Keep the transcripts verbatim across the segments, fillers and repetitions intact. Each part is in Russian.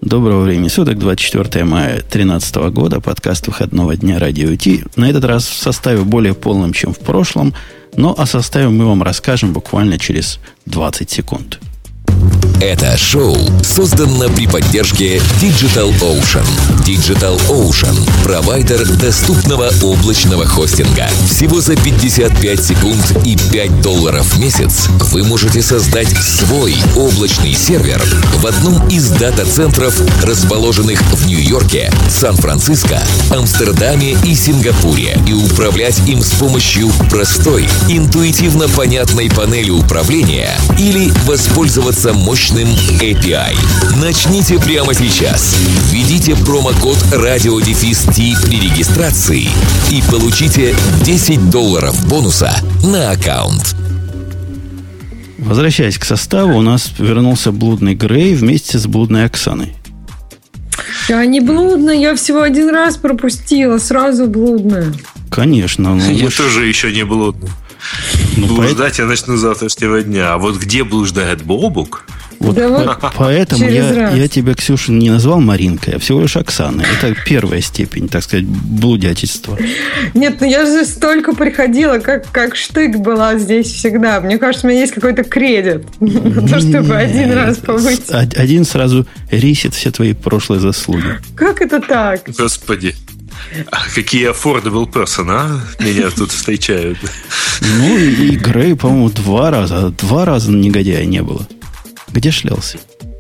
Доброго времени суток, двадцать четвёртого мая две тысячи тринадцатого года, подкаст выходного дня Радио Ти. На этот раз в составе более полном, чем в прошлом, но о составе мы вам расскажем буквально через двадцать секунд. Это шоу создано при поддержке DigitalOcean. DigitalOcean – провайдер доступного облачного хостинга. Всего за пятьдесят пять секунд и пять долларов в месяц вы можете создать свой облачный сервер в одном из дата-центров, расположенных в Нью-Йорке, Сан-Франциско, Амстердаме и Сингапуре, и управлять им с помощью простой, интуитивно понятной панели управления или воспользоваться мощным эй пи ай. Начните прямо сейчас. Введите промокод радиодефис-ти при регистрации и получите десять долларов бонуса на аккаунт. Возвращаясь к составу, у нас вернулся блудный Грей вместе с блудной Оксаной. Я не блудная, я всего один раз пропустила, сразу блудная. Конечно. Ну, я вы... тоже еще не блудный. Ну, блуждать по... я начну с завтрашнего дня. А вот где блуждает Бобук? Вот да по- вот поэтому я, я тебя, Ксюша, не назвал Маринкой, а всего лишь Оксаной. Это первая степень, так сказать, блудятельства. Нет, ну я же столько приходила, как, как штык была здесь всегда. Мне кажется, у меня есть какой-то кредит на то, чтобы один раз побыть. Один сразу рисит все твои прошлые заслуги. Как это так? Господи. А какие affordable person, а? Меня тут встречают. Ну и Грей, по-моему, два раза. Два раза негодяя не было. Где шлялся?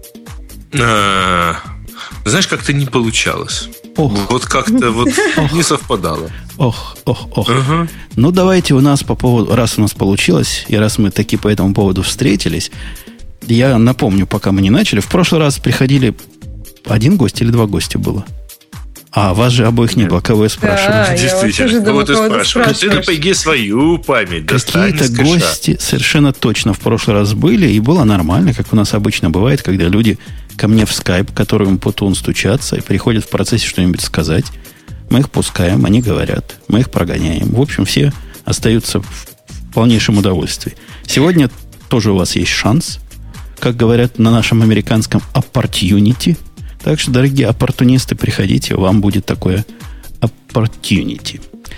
А, знаешь, как-то не получалось. Ох. Вот как-то вот не совпадало. Ох, ох, ох. Угу. Ну, давайте у нас по поводу... Раз у нас получилось, и раз мы таки по этому поводу встретились, я напомню, пока мы не начали, в прошлый раз приходили один гость или два гостя было? А вас же обоих не было, кого я спрашиваю? Да, действительно, кого ты спрашиваешь? Ты напряги свою память. Какие-то гости совершенно точно в прошлый раз были, и было нормально, как у нас обычно бывает, когда люди ко мне в скайп, которым Путун стучатся, и приходят в процессе что-нибудь сказать. Мы их пускаем, они говорят, мы их прогоняем. В общем, все остаются в полнейшем удовольствии. Сегодня тоже у вас есть шанс, как говорят на нашем американском opportunity. Так что, дорогие оппортунисты, приходите, вам будет такое opportunity.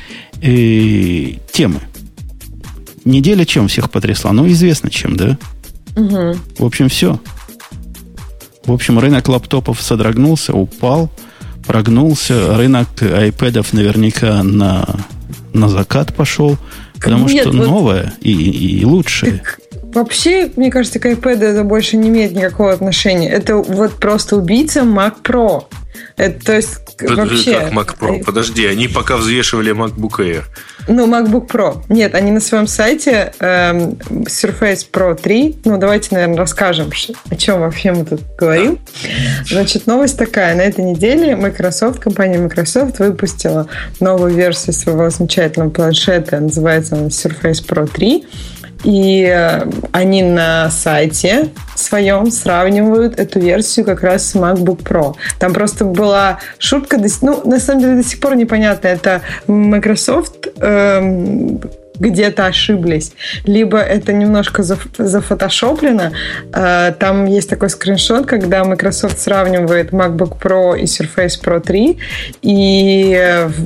И темы. Неделя чем всех потрясла? Ну, известно чем, да? Угу. В общем, все. В общем, рынок лаптопов содрогнулся, упал, прогнулся. Рынок айпэдов наверняка на, на закат пошел, потому Нет, что вот... новое и, и лучшее. Вообще, мне кажется, к iPad это больше не имеет никакого отношения. Это вот просто убийца Mac Pro. Это, то есть, Под, вообще... Как Mac Pro? Подожди, они пока взвешивали MacBook Air. Ну, MacBook Pro. Нет, они на своем сайте э, Surface Pro три. Ну, давайте, наверное, расскажем, о чем вообще мы тут говорим. Значит, новость такая. На этой неделе Microsoft, компания Microsoft выпустила новую версию своего замечательного планшета. Называется он Surface Pro три. И они на сайте своем сравнивают эту версию как раз с MacBook Pro. Там просто была шутка, ну, на самом деле до сих пор непонятно, это Microsoft эм, где-то ошиблись, либо это немножко зафотошоплено. Там есть такой скриншот, когда Microsoft сравнивает MacBook Pro и Surface Pro три, и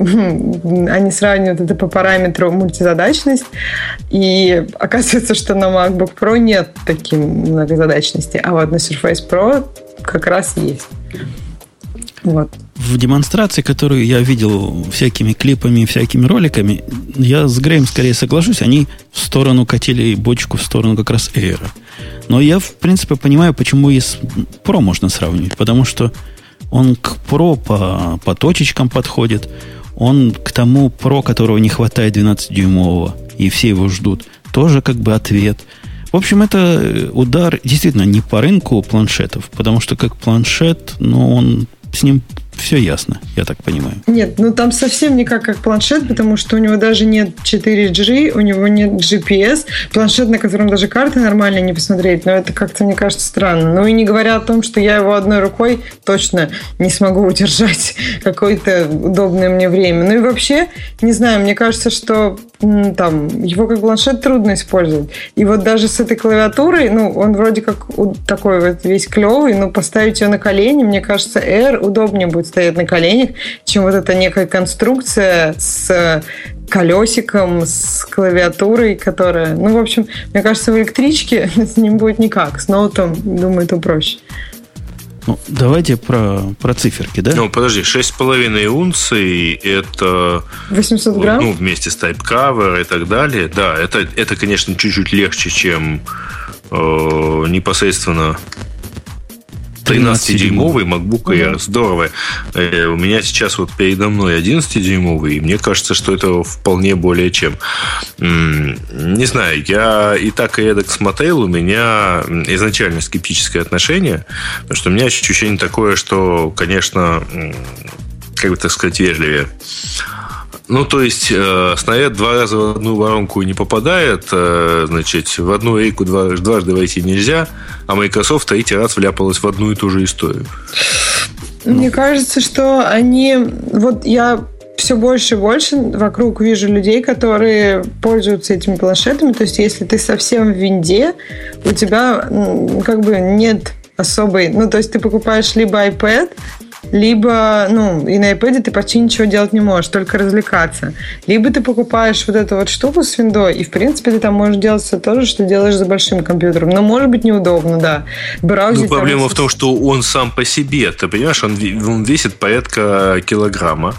они сравнивают это по параметру мультизадачность, и оказывается, что на MacBook Pro нет такой многозадачности, а вот на Surface Pro как раз есть. Вот. В демонстрации, которую я видел всякими клипами, всякими роликами, я с Греем скорее соглашусь, они в сторону катили бочку, в сторону как раз Air. Но я, в принципе, понимаю, почему и с Pro можно сравнивать. Потому что он к Pro по, по точечкам подходит, он к тому Pro, которого не хватает двенадцатидюймового, и все его ждут, тоже как бы ответ. В общем, это удар действительно не по рынку планшетов, потому что как планшет, ну, он с ним все ясно, я так понимаю. Нет, ну там совсем не как, как планшет, потому что у него даже нет четыре джи, у него нет джи пи эс. Планшет, на котором даже карты нормально не посмотреть, но это как-то, мне кажется, странно. Ну и не говоря о том, что я его одной рукой точно не смогу удержать какое-то удобное мне время. Ну и вообще, не знаю, мне кажется, что там, его как планшет трудно использовать. И вот даже с этой клавиатурой, ну, он вроде как такой вот весь клевый, но поставить ее на колени, мне кажется, Air удобнее будет стоять на коленях, чем вот эта некая конструкция с колесиком, с клавиатурой, которая... Ну, в общем, мне кажется, в электричке с ним будет никак. С ноутом, думаю, это проще. Ну, давайте про, про циферки, да? Ну, подожди, шесть с половиной унций это... восемьсот грамм? Ну, вместе с Type-Cover и так далее. Да, это, это конечно, чуть-чуть легче, чем э, непосредственно тринадцатидюймовый MacBook Air. Mm-hmm. Здорово. Э, у меня сейчас вот передо мной одиннадцатидюймовый, и мне кажется, что это вполне более чем. М-м, не знаю, я и так и эдак смотрел, у меня изначально скептическое отношение, потому что у меня ощущение такое, что, конечно, как бы так сказать, вежливее. Ну, то есть, э, снаряд два раза в одну воронку не попадает, э, значит, в одну рейку два, дважды войти нельзя, а Microsoft третий раз вляпалась в одну и ту же историю. Мне кажется, что они... Вот я все больше и больше вокруг вижу людей, которые пользуются этими планшетами. То есть, если ты совсем в винде, у тебя как бы нет особой... Ну, то есть, ты покупаешь либо iPad, либо, ну, и на iPad ты почти ничего делать не можешь, только развлекаться. Либо ты покупаешь вот эту вот штуку с виндой, и, в принципе, ты там можешь делать все то же, что делаешь за большим компьютером. Но, может быть, неудобно, да. Браузить, ну, проблема там... в том, что он сам по себе, ты понимаешь, он, он весит порядка килограмма,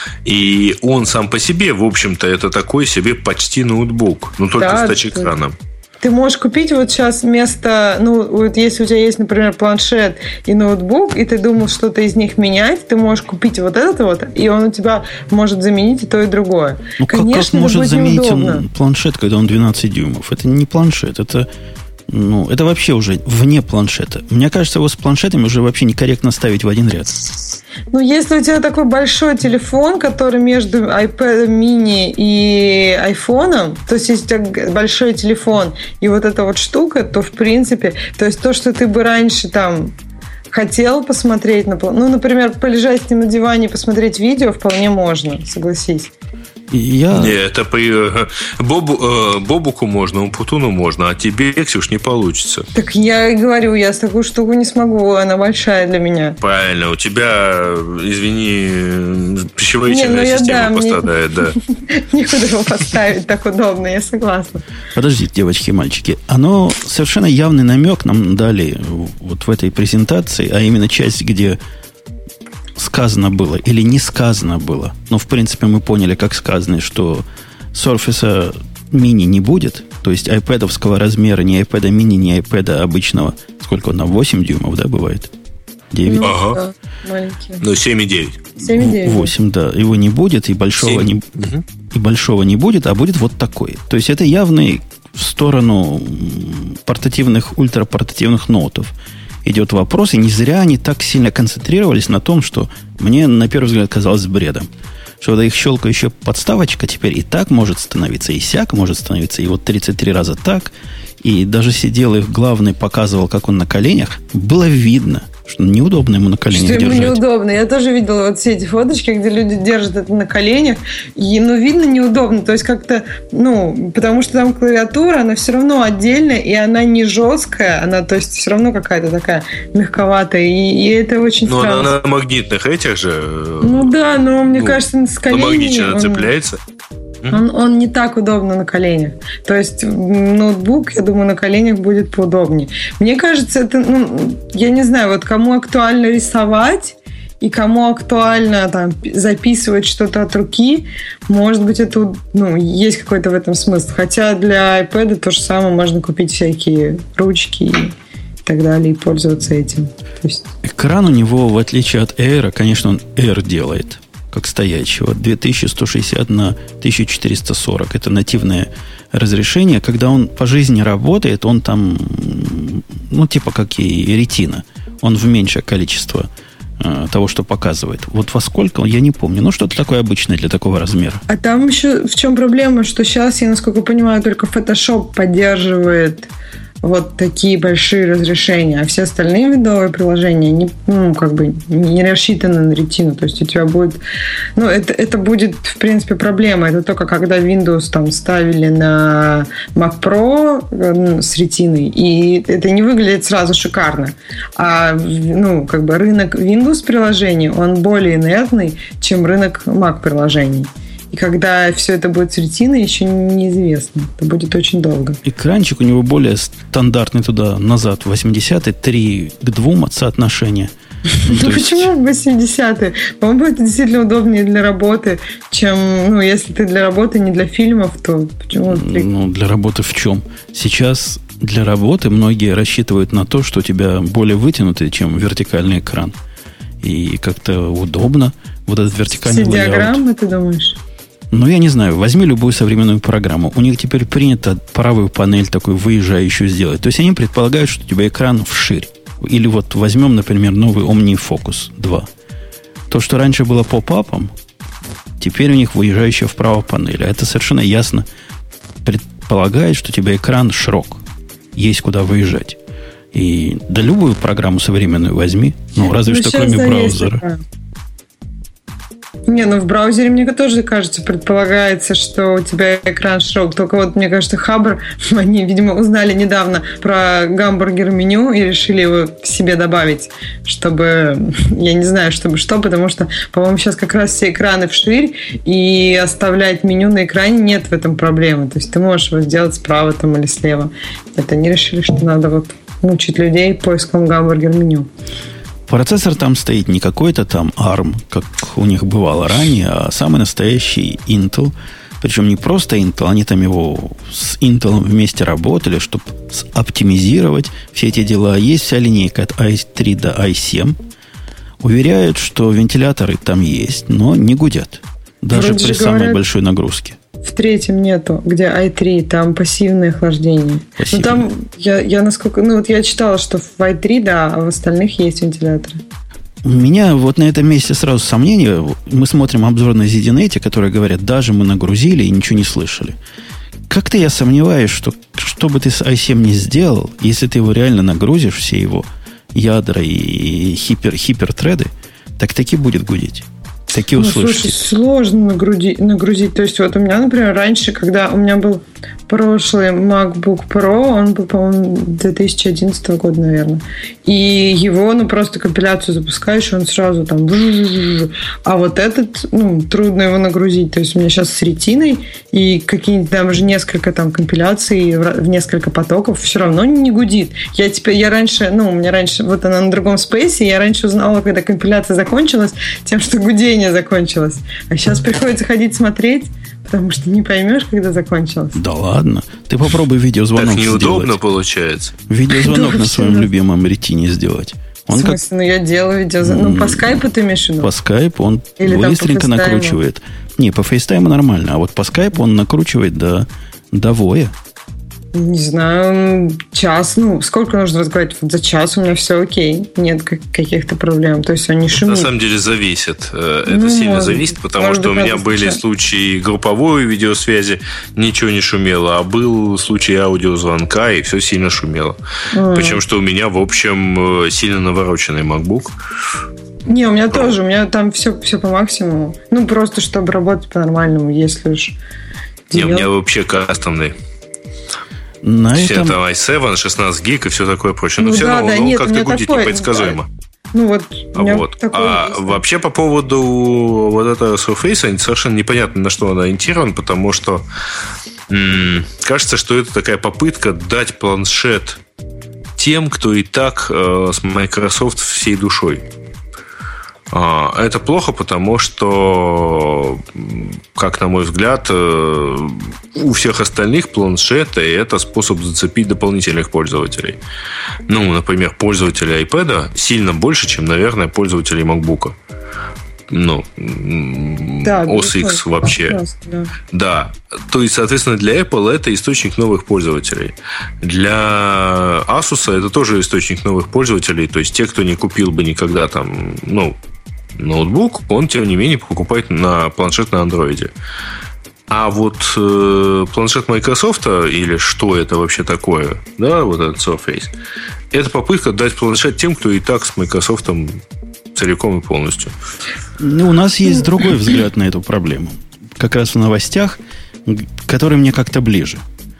и он сам по себе, в общем-то, это такой себе почти ноутбук, но только да, с тач-экраном. Ты можешь купить вот сейчас вместо... Ну, вот если у тебя есть, например, планшет и ноутбук, и ты думал что-то из них менять, ты можешь купить вот это вот, и он у тебя может заменить и то, и другое. Ну, конечно, как, как может заменить он планшет, когда он двенадцать дюймов? Это не планшет, это... Ну, это вообще уже вне планшета. Мне кажется, его с планшетами уже вообще некорректно ставить в один ряд. Ну, если у тебя такой большой телефон, который между iPad mini и iPhone, то есть, если у тебя большой телефон и вот эта вот штука, то, в принципе, то есть, то, что ты бы раньше там хотел посмотреть, на, ну, например, полежать с ним на диване и посмотреть видео, вполне можно, согласись. Я... Не, это при Бобу, э, Бобуку можно, Умпутуну можно, а тебе, Ксюш, не получится. Так я и говорю, я с такую штуку не смогу, она большая для меня. Правильно, у тебя, извини, пищеварительная не, ну система да, пострадает, мне... да. Некуда его поставить, так удобно, я согласна. Подождите, девочки и мальчики, оно совершенно явный намек нам дали вот в этой презентации, а именно часть, где сказано было или не сказано было. Но, в принципе, мы поняли, как сказано, что Surface Mini не будет. То есть, iPad-овского размера, ни iPad Mini, ни iPad обычного. Сколько он? На восемь дюймов, да, бывает? девять? Ну, ага. Да, ну, семь и девять. семь и девять. восемь, да. Его не будет, и большого не, угу. и большого не будет, а будет вот такой. То есть, это явный в сторону портативных, ультрапортативных ноутов идет вопрос, и не зря они так сильно концентрировались на том, что мне на первый взгляд казалось бредом. Что вот их щелкающая подставочка теперь и так может становиться, и сяк может становиться, и вот тридцать три раза так. И даже сидел их главный, показывал, как он на коленях. Было видно, что неудобно ему на коленях что держать. Что ему неудобно. Я тоже видела вот все эти фоточки, где люди держат это на коленях. И, ну, видно неудобно. То есть, как-то, ну, потому что там клавиатура, она все равно отдельная, и она не жесткая. Она, то есть, все равно какая-то такая мягковатая. И, и это очень но странно. Но она на магнитных этих же... Ну, да, но мне ну, кажется, с коленями... На магните она цепляется. Он, он не так удобно на коленях. То есть ноутбук, я думаю, на коленях будет поудобнее. Мне кажется, это, ну, я не знаю, вот кому актуально рисовать и кому актуально там, записывать что-то от руки, может быть, это, ну, есть какой-то в этом смысл. Хотя для iPad то же самое, можно купить всякие ручки и так далее, и пользоваться этим. То есть... Экран у него, в отличие от Air, конечно, он Air делает, как стоячего, две тысячи сто шестьдесят на тысяча четыреста сорок. Это нативное разрешение. Когда он по жизни работает, он там, ну, типа как и ретина. Он в меньшее количество э, того, что показывает. Вот во сколько, я не помню. Ну, что-то такое обычное для такого размера. А там еще в чем проблема, что сейчас, я, насколько понимаю, только Photoshop поддерживает вот такие большие разрешения, а все остальные виндовые приложения не, ну, как бы не рассчитаны на ретину. То есть у тебя будет... Ну, это, это будет, в принципе, проблема. Это только когда Windows там ставили на Mac Pro с ретиной, и это не выглядит сразу шикарно. А, ну, как бы рынок Windows приложений, он более инертный, чем рынок Mac приложений. И когда все это будет с ретиной, еще неизвестно. Это будет очень долго. Экранчик у него более стандартный туда-назад, восьмидесятый, три к двум от соотношения. Ну, почему восьмидесятые? По-моему, это действительно удобнее для работы, чем, ну, если ты для работы, не для фильмов, то почему? Ну, для работы в чем? Сейчас для работы многие рассчитывают на то, что у тебя более вытянутый, чем вертикальный экран. И как-то удобно. Вот этот вертикальный все лейаут. Диаграммы, ты думаешь? Ну, я не знаю, возьми любую современную программу. У них теперь принято правую панель такой выезжающую сделать. То есть они предполагают, что у тебя экран вширь. Или вот возьмем, например, новый OmniFocus два. То, что раньше было поп-апом, теперь у них выезжающая вправо панель. А это совершенно ясно предполагает, что у тебя экран широк. Есть куда выезжать. И да любую программу современную возьми. Ну, разве ну, что кроме браузера. Не, ну в браузере, мне тоже кажется, предполагается, что у тебя экран широк. Только вот, мне кажется, Хабр, они, видимо, узнали недавно про гамбургер-меню и решили его себе добавить, чтобы, я не знаю, чтобы что, потому что, по-моему, сейчас как раз все экраны вширь, и оставлять меню на экране нет в этом проблемы. То есть ты можешь его сделать справа там или слева. Это они решили, что надо вот мучить людей поиском гамбургер-меню. Процессор там стоит не какой-то там арм, как у них бывало ранее, а самый настоящий Intel. Причем не просто Intel, они там его с Intel вместе работали, чтобы оптимизировать все эти дела. Есть вся линейка от ай три до ай семь. Уверяют, что вентиляторы там есть, но не гудят. Даже Вроде при самой говорят, большой нагрузке. В третьем нету, где ай три, там пассивное охлаждение. Пассивное. Ну там, я, я насколько... Ну вот я читала, что в ай три, да, а в остальных есть вентиляторы. У меня вот на этом месте сразу сомнения. Мы смотрим обзор на зет ди нет, которые говорят, даже мы нагрузили и ничего не слышали. Как-то я сомневаюсь, что что бы ты с ай семь не сделал, если ты его реально нагрузишь, все его ядра и хипер, хипертреды, так таки будет гудеть. Такие ну, слушай, сложно нагрузить, нагрузить. То есть вот у меня, например, раньше, когда у меня был прошлый MacBook Pro, он был, по-моему, две тысячи одиннадцатого года, наверное. И его, ну, просто компиляцию запускаешь, он сразу там... А вот этот, ну, трудно его нагрузить. То есть у меня сейчас с ретиной и какие-нибудь там уже несколько там компиляций в несколько потоков все равно не гудит. Я теперь, я раньше, ну, у меня раньше, вот она на другом спейсе, я раньше узнала, когда компиляция закончилась, тем, что гудение закончилось. А сейчас приходится ходить смотреть, потому что не поймешь, когда закончилось. Да ладно. Ты попробуй видеозвонок сделать. Так неудобно сделать. Получается. Видеозвонок на своем любимом ретине сделать. Он в смысле? Как... Ну, я делаю видеозвонок. Ну, по скайпу ты имеешь в виду? По скайпу он Или быстренько накручивает. Не, по фейстайму нормально. А вот по скайпу он накручивает до, до воя. Не знаю, час, ну, сколько нужно разговаривать? Вот за час у меня все окей, нет каких-то проблем, то есть он не шумит. На самом деле зависит, это ну, сильно может, зависит, потому что у меня были сейчас. случаи групповой видеосвязи, ничего не шумело, а был случай аудиозвонка, и все сильно шумело. Mm. Причем, что у меня, в общем, сильно навороченный MacBook. Не, у меня Но. тоже, у меня там все, все по максимуму, ну, просто чтобы работать по-нормальному, если уж... Не, у меня вообще кастомный. На все этом... это ай семь, шестнадцать гиг и все такое прочее. Но ну, все да, равно да, ну, нет, как-то гудит такое, непредсказуемо. Да. Ну, вот, вот. А есть. Вообще по поводу вот этого Surface совершенно непонятно, на что он ориентирован, потому что м- кажется, что это такая попытка дать планшет тем, кто и так э, с Microsoft всей душой. Это плохо, потому что, как на мой взгляд, у всех остальных планшеты это способ зацепить дополнительных пользователей. Ну, например, пользователи iPad сильно больше, чем, наверное, пользователи MacBook. Ну, да, о эс икс вообще. Да. да. То есть, соответственно, для Apple это источник новых пользователей. Для Asus это тоже источник новых пользователей. То есть, те, кто не купил бы никогда там, ну, ноутбук, он, тем не менее, покупает на планшет на андроиде. А вот э, планшет Microsoft, или что это вообще такое, да, вот этот Surface, это попытка дать планшет тем, кто и так с Microsoft целиком и полностью. Ну, у нас есть другой взгляд на эту проблему. Как раз в новостях, который мне как-то ближе.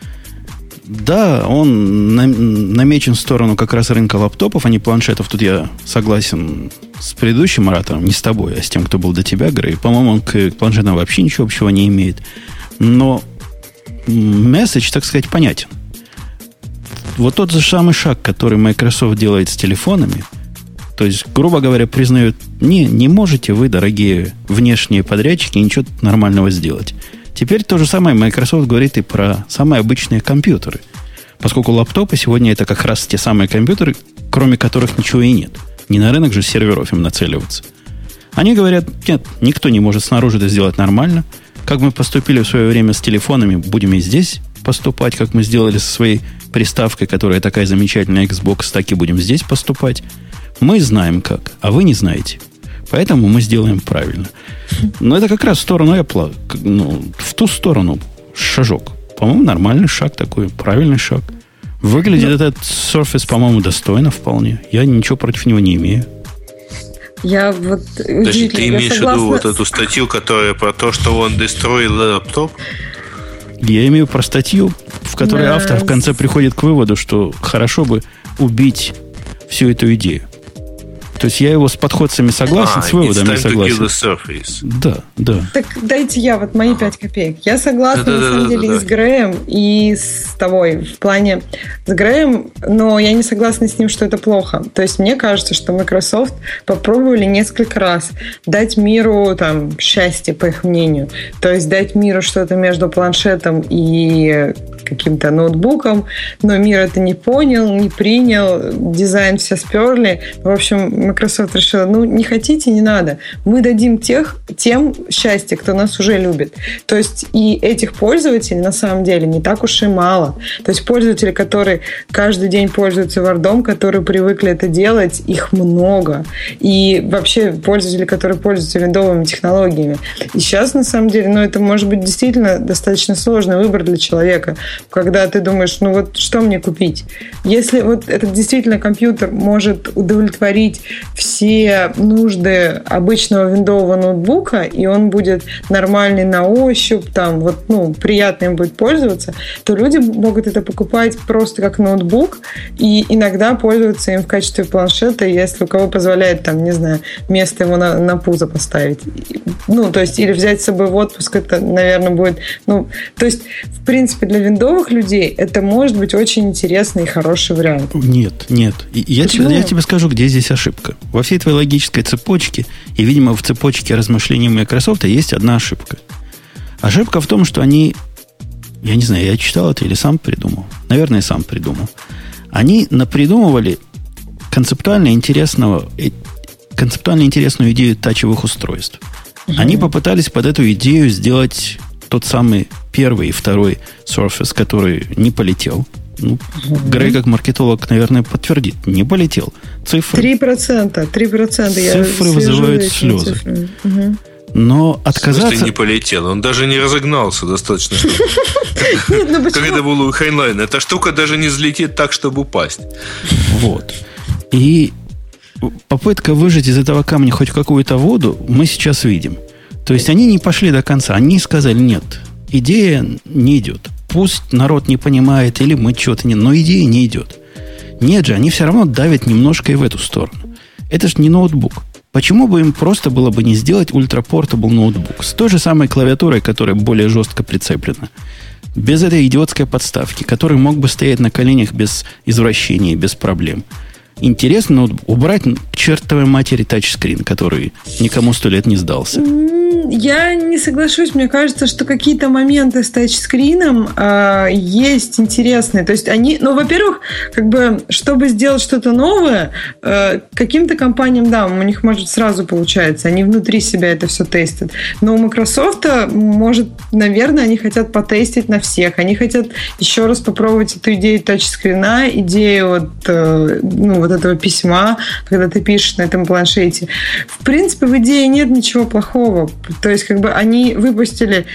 Да, он намечен в сторону как раз рынка лаптопов, а не планшетов. Тут я согласен с предыдущим оратором, не с тобой, а с тем, кто был до тебя, Грей. По-моему, он к планшетам вообще ничего общего не имеет. Но месседж, так сказать, понятен. Вот тот же самый шаг, который Microsoft делает с телефонами, то есть, грубо говоря, признают, не, не можете вы, дорогие внешние подрядчики, ничего нормального сделать. Теперь то же самое Microsoft говорит и про самые обычные компьютеры. Поскольку лаптопы сегодня это как раз те самые компьютеры, кроме которых ничего и нет. Не на рынок же серверов им нацеливаться. Они говорят, нет, никто не может снаружи это сделать нормально. Как мы поступили в свое время с телефонами, будем и здесь поступать, как мы сделали со своей приставкой, которая такая замечательная Xbox, так и будем здесь поступать. Мы знаем как, а вы не знаете. Поэтому мы сделаем правильно. Но это как раз в сторону Apple, ну, в ту сторону шажок. По-моему, нормальный шаг такой, правильный шаг. Выглядит Но... этот Surface, по-моему, достойно вполне. Я ничего против него не имею. Я вот... Подожди, ты имеешь в виду вот эту статью, которая про то, что он destroyed лаптоп? Я имею про статью, в которой да. автор в конце приходит к выводу, что хорошо бы убить всю эту идею. То есть я его с подходцами согласен, а, с выводами согласен. Да, да. Так дайте я вот мои пять копеек. Я согласна, да, на да, самом да, деле, да, и с Греем, и с тобой. В плане с Греем, но я не согласна с ним, что это плохо. То есть мне кажется, что Microsoft попробовали несколько раз дать миру там счастье, по их мнению. То есть дать миру что-то между планшетом и каким-то ноутбуком, но мир это не понял, не принял, дизайн все сперли. В общем, Microsoft решила, ну, не хотите, не надо. Мы дадим тех, тем счастье, кто нас уже любит. То есть и этих пользователей на самом деле не так уж и мало. То есть пользователи, которые каждый день пользуются Word'ом, которые привыкли это делать, их много. И вообще пользователи, которые пользуются виндовыми технологиями. И сейчас, на самом деле, ну, это может быть действительно достаточно сложный выбор для человека, когда ты думаешь, ну вот что мне купить? Если вот этот действительно компьютер может удовлетворить все нужды обычного виндового ноутбука, и он будет нормальный на ощупь, там, вот, ну, приятно им будет пользоваться, то люди могут это покупать просто как ноутбук и иногда пользоваться им в качестве планшета, если у кого позволяет, там, не знаю, место ему на, на пузо поставить. Ну, то есть, или взять с собой в отпуск, это, наверное, будет, ну, то есть, в принципе, для виндовых людей это может быть очень интересный и хороший вариант. Нет, нет. Я тебе, я тебе скажу, где здесь ошибка. Во всей твоей логической цепочке, и, видимо, в цепочке размышлений Microsoft есть одна ошибка. Ошибка в том, что они, я не знаю, я читал это или сам придумал. Наверное, сам придумал. Они напридумывали концептуально интересного, концептуально интересную идею тачевых устройств. Угу. Они попытались под эту идею сделать тот самый первый и второй Surface, который не полетел. Ну, mm-hmm. Грей, как маркетолог, наверное, подтвердит. Не полетел. Цифры... три процента. три процента. Цифры вызывают слезы. Mm-hmm. Но отказаться... В смысле не полетел? Он даже не разогнался достаточно. Как это было у Хайнлайна. Эта штука даже не взлетит так, чтобы упасть. Вот. И попытка выжать из этого камня хоть какую-то воду мы сейчас видим. То есть они не пошли до конца. Они сказали, нет, идея не идет. Пусть народ не понимает, или мы что-то не... Но идея не идет. Нет же, они все равно давят немножко и в эту сторону. Это же не ноутбук. Почему бы им просто было бы не сделать ультрапортабл ноутбук с той же самой клавиатурой, которая более жестко прицеплена? Без этой идиотской подставки, который мог бы стоять на коленях без извращений, без проблем. Интересно ноутбук. Убрать к чертовой матери тачскрин, который никому сто лет не сдался. Я не соглашусь. Мне кажется, что какие-то моменты с тачскрином э, есть интересные. То есть они... Ну, во-первых, как бы, чтобы сделать что-то новое, э, каким-то компаниям, да, у них, может, сразу получается. Они внутри себя это все тестят. Но у Microsoft, может, наверное, они хотят потестить на всех. Они хотят еще раз попробовать эту идею тачскрина, идею вот, э, ну, вот этого письма, когда ты пишешь на этом планшете. В принципе, в идее нет ничего плохого. То есть, как бы они выпустили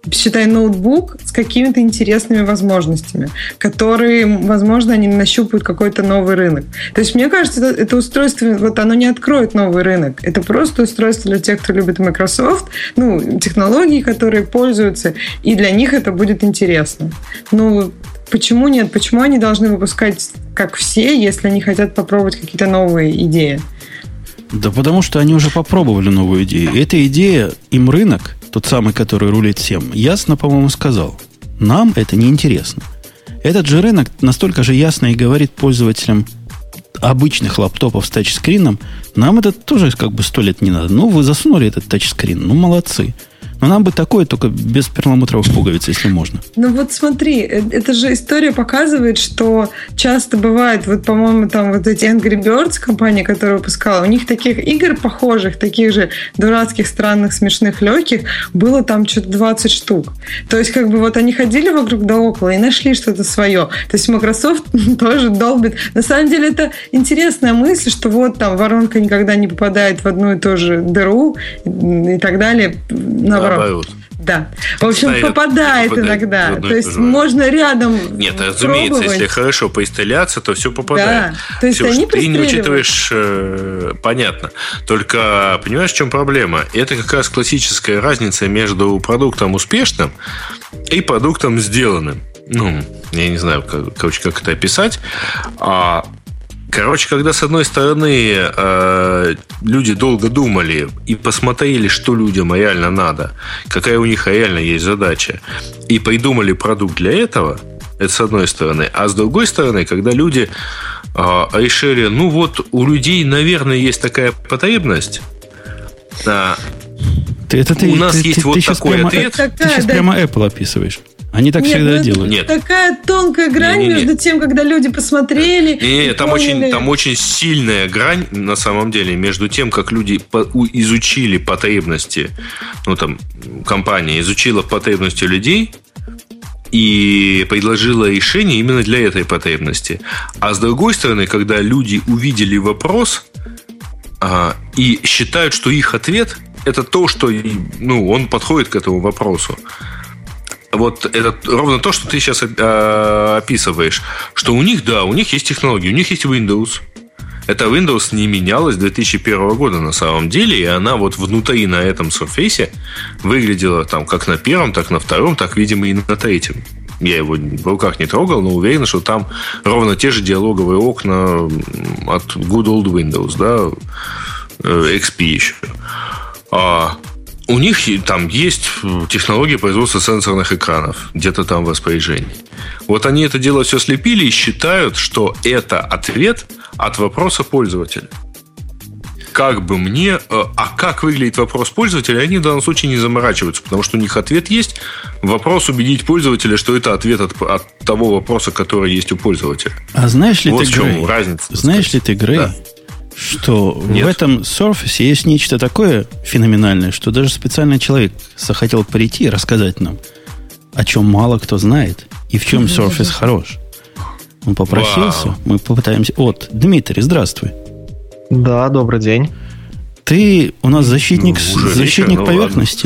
считай, ноутбук с какими-то интересными возможностями, которые, возможно, они нащупают какой-то новый рынок. То есть, мне кажется, это, это устройство, вот оно не откроет новый рынок. Это просто устройство для тех, кто любит Microsoft, ну, технологии, которые пользуются, и для них это будет интересно. Ну, почему нет? Почему они должны выпускать, как все, если они хотят попробовать какие-то новые идеи? Да потому что они уже попробовали новую идею. И эта идея, им рынок, тот самый, который рулит всем, ясно, по-моему, сказал. Нам это не интересно. Этот же рынок настолько же ясно и говорит пользователям обычных лаптопов с тачскрином, нам это тоже как бы сто лет не надо. Ну, вы засунули этот тачскрин, ну, молодцы. Но нам бы такое, только без перламутровых пуговиц, если можно. Ну вот смотри, эта же история показывает, что часто бывает, вот, по-моему, там вот эти Angry Birds, компания, которая выпускала, у них таких игр похожих, таких же дурацких, странных, смешных, легких, было там что-то двадцать штук. То есть, как бы вот они ходили вокруг да около и нашли что-то свое. То есть, Microsoft тоже долбит. На самом деле, это интересная мысль, что вот там воронка никогда не попадает в одну и ту же дыру и так далее. Наоборот. Наоборот. Да. В общем, Стоит, попадает, попадает иногда. То есть можно рядом Нет, разумеется, пробовать. Если хорошо поистреляться, то все попадает. Да. То есть все, они ты не учитываешь, э, понятно. Только понимаешь, в чем проблема? Это как раз классическая разница между продуктом успешным и продуктом сделанным. Ну, я не знаю, как, короче, как это описать. А Короче, когда с одной стороны э, люди долго думали и посмотрели, что людям реально надо, какая у них реально есть задача, и придумали продукт для этого, это с одной стороны. А с другой стороны, когда люди э, решили, ну вот у людей, наверное, есть такая потребность, да, ты, это, у ты, нас ты, есть ты, вот ты такой прямо, ответ. Ты такая, сейчас да. прямо Apple описываешь. Они так Нет, всегда ну, делают. Нет. Такая тонкая грань не, не, не. между тем, когда люди посмотрели. Не, не, там, очень, там очень сильная грань, на самом деле, между тем, как люди изучили потребности, ну, там, компания изучила потребности людей и предложила решение именно для этой потребности. А с другой стороны, когда люди увидели вопрос а, и считают, что их ответ это то, что ну, он подходит к этому вопросу. Вот это ровно то, что ты сейчас описываешь. Что у них, да, у них есть технологии, у них есть Windows. Эта Windows не менялась с две тысячи первого года на самом деле, и она вот внутри на этом Surface выглядела там как на первом, так на втором, так, видимо, и на третьем. Я его в руках не трогал, но уверен, что там ровно те же диалоговые окна от Good Old Windows, да, икс пи еще. А у них там есть технология производства сенсорных экранов, где-то там в распоряжении. Вот они это дело все слепили и считают, что это ответ от вопроса пользователя. Как бы мне... А как выглядит вопрос пользователя, они в данном случае не заморачиваются, потому что у них ответ есть. Вопрос убедить пользователя, что это ответ от, от того вопроса, который есть у пользователя. А знаешь ли вот ты, в чем Грей, разница? Знаешь ли ты, Грей, да. что Нет. в этом Surface есть нечто такое феноменальное, что даже специальный человек захотел прийти и рассказать нам, о чем мало кто знает и в чем Surface хорош. Он попросился, Вау. мы попытаемся... Вот, Дмитрий, здравствуй. Да, добрый день. Ты у нас защитник, ну, защитник вечер, поверхности.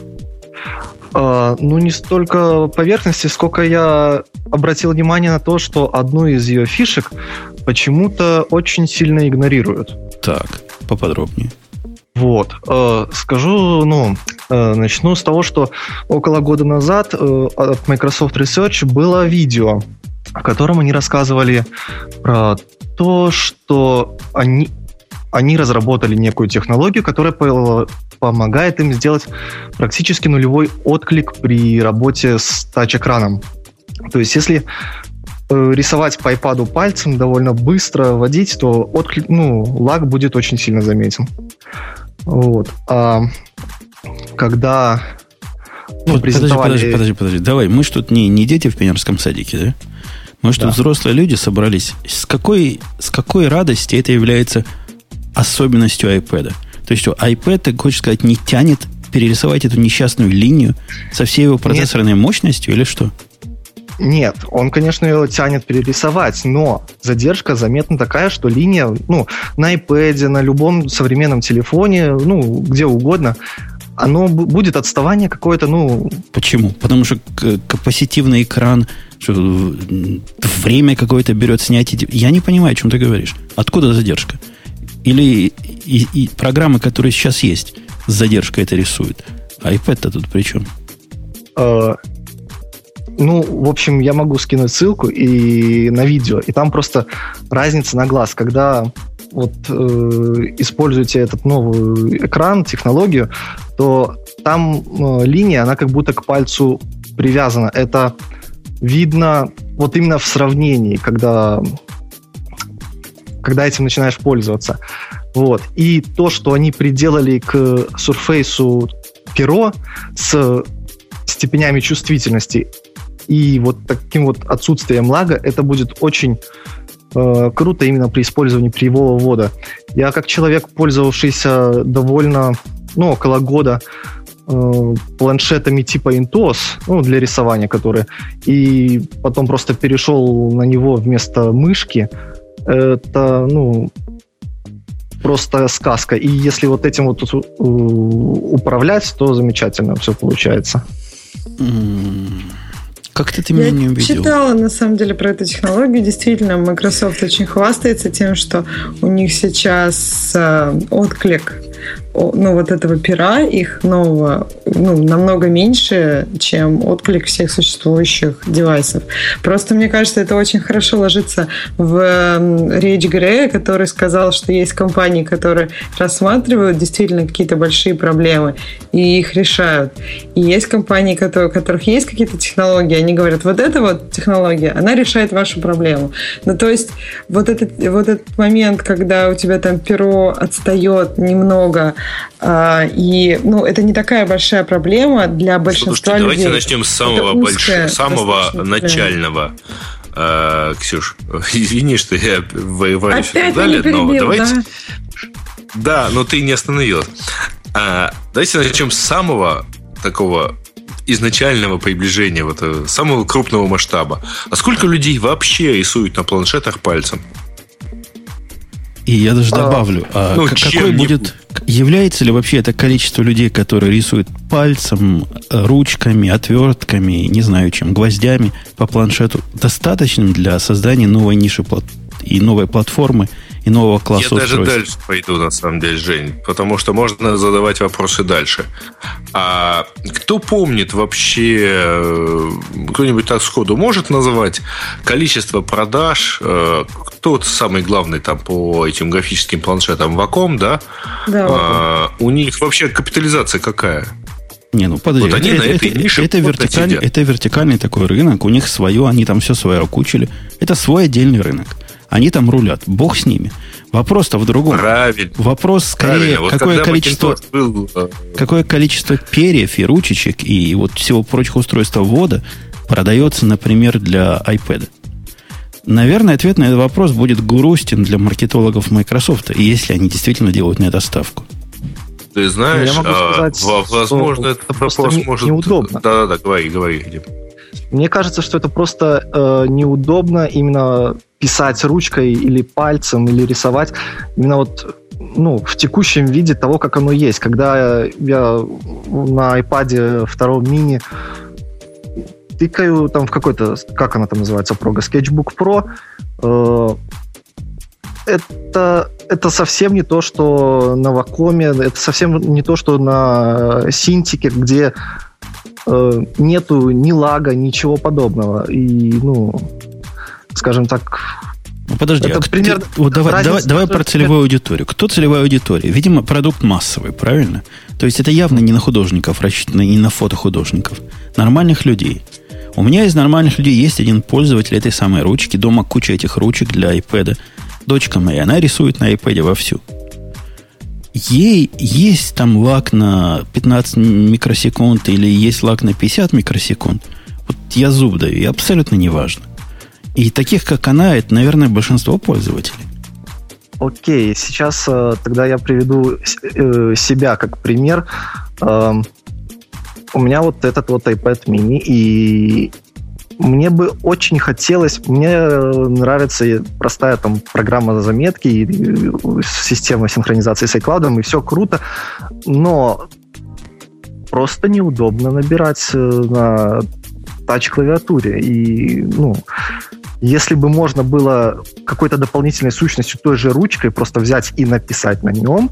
А, ну, не столько поверхности, сколько я обратил внимание на то, что одну из ее фишек почему-то очень сильно игнорируют. Так, поподробнее. Вот. Э, скажу, ну, э, начну с того, что около года назад э, от Microsoft Research было видео, в котором они рассказывали про то, что они... Они разработали некую технологию, которая помогает им сделать практически нулевой отклик при работе с тач-экраном. То есть, если э, рисовать по iPad пальцем довольно быстро водить, то отклик, ну, лаг будет очень сильно заметен. Вот. А когда ну, презентовали... Подожди, подожди, подожди. Давай, мы ж тут не, не дети в пионерском садике, да? Мы ж да. тут взрослые люди собрались. С какой, с какой радости это является особенностью iPad? То есть, что iPad, ты хочешь сказать, не тянет перерисовать эту несчастную линию со всей его процессорной Нет. мощностью или что? Нет, он, конечно, ее тянет перерисовать, но задержка заметна такая, что линия, ну, на iPad, на любом современном телефоне, ну, где угодно, оно будет отставание какое-то, ну... Почему? Потому что капаситивный экран, что время какое-то берет снятие. Я не понимаю, о чем ты говоришь. Откуда задержка? Или и, и программы, которые сейчас есть, с задержкой это рисуют. А iPad-то тут при чем? Uh, ну, в общем, я могу скинуть ссылку и на видео, и там просто разница на глаз. Когда вот э, используете этот новый экран, технологию, то там э, линия, она как будто к пальцу привязана. Это видно вот именно в сравнении, когда, когда этим начинаешь пользоваться. Вот. И то, что они приделали к Surface Pro с степенями чувствительности и вот таким вот отсутствием лага, это будет очень э, круто именно при использовании приводового ввода. Я как человек, пользовавшийся довольно, ну, около года э, планшетами типа Intuos, ну, для рисования, которые, и потом просто перешел на него вместо мышки, это, ну, просто сказка. И если вот этим вот uh, управлять, то замечательно все получается. Как-то ты меня Я не убедил. Я читала, на самом деле, про эту технологию. Действительно, Microsoft очень хвастается тем, что у них сейчас э, отклик, ну, вот этого пера их нового, ну, намного меньше, чем отклик всех существующих девайсов. Просто, мне кажется, это очень хорошо ложится в речь Грея, который сказал, что есть компании, которые рассматривают действительно какие-то большие проблемы и их решают. И есть компании, которые, у которых есть какие-то технологии, они говорят, вот эта вот технология, она решает вашу проблему. Ну, то есть вот этот, вот этот момент, когда у тебя там перо отстает немного, а, и, ну, это не такая большая проблема для большинства Слушайте, людей. Давайте начнем с самого, большого, самого начального. А, Ксюш, извини, что я варюсь и так далее, но давайте... Да, но ты не остановил. А, давайте начнем с самого такого изначального приближения, вот, самого крупного масштаба. А сколько людей вообще рисуют на планшетах пальцем? И я даже добавлю, а, ну, какой будет, является ли вообще это количество людей, которые рисуют пальцем, ручками, отвертками, не знаю чем, гвоздями по планшету, достаточным для создания новой ниши и новой платформы, и нового класса Я устройств? даже дальше пойду, на самом деле, Жень, потому что можно задавать вопросы дальше. А кто помнит вообще, кто-нибудь так сходу может называть количество продаж, кто самый главный там по этим графическим планшетам, Wacom, да? Да. А, у них вообще капитализация какая? Не, ну подожди, вот это, это, это, это, это, вертикаль, это вертикальный такой рынок, у них свое, они там все свое окучили. Это свой отдельный рынок. Они там рулят. Бог с ними. Вопрос-то в другом. Правильно. Вопрос скорее, вот какое, количество, был... какое количество перьев и ручечек и вот всего прочих устройств ввода продается, например, для iPad. Наверное, ответ на этот вопрос будет грустен для маркетологов Microsoft, если они действительно делают на это ставку. Ты знаешь, я могу сказать, а, возможно, этот вопрос не, может... неудобно. Да-да-да, говори, говори. Дим. Мне кажется, что это просто э, неудобно именно писать ручкой или пальцем, или рисовать именно вот, ну, в текущем виде того, как оно есть. Когда я на iPad втором мини тыкаю там в какой-то, как она там называется, Pro, Sketchbook Pro, э, это, это совсем не то, что на Wacom, это совсем не то, что на Cintiq, где э, нету ни лага, ничего подобного. И, ну, скажем так... Ну, подожди, это а пример... ты, вот давай, давай, давай про целевую аудиторию. Кто целевая аудитория? Видимо, продукт массовый, правильно? То есть это явно не на художников рассчитано, не на фотохудожников. Нормальных людей. У меня из нормальных людей есть один пользователь этой самой ручки. Дома куча этих ручек для iPad. Дочка моя, она рисует на iPad вовсю. Ей есть там лаг на пятнадцать микросекунд или есть лаг на пятьдесят микросекунд. Вот я зуб даю, и абсолютно не важно. И таких, как она, это, наверное, большинство пользователей. Окей, сейчас э, тогда я приведу э, себя как пример. Э, у меня вот этот вот iPad mini, и мне бы очень хотелось, мне нравится простая там программа заметки, и, и, система синхронизации с iCloud, и все круто, но просто неудобно набирать на тач-клавиатуре. И, ну, если бы можно было какой-то дополнительной сущностью, той же ручкой, просто взять и написать на нем,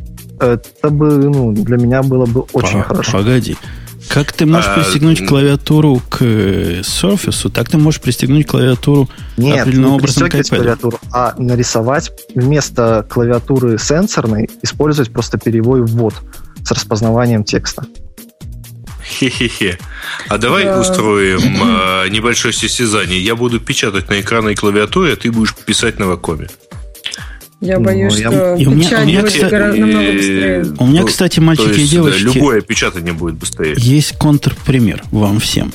это бы, ну, для меня было бы очень По- хорошо. Погоди. Как ты можешь А, пристегнуть м. клавиатуру к Surface, так ты можешь пристегнуть клавиатуру Нет, определенным не образом к пристегивать iPad. клавиатуру, а нарисовать вместо клавиатуры сенсорной, использовать просто перевой ввод с распознаванием текста. Хе-хе-хе. А давай Да. устроим а, небольшое состязание. Я буду печатать на экранной клавиатуре, а ты будешь писать на вакоме. Я Ну, боюсь, я- что И у меня- печать у меня, будет кстати, гораздо намного И- быстрее. У меня, Ну, кстати, То мальчики и есть, да, девочки, любое печатание будет быстрее. есть контрпример вам всем.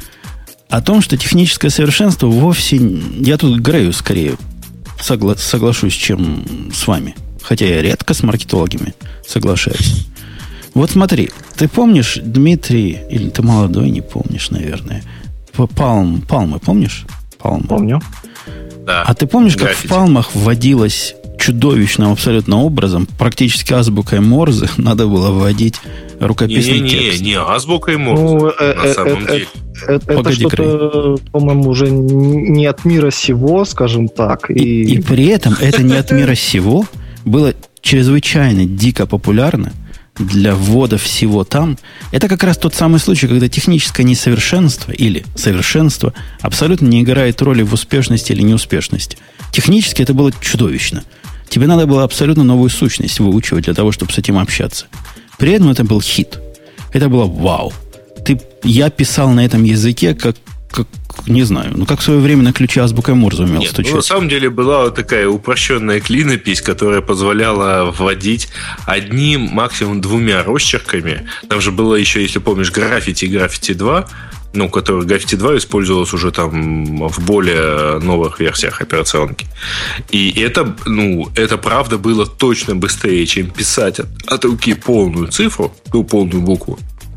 О том, что техническое совершенство вовсе... н- Я тут Грею скорее согла- соглашусь, чем с вами. Хотя я редко с маркетологами соглашаюсь. Вот смотри, ты помнишь, Дмитрий, или ты молодой, не помнишь, наверное, П- Палм, Палмы, помнишь? Палмы. Помню. Да. А ты помнишь, как Граффити. в Палмах вводилось чудовищным абсолютно образом, практически азбукой Морзе, надо было вводить рукописный Не-не-не, текст? не азбукой Морзе, Ну, э, на э, самом э, деле. Это, это Погоди, что-то, по-моему, уже не от мира сего, скажем так. И, И, и при этом это не от мира сего было чрезвычайно дико популярно для ввода всего там. Это как раз тот самый случай, когда техническое несовершенство или совершенство абсолютно не играет роли в успешности или неуспешности. Технически это было чудовищно. Тебе надо было абсолютно новую сущность выучивать для того, чтобы с этим общаться. При этом это был хит. Это было вау. Ты, я писал на этом языке как, как, не знаю, ну как в свое время на ключе азбукой Морзе умел Нет, стучать. ну, на самом деле была вот такая упрощенная клинопись, которая позволяла вводить одним, максимум двумя росчерками. Там же было еще, если помнишь, граффити и граффити два, ну, который граффити два использовалось уже там в более новых версиях операционки. И это, ну, это правда было точно быстрее, чем писать от, от руки полную цифру, ну, полную букву.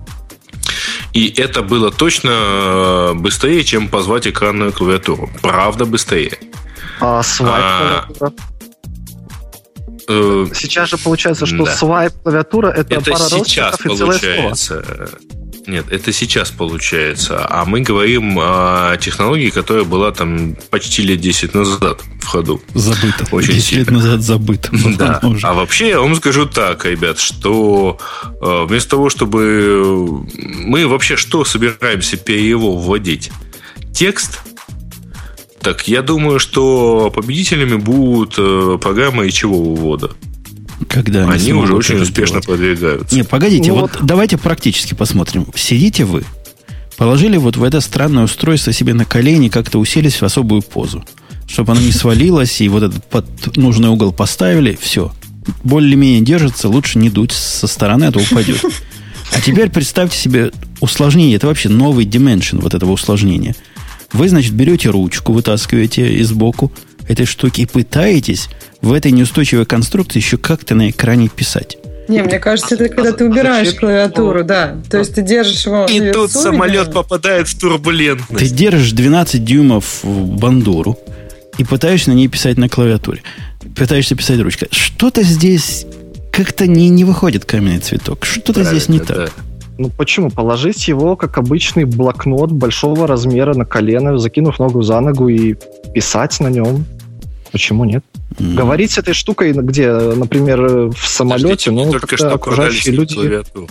И это было точно быстрее, чем позвать экранную клавиатуру. Правда, быстрее. а свайп А, клавиатура? Э, Сейчас же получается, что да. свайп клавиатура это, Это пара сейчас росчерков и целое слово. получается. Нет, это сейчас получается. А мы говорим о технологии, которая была там почти лет десять назад в ходу. Забыто. Очень десять лет сильно. назад забыто. Да. Давно уже. А вообще я вам скажу так, ребят, что э, вместо того, чтобы... Мы вообще что собираемся его вводить? Текст? Так, я думаю, что победителями будут э, программы речевого ввода. Когда они, Они уже смогут очень это успешно сделать? продвигаются. Не, погодите, Ну вот, давайте практически посмотрим. Сидите вы, положили вот в это странное устройство себе на колени, как-то уселись в особую позу, чтобы оно не свалилось, и вот этот под нужный угол поставили, все. Более-менее держится, лучше не дуть со стороны, а то упадет. А теперь представьте себе усложнение, это вообще новый dimension вот этого усложнения. Вы, значит, берете ручку, вытаскиваете из боку этой штуки и пытаетесь в этой неустойчивой конструкции еще как-то на экране писать. Не, мне кажется, это когда ты убираешь Зачем? клавиатуру, да. То есть ты держишь его И на тут весу, самолет видимо. попадает в Ты турбулентность. держишь двенадцать дюймов в бандуру и пытаешься на ней писать на клавиатуре. Пытаешься писать ручкой. Что-то здесь как-то не, не выходит каменный цветок. Что-то здесь не Правильно, так. да. Ну почему? Положить его как обычный блокнот большого размера на колено, закинув ногу за ногу и писать на нем. Почему нет? М. Говорить с этой штукой, где, например, в самолете, Подождите, мне ну, только как-то что продали окружающие люди... клавиатуру.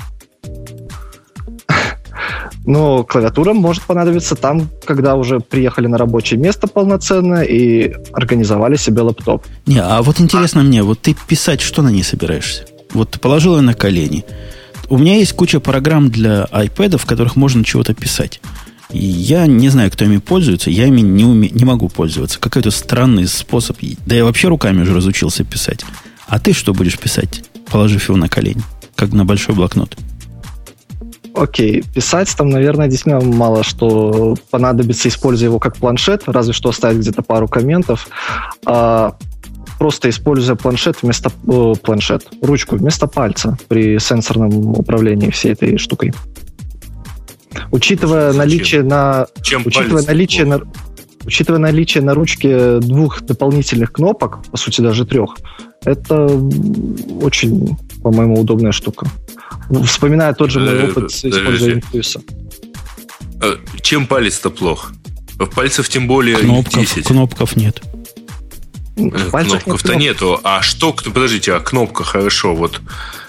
Но клавиатура может понадобиться там, когда уже приехали на рабочее место полноценно и организовали себе лэптоп. Не, а вот интересно мне, вот ты писать что на ней собираешься? Вот ты положил ее на колени. У меня есть куча программ для iPad, в которых можно чего-то писать. И я не знаю, кто ими пользуется, я ими не, уме, не могу пользоваться. Какой-то странный способ. Да я вообще руками уже разучился писать. А ты что будешь писать, положив его на колени? Как на большой блокнот? Окей, писать там, наверное, действительно мало что понадобится, используя его как планшет, разве что оставить где-то пару комментов. А просто используя планшет вместо о, планшет, ручку вместо пальца при сенсорном управлении всей этой штукой. Учитывая Зачем? наличие на Чем учитывая палец наличие плохо? на учитывая наличие на ручке двух дополнительных кнопок, по сути даже трех, это очень, по-моему, удобная штука. вспоминая тот же мой опыт с использованием плюса. Чем палец-то плох? Пальцев тем более кнопков, десять. Кнопков нет. Кнопков-то нет нету. А что, подождите, а кнопка, хорошо, вот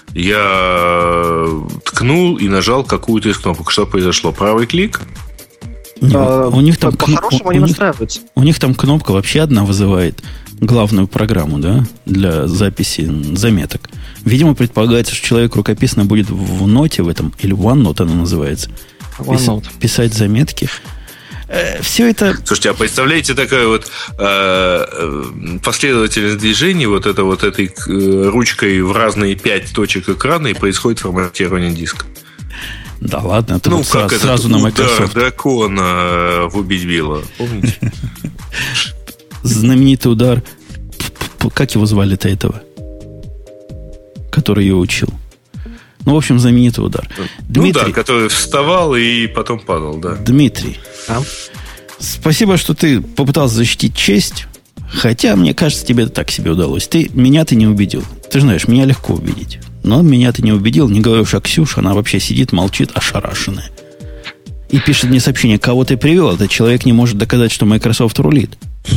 я ткнул и нажал какую-то из кнопок. Что произошло? Правый клик? Нет, а, у них там по-хорошему они настраиваются. У них там кнопка вообще одна вызывает главную программу, да, для записи заметок. Видимо, предполагается, что человек рукописно будет в ноте в этом, или в OneNote она называется, пис- писать заметки. Все это... Слушайте, а представляете, такая вот э, последовательность движений, вот это вот этой э, ручкой в разные пять точек экрана, и происходит форматирование диска. Да ладно, ты ну, вот как сразу, сразу на Microsoft. Удар дракона в «Убить Билла», помните? Знаменитый удар, как его звали-то этого, который ее учил? Ну, в общем, знаменитый удар. Дмитрий, ну да, который вставал и потом падал, да. Дмитрий, а? Спасибо, что ты попытался защитить честь, хотя, мне кажется, тебе это так себе удалось. Ты, меня ты не убедил. Ты же знаешь, меня легко убедить. Но меня ты не убедил, не говорю уж о Ксюше, она вообще сидит, молчит, ошарашенная. И пишет мне сообщение, кого ты привел, этот человек не может доказать, что Microsoft рулит.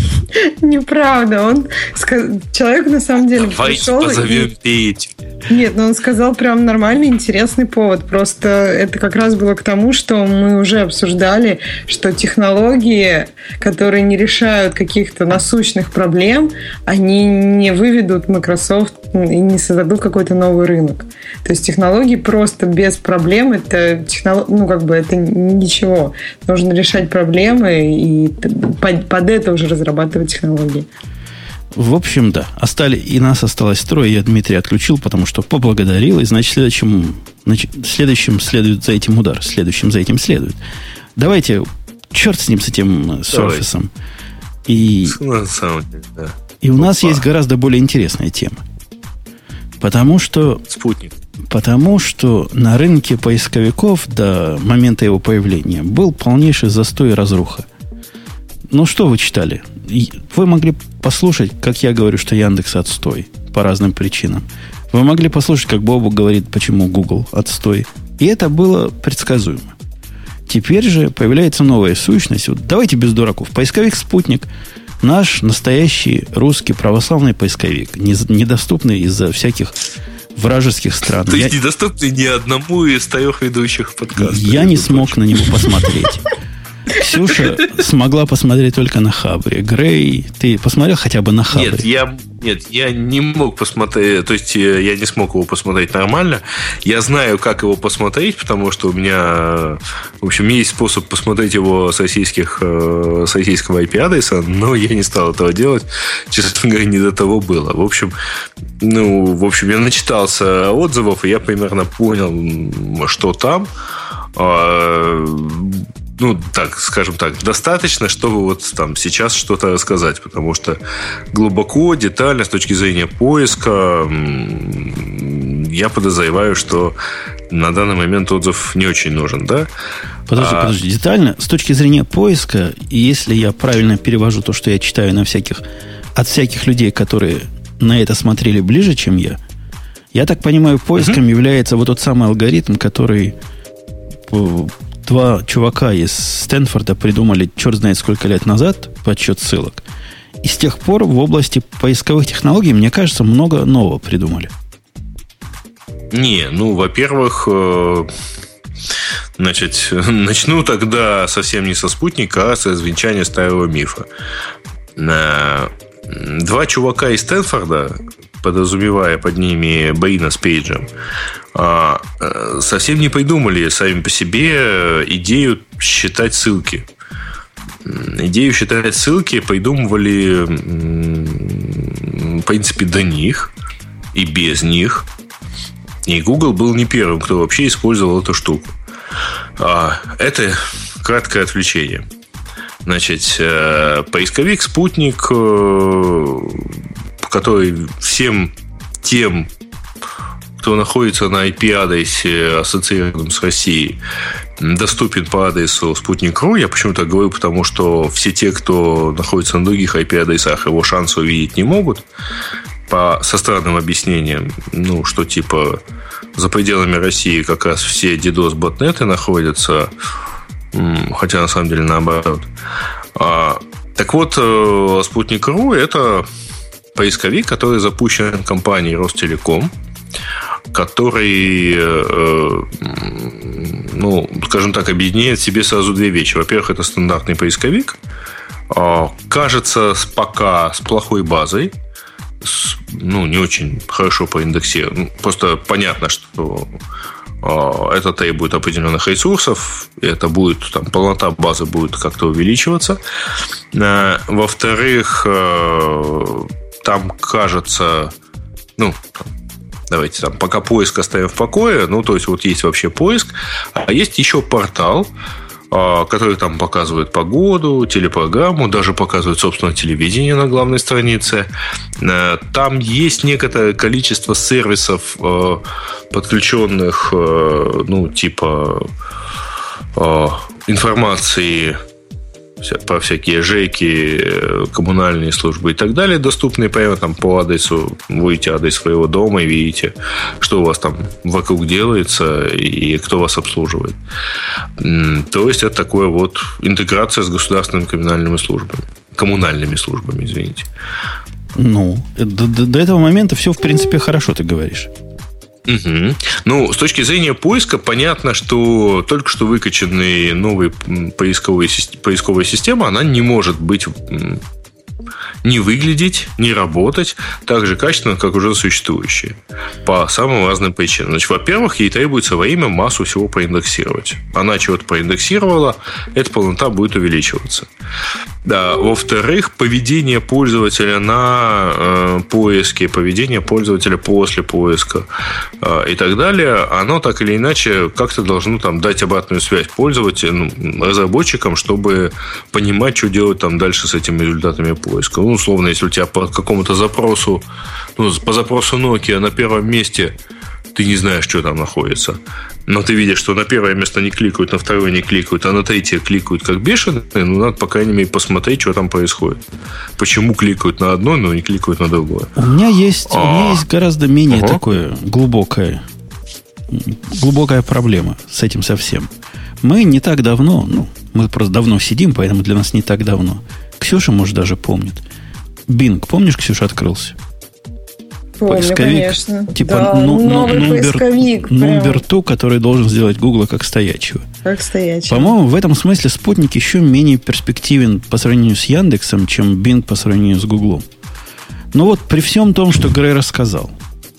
Неправда. Он сказ... Человек на самом деле Давайте пришел позовем и... Петю. Нет, но он сказал прям нормальный, интересный повод. Просто это как раз было к тому, что мы уже обсуждали, что технологии, которые не решают каких-то насущных проблем, они не выведут Microsoft и не создадут какой-то новый рынок. То есть технологии просто без проблем, это технолог... ну как бы это ничего. Нужно решать проблемы и под это уже разрабатывать технологии. В общем, да. Остали, и нас осталось трое. Я Дмитрия отключил, потому что поблагодарил. И, значит, следующим, значит, следующим следует за этим удар. Следующим за этим следует. Давайте, черт с ним, с этим Surface. И, На самом деле, да. и у нас есть гораздо более интересная тема. Потому что... Спутник. Потому что на рынке поисковиков до момента его появления был полнейший застой и разруха. Ну, что вы читали? Вы могли послушать, как я говорю, что Яндекс отстой по разным причинам. Вы могли послушать, как Бобу говорит, почему Google отстой. И это было предсказуемо. Теперь же появляется новая сущность. Вот давайте без дураков. Поисковик «Спутник» – наш настоящий русский православный поисковик, недоступный из-за всяких вражеских стран. То есть я... недоступный ни одному из трех ведущих подкастов. Я не смог прочим. на него посмотреть. Ксюша смогла посмотреть только на Хабре. Грей, ты посмотрел хотя бы на Хабре? Нет, я, нет, я не мог посмотреть, то есть я не смог его посмотреть нормально. Я знаю, как его посмотреть, потому что у меня, в общем, есть способ посмотреть его с, российских, с российского ай пи-адреса, но я не стал этого делать. Честно говоря, не до того было. В общем, ну, в общем, я начитался отзывов, и я примерно понял, что там. Ну, так, скажем так, достаточно, чтобы вот там сейчас что-то рассказать, потому что глубоко, детально, с точки зрения поиска, я подозреваю, что на данный момент отзыв не очень нужен, да? Подожди, а... подожди, детально, с точки зрения поиска, если я правильно перевожу то, что я читаю на всяких, от всяких людей, которые на это смотрели ближе, чем я, я так понимаю, поиском угу. является вот тот самый алгоритм, который... Два чувака из Стэнфорда придумали черт знает сколько лет назад подсчет ссылок. И с тех пор в области поисковых технологий, мне кажется, много нового придумали. Не, ну, во-первых, значит, начну тогда совсем не со спутника, а со развенчания старого мифа. Два чувака из Стэнфорда, подразумевая под ними Брина с Пейджем, совсем не придумали сами по себе идею считать ссылки. Идею считать ссылки придумывали, в принципе, до них и без них. И Google был не первым, кто вообще использовал эту штуку. Это краткое отвлечение. Значит, поисковик «Спутник», который всем тем, кто находится на ай пи-адресе, ассоциированном с Россией, доступен по адресу спутник точка ру. Я почему-то говорю, потому что все те, кто находится на других ай пи-адресах, его шансы увидеть не могут. По, со странным объяснением, ну, что типа за пределами России как раз все DDoS-ботнеты находятся, хотя на самом деле наоборот. Так вот, Спутник.ру – это поисковик, который запущен компанией Ростелеком, который, ну, скажем так, объединяет в себе сразу две вещи. Во-первых, это стандартный поисковик, кажется, пока с плохой базой, с, ну, не очень хорошо поиндексирован. Просто понятно, что это требует определенных ресурсов, это будет, там, полнота базы будет как-то увеличиваться. Во-вторых, там кажется, ну, давайте там пока поиск оставим в покое, ну, то есть вот есть вообще поиск, а есть еще портал, который там показывает погоду, телепрограмму, даже показывает, собственно, телевидение на главной странице. Там есть некоторое количество сервисов, подключенных, ну, типа информации про всякие ЖЭКи, коммунальные службы и так далее, доступные прямо там по адресу. Вводите адрес своего дома и видите, что у вас там вокруг делается и кто вас обслуживает. То есть, это такое вот интеграция с государственными криминальными службами. Коммунальными службами, извините. Ну, до, до этого момента все, в принципе, хорошо, ты говоришь. Угу. Ну, с точки зрения поиска, понятно, что только что выкачанный новый поисковый, поисковая система, она не может быть, не выглядеть, не работать так же качественно, как уже существующие. По самым разным причинам. Значит, во-первых, ей требуется во имя массу всего проиндексировать. Она чего-то проиндексировала, эта полнота будет увеличиваться. Да, во-вторых, поведение пользователя на э, поиске, поведение пользователя после поиска э, и так далее, оно так или иначе как-то должно там дать обратную связь пользователям, ну, разработчикам, чтобы понимать, что делать там дальше с этими результатами поиска. Ну, условно, если у тебя по какому-то запросу, ну, по запросу Nokia на первом месте ты не знаешь, что там находится, но ты видишь, что на первое место не кликают, на второе не кликают, а на третье кликают как бешеные, ну, надо, по крайней мере, посмотреть, что там происходит. Почему кликают на одно, но не кликают на другое. У меня есть, у меня есть гораздо менее угу. такое глубокое, глубокая проблема с этим совсем. Мы не так давно, ну, мы просто давно сидим, поэтому для нас не так давно. Ксюша, может, даже помнит. Bing, помнишь, Ксюша, открылся? Помню, поисковик, конечно. Типа да, ну, новый номер, поисковик. Номер два, который должен сделать Google как стоячего. Как стоячего. По-моему, в этом смысле спутник еще менее перспективен по сравнению с Яндексом, чем Bing по сравнению с Гуглом. Но вот при всем том, что Грей рассказал,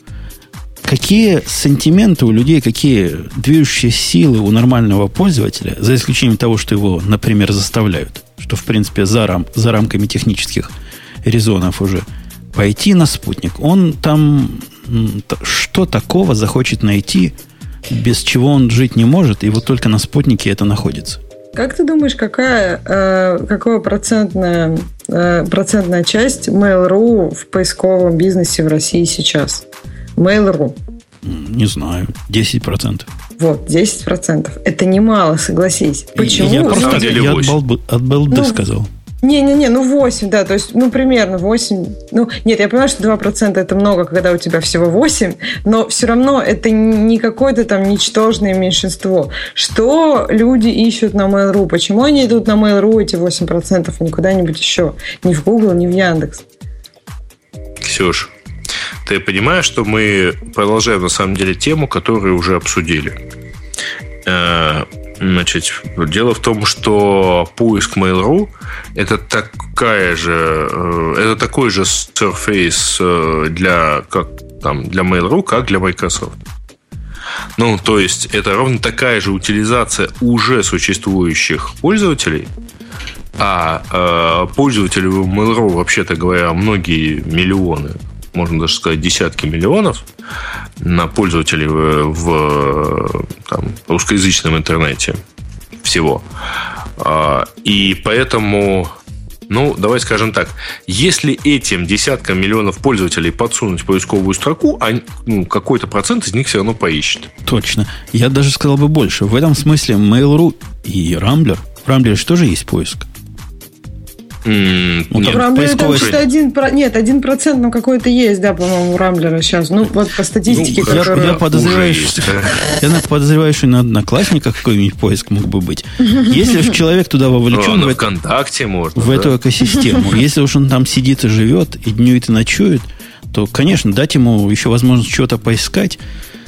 какие сантименты у людей, какие движущие силы у нормального пользователя, за исключением того, что его, например, заставляют, что, в принципе, за, рам, за рамками технических резонов уже, пойти на спутник. Он там что такого захочет найти, без чего он жить не может, и вот только на спутнике это находится. Как ты думаешь, какая, э, какая процентная, э, процентная часть Mail.ru в поисковом бизнесе в России сейчас? Mail.ru. Не знаю, десять процентов. Вот, десять процентов. Это немало, согласись. Почему? Я просто я от, балды, от балды ну, сказал. Не-не-не, ну восемь, да, то есть, ну, примерно восемь. Ну, нет, я понимаю, что два процента это много, когда у тебя всего восемь, но все равно это не какое-то там ничтожное меньшинство. Что люди ищут на Mail.ru? Почему они идут на Mail.ru, эти восемь процентов, а не куда-нибудь еще? Ни в Google, ни в Яндекс. Ксюш, ты понимаешь, что мы продолжаем, на самом деле, тему, которую уже обсудили? Значит, дело в том, что поиск Mail.ru это такая же, это такой же Surface для, как, там, для Mail.ru, как для Microsoft. Ну, то есть, это ровно такая же утилизация уже существующих пользователей, а э, пользователей Mail.ru, вообще-то говоря, многие миллионы, можно даже сказать, десятки миллионов на пользователей в, в там, русскоязычном интернете всего. И поэтому, ну, давай скажем так, если этим десяткам миллионов пользователей подсунуть поисковую строку, они, ну, какой-то процент из них все равно поищет. Точно. Я даже сказал бы больше. В этом смысле Mail.ru и Rambler, в Rambler же тоже есть поиск. Mm, ну, в Рамблере там что-то один... Нет, один процент, ну, какой-то есть, да, по-моему, у Рамблера сейчас. Ну, вот по статистике, ну, которая... Я, я подозреваю, что, я подозреваю, что и на Одноклассниках какой-нибудь поиск мог бы быть. Если же человек туда вовлечен... Ну, в ВКонтакте можно, в эту экосистему, если уж он там сидит и живет, и днюет, и ночует, то, конечно, дать ему еще возможность чего-то поискать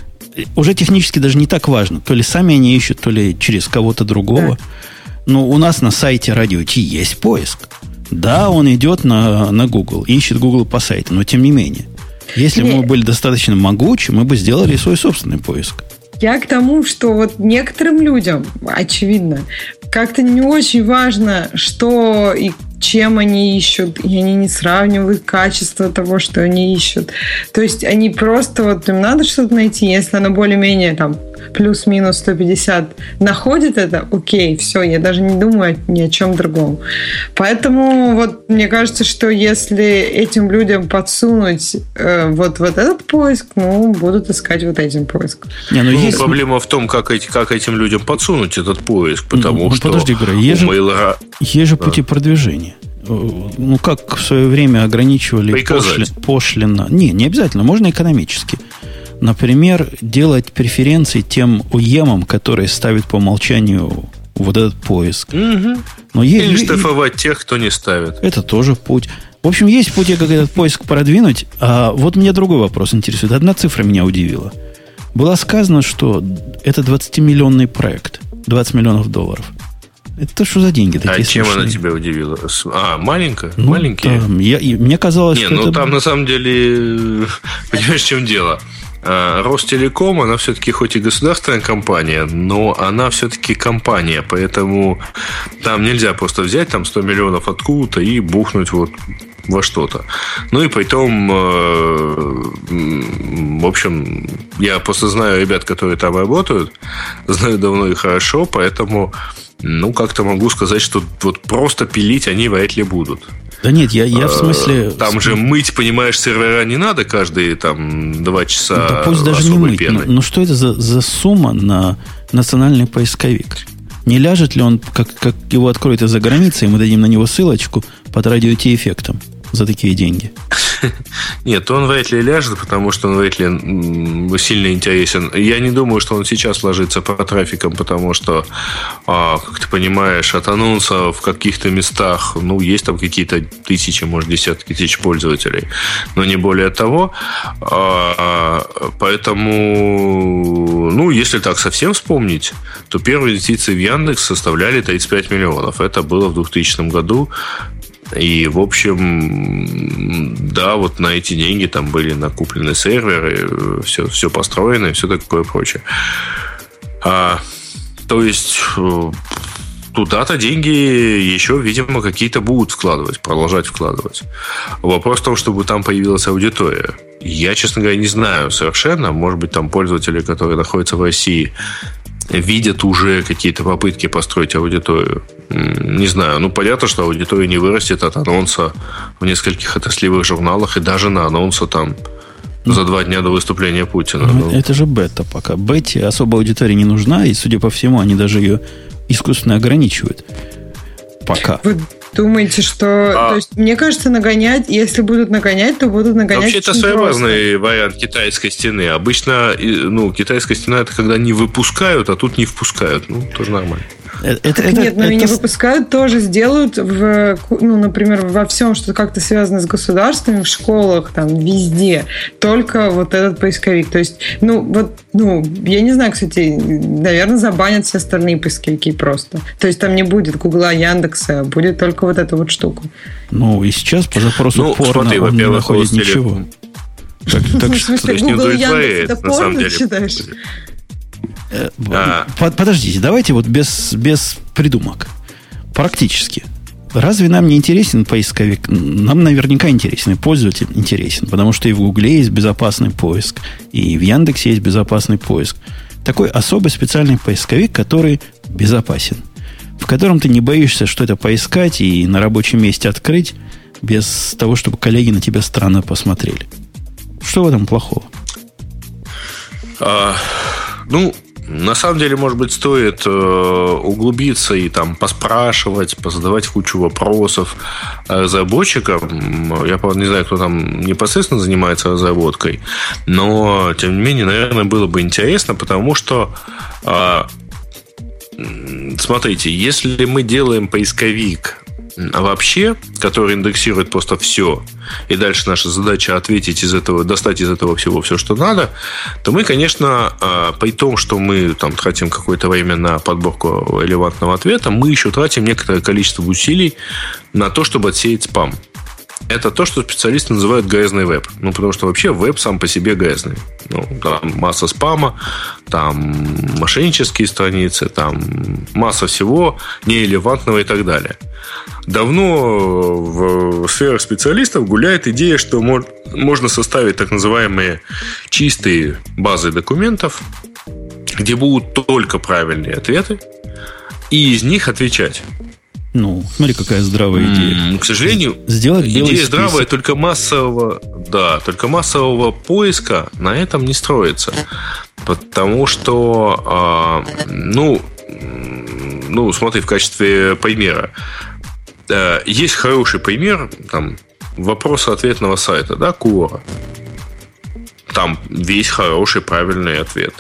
уже технически даже не так важно. То ли сами они ищут, то ли через кого-то другого. Да. Но у нас на сайте Радио Ти есть поиск. Да, он идет на, на Google, ищет Google по сайту, но тем не менее. Если бы мы были достаточно могучи, мы бы сделали свой собственный поиск. Я к тому, что вот некоторым людям, очевидно, как-то не очень важно, что и чем они ищут, и они не сравнивают качество того, что они ищут. То есть они просто, вот им надо что-то найти, если оно более-менее там плюс-минус сто пятьдесят находит это, окей, все, я даже не думаю ни о чем другом. Поэтому вот мне кажется, что если этим людям подсунуть э, вот, вот этот поиск, ну, будут искать вот этим поиском. Не, ну, ну, есть... Проблема в том, как, эти, как этим людям подсунуть этот поиск, потому ну, что... Подожди, Грей, есть, Mail... есть же да. пути продвижения. Ну, как в свое время ограничивали пошли, пошлина. Не, не обязательно, можно экономически. Например, делать преференции тем уемам, которые ставят по умолчанию вот этот поиск. Угу. Но Или есть, штрафовать тех, кто не ставит. Это тоже путь. В общем, есть пути, как этот поиск продвинуть. А вот меня другой вопрос интересует. Одна цифра меня удивила. Было сказано, что это двадцатимиллионный проект. двадцать миллионов долларов. Это что за деньги такие? А чем смешные? Она тебя удивила? А, маленькая? Ну, маленькие? Там, я, мне казалось, не, что ну это... там на самом деле, понимаешь, в чем дело? Ростелеком, она все-таки хоть и государственная компания, но она все-таки компания, поэтому там нельзя просто взять там сто миллионов откуда-то и бухнуть вот во что-то. Ну и потом, в общем, я просто знаю ребят, которые там работают, знаю давно и хорошо, поэтому, ну, как-то могу сказать, что вот просто пилить они вряд ли будут. Да нет, я, я в смысле... Там же мыть, понимаешь, сервера не надо каждые там два часа. Да пусть даже не мыть. Но, но что это за, за сумма на национальный поисковик? Не ляжет ли он, как, как его откроют из-за границы, и мы дадим на него ссылочку под Радио Ти эффектом за такие деньги? Нет, он вряд ли ляжет, потому что он вряд ли сильно интересен. Я не думаю, что он сейчас ложится по трафикам, потому что, как ты понимаешь, от анонса в каких-то местах, ну, есть там какие-то тысячи, может, десятки тысяч пользователей, но не более того. Поэтому, ну, если так совсем вспомнить, то первые инвестиции в Яндекс составляли тридцать пять миллионов. Это было в двухтысячном году. И, в общем, да, вот на эти деньги там были накуплены серверы, все, все построено и все такое прочее. А, то есть, туда-то деньги еще, видимо, какие-то будут вкладывать, продолжать вкладывать. Вопрос в том, чтобы там появилась аудитория. Я, честно говоря, не знаю совершенно. Может быть, там пользователи, которые находятся в России, видят уже какие-то попытки построить аудиторию. Не знаю. Ну, понятно, что аудитория не вырастет от анонса в нескольких отраслевых журналах и даже на анонса там за два дня до выступления Путина. Ну, это же бета пока. Бете особо аудитория не нужна, и, судя по всему, они даже ее искусственно ограничивают. Пока. Вы думаете, что... А... То есть, мне кажется, нагонять, если будут нагонять, то будут нагонять. Вообще, это своеобразный вариант китайской стены. Обычно, ну, китайская стена — это когда не выпускают, а тут не впускают. Ну, тоже нормально. Это, это, Нет, но это... не выпускают, тоже сделают, в, ну, например, во всем, что как-то связано с государством, в школах, там, везде, только вот этот поисковик. То есть, ну, вот, ну, я не знаю, кстати, наверное, забанят все остальные поисковики просто. То есть, там не будет Гугла, Яндекса, будет только вот эту вот штуку. Ну, и сейчас по запросу ну, порно смотри, он не находит ничего. Так, так, в смысле, Google, Яндекс, это порно считаешь? А. Подождите, давайте вот без, без придумок. Практически. Разве нам не интересен поисковик? Нам наверняка интересен, и пользователь интересен, потому что и в Гугле есть безопасный поиск, и в Яндексе есть безопасный поиск. Такой особый специальный поисковик, который безопасен, в котором ты не боишься что-то поискать и на рабочем месте открыть без того, чтобы коллеги на тебя странно посмотрели. Что в этом плохого? А, ну, на самом деле, может быть, стоит э, углубиться и там поспрашивать, позадавать кучу вопросов разработчикам. Я, правда, не знаю, кто там непосредственно занимается разработкой, но, тем не менее, наверное, было бы интересно, потому что э, смотрите, если мы делаем поисковик вообще, который индексирует просто все, и дальше наша задача ответить из этого, достать из этого всего все, что надо, то мы, конечно, при том, что мы там тратим какое-то время на подборку релевантного ответа, мы еще тратим некоторое количество усилий на то, чтобы отсеять спам. Это то, что специалисты называют грязный веб. Ну, потому что вообще веб сам по себе грязный. Ну, там масса спама, там мошеннические страницы, там масса всего нерелевантного и так далее. Давно в сферах специалистов гуляет идея, что можно составить так называемые чистые базы документов, где будут только правильные ответы, и из них отвечать. Ну, смотри, какая здравая идея. К сожалению, сделать идея здравая, только массового, да, только массового поиска на этом не строится. Потому что, э, ну, ну, смотри, в качестве примера. Э, есть хороший пример, там, вопрос-ответного сайта, да, Quora. Там весь хороший, правильный ответ.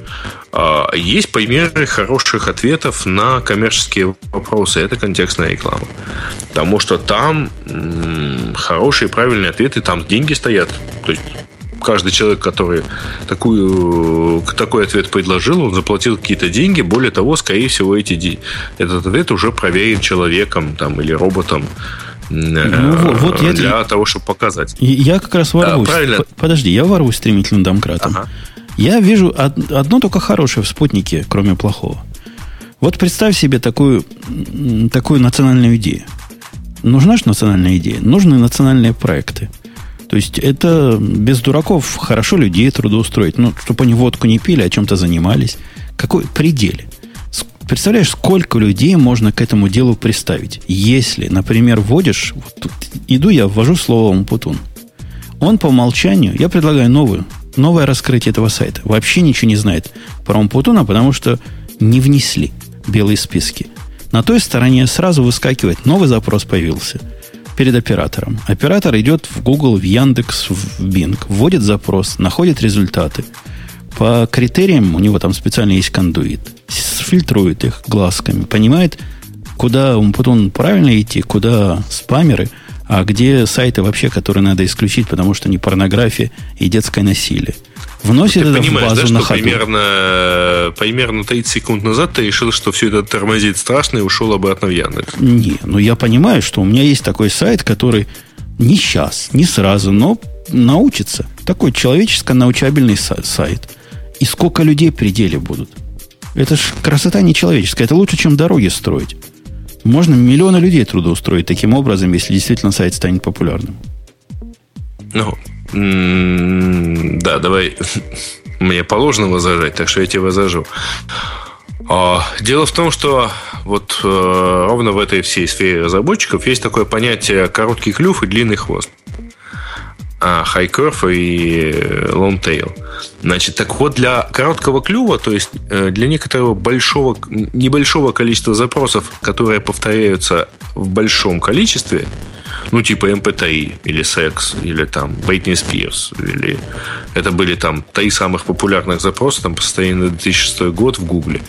Есть примеры хороших ответов на коммерческие вопросы. Это контекстная реклама. Потому что там м- хорошие, правильные ответы, там деньги стоят. То есть каждый человек, который такую, такой ответ предложил, он заплатил какие-то деньги. Более того, скорее всего, эти, этот ответ уже проверен человеком там, или роботом. Ну, вот, вот я для я... того, чтобы показать. Я как раз ворвусь. Да, правильно. Подожди, я ворвусь стремительным домкратом. Ага. Я вижу одно только хорошее в спутнике, кроме плохого. Вот представь себе такую, такую национальную идею. Нужна же национальная идея? Нужны национальные проекты. То есть это без дураков хорошо людей трудоустроить. Ну, чтобы они водку не пили, о чем-то занимались. Какой пределе? Представляешь, сколько людей можно к этому делу представить? Если, например, вводишь... Вот тут иду я, ввожу слово «Умпутун». Он по умолчанию... Я предлагаю новую. Новое раскрытие этого сайта. Вообще ничего не знает про Умпутуна, потому что не внесли белые списки. На той стороне сразу выскакивает новый запрос появился перед оператором. Оператор идет в Google, в Яндекс, в Bing, вводит запрос, находит результаты. По критериям у него там специально есть кондуит. Фильтрует их глазками. Понимает, куда Умпутун правильно идти, куда спамеры, а где сайты вообще, которые надо исключить, потому что не порнография и детское насилие. Вносит ты это в базу, да, на что ходу. Примерно, примерно тридцать секунд назад ты решил, что все это тормозит страшно и ушел обратно в Яндекс. Не, ну я понимаю, что у меня есть такой сайт, который не сейчас, не сразу, но научится. Такой человеческо-научабельный сайт. И сколько людей при деле будут. Это ж красота нечеловеческая. Это лучше, чем дороги строить. Можно миллионы людей трудоустроить таким образом, если действительно сайт станет популярным. Ну, м- да, давай. Мне положено возражать, так что я тебе возражу. Дело в том, что вот ровно в этой всей сфере разработчиков есть такое понятие короткий клюв и длинный хвост. High curve и long tail. Значит, так вот, для короткого клюва, то есть для некоторого большого, небольшого количества запросов, которые повторяются в большом количестве, ну, типа эм пи три, или секс, или там Britney Spears, или это были там три самых популярных запроса там, по состоянию на две тысячи шестой год в Гугле.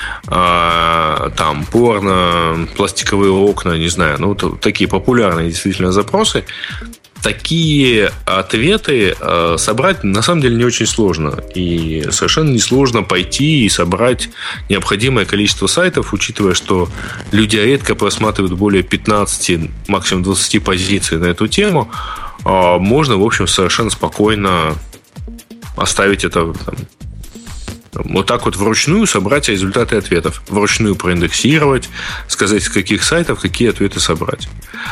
А, там порно, пластиковые окна, не знаю, ну, то, такие популярные действительно запросы. Такие ответы э, собрать на самом деле не очень сложно. И совершенно несложно пойти и собрать необходимое количество сайтов, учитывая, что люди редко просматривают более пятнадцати, максимум двадцати позиций на эту тему. Э, можно, в общем, совершенно спокойно оставить это там, вот так вот вручную собрать результаты ответов. Вручную проиндексировать, сказать, с каких сайтов какие ответы собрать.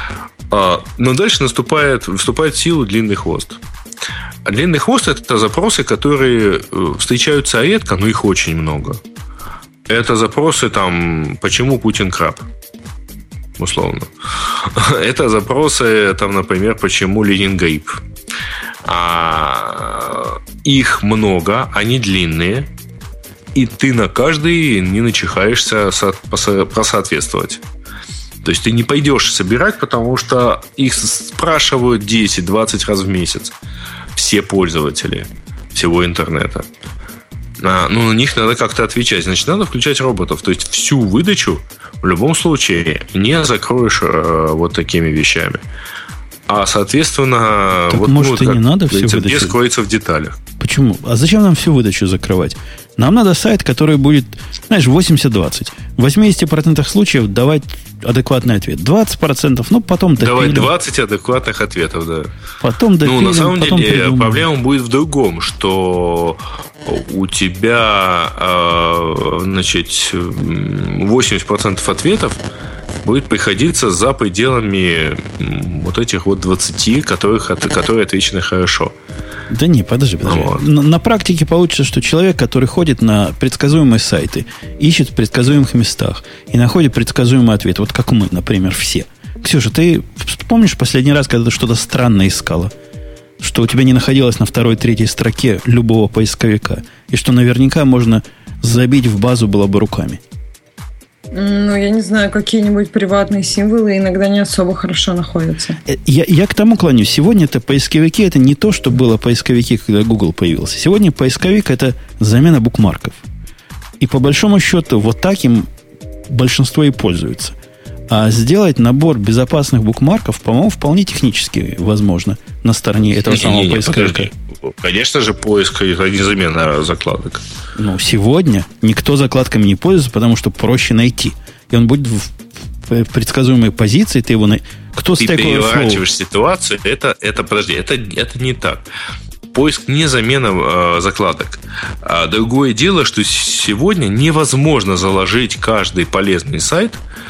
Но дальше наступает, вступает в силу длинный хвост. А длинный хвост – это запросы, которые встречаются редко, но их очень много. Это запросы, там, почему Путин краб? Условно. Это запросы, там, например, почему Ленин гриб? А, их много, они длинные. и ты на каждый не начихаешься просоответствовать. То есть ты не пойдешь собирать, потому что их спрашивают десять-двадцать раз в месяц все пользователи всего интернета. А, ну, на них надо как-то отвечать. Значит, надо включать роботов. То есть всю выдачу в любом случае не закроешь э, вот такими вещами. А, соответственно, так вот, может, ну, и не надо всю выдачу? Где скроется в деталях. Почему? А зачем нам всю выдачу закрывать? Нам надо сайт, который будет, знаешь, восемьдесят-двадцать. В восемьдесят процентов случаев давать адекватный ответ. двадцать процентов, ну, потом допилим. Давать двадцать адекватных ответов, да. Потом допилим, ну, на самом потом деле, придумаем. Проблема будет в другом, что у тебя, значит, восемьдесят процентов ответов будет приходиться за пределами вот этих вот двадцати, которых, которые отвечены хорошо. Да не, подожди, подожди. Вот. На, на практике получится, что человек, который ходит на предсказуемые сайты, ищет в предсказуемых местах и находит предсказуемый ответ, вот как мы, например, все. Ксюша, ты помнишь последний раз, когда ты что-то странное искала? Что у тебя не находилось на второй, третьей строке любого поисковика, и что наверняка можно забить в базу было бы руками. Ну, я не знаю, какие-нибудь приватные символы иногда не особо хорошо находятся. Я, я к тому клонюсь. Сегодня это поисковики, это не то, что было поисковики, когда Google появился. Сегодня поисковик – это замена букмарков. И по большому счету вот так им большинство и пользуется. А сделать набор безопасных букмарков, по-моему, вполне технически возможно на стороне этого не, самого не, не, поисковика. Подожди. Конечно же, поиск – это не замена закладок. Ну, сегодня никто закладками не пользуется, потому что проще найти. И он будет в предсказуемой позиции, ты его... На... Кто ты переворачиваешь ситуацию, это, это, подожди, это, это не так. Поиск не замена э, закладок. А другое дело, что сегодня невозможно заложить каждый полезный сайт.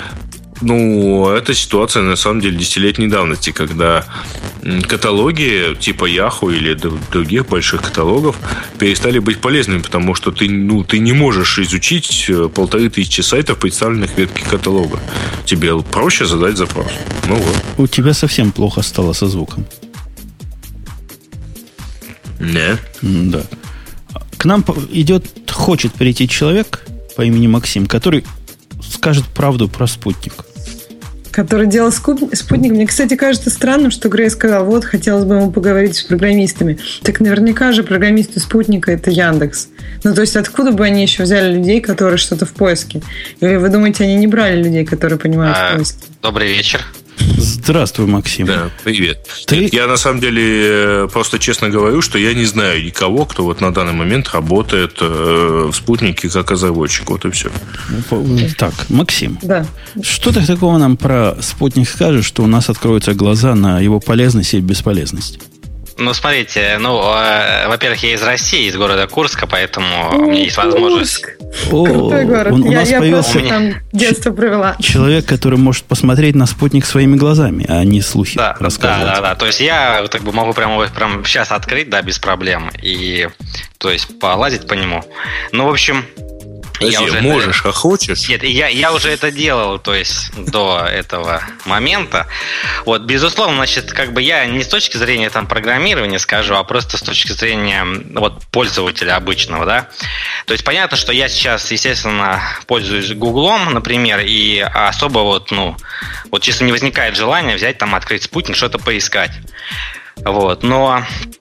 Ну, это ситуация, на самом деле, десятилетней давности, когда каталоги типа Yahoo или других больших каталогов перестали быть полезными, потому что ты, ну, ты не можешь изучить полторы тысячи сайтов, представленных в ветке каталога. Тебе проще задать запрос. Ну вот. У тебя совсем плохо стало со звуком. Не. Да. К нам идет, хочет прийти человек по имени Максим, который скажет правду про спутник. Который делал спутник. Мне, кстати, кажется странным, что Грей сказал, вот, хотелось бы ему поговорить с программистами. Так наверняка же программисты спутника – это Яндекс. Ну, то есть, откуда бы они еще взяли людей, которые что-то в поиске? Или вы думаете, они не брали людей, которые понимают а, в поиске? Добрый вечер. Здравствуй, Максим. Да, привет. Ты... Я на самом деле просто честно говорю, что я не знаю никого, кто вот на данный момент работает в спутнике как разработчик. Вот и все. Так, Максим, да. Что ты такого нам про спутник скажешь, что у нас откроются глаза на его полезность и бесполезность? Ну, смотрите, ну, э, во-первых, я из России, из города Курска, поэтому О, у меня есть возможность... О, крутой город. Он, у я нас я появился просто там детство провела. Человек, который может посмотреть на спутник своими глазами, а не слухи да, рассказывать. Да, да, да. То есть я так бы могу прямо, прямо сейчас открыть, да, без проблем. И, то есть, полазить по нему. Ну, в общем... Подожди, я уже можешь, это... а хочешь? Нет, я, я уже это делал, то есть до этого момента. Вот, безусловно, значит, как бы я не с точки зрения там программирования скажу, а просто с точки зрения вот пользователя обычного, да. То есть понятно, что я сейчас, естественно, пользуюсь Гуглом, например, и особо вот, ну, вот чисто не возникает желания взять там, открыть спутник, что-то поискать. Вот, но...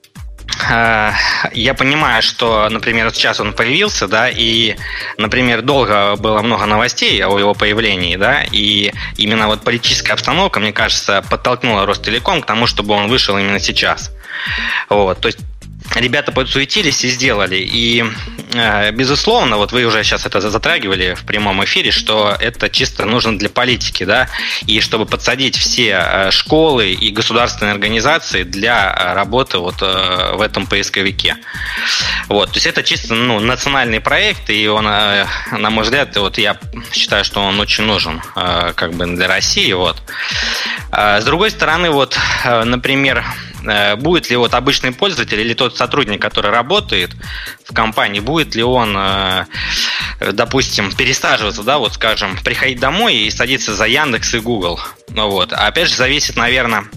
Я понимаю, что, например, сейчас он появился, да, и, например, долго было много новостей о его появлении, да, и именно вот политическая обстановка, мне кажется, подтолкнула Ростелеком к тому, чтобы он вышел именно сейчас. Вот, то есть ребята подсуетились и сделали. И, безусловно, вот вы уже сейчас это затрагивали в прямом эфире, что это чисто нужно для политики, да, и чтобы подсадить все школы и государственные организации для работы вот в этом поисковике. Вот, то есть это чисто, ну, национальный проект, и он, на мой взгляд, вот я считаю, что он очень нужен как бы для России. Вот. С другой стороны, вот, например, будет ли вот обычный пользователь или тот сотрудник, который работает в компании, будет ли он, допустим, пересаживаться, да, вот скажем, приходить домой и садиться за Яндекс и Google. Ну, вот. А опять же, зависит, наверное,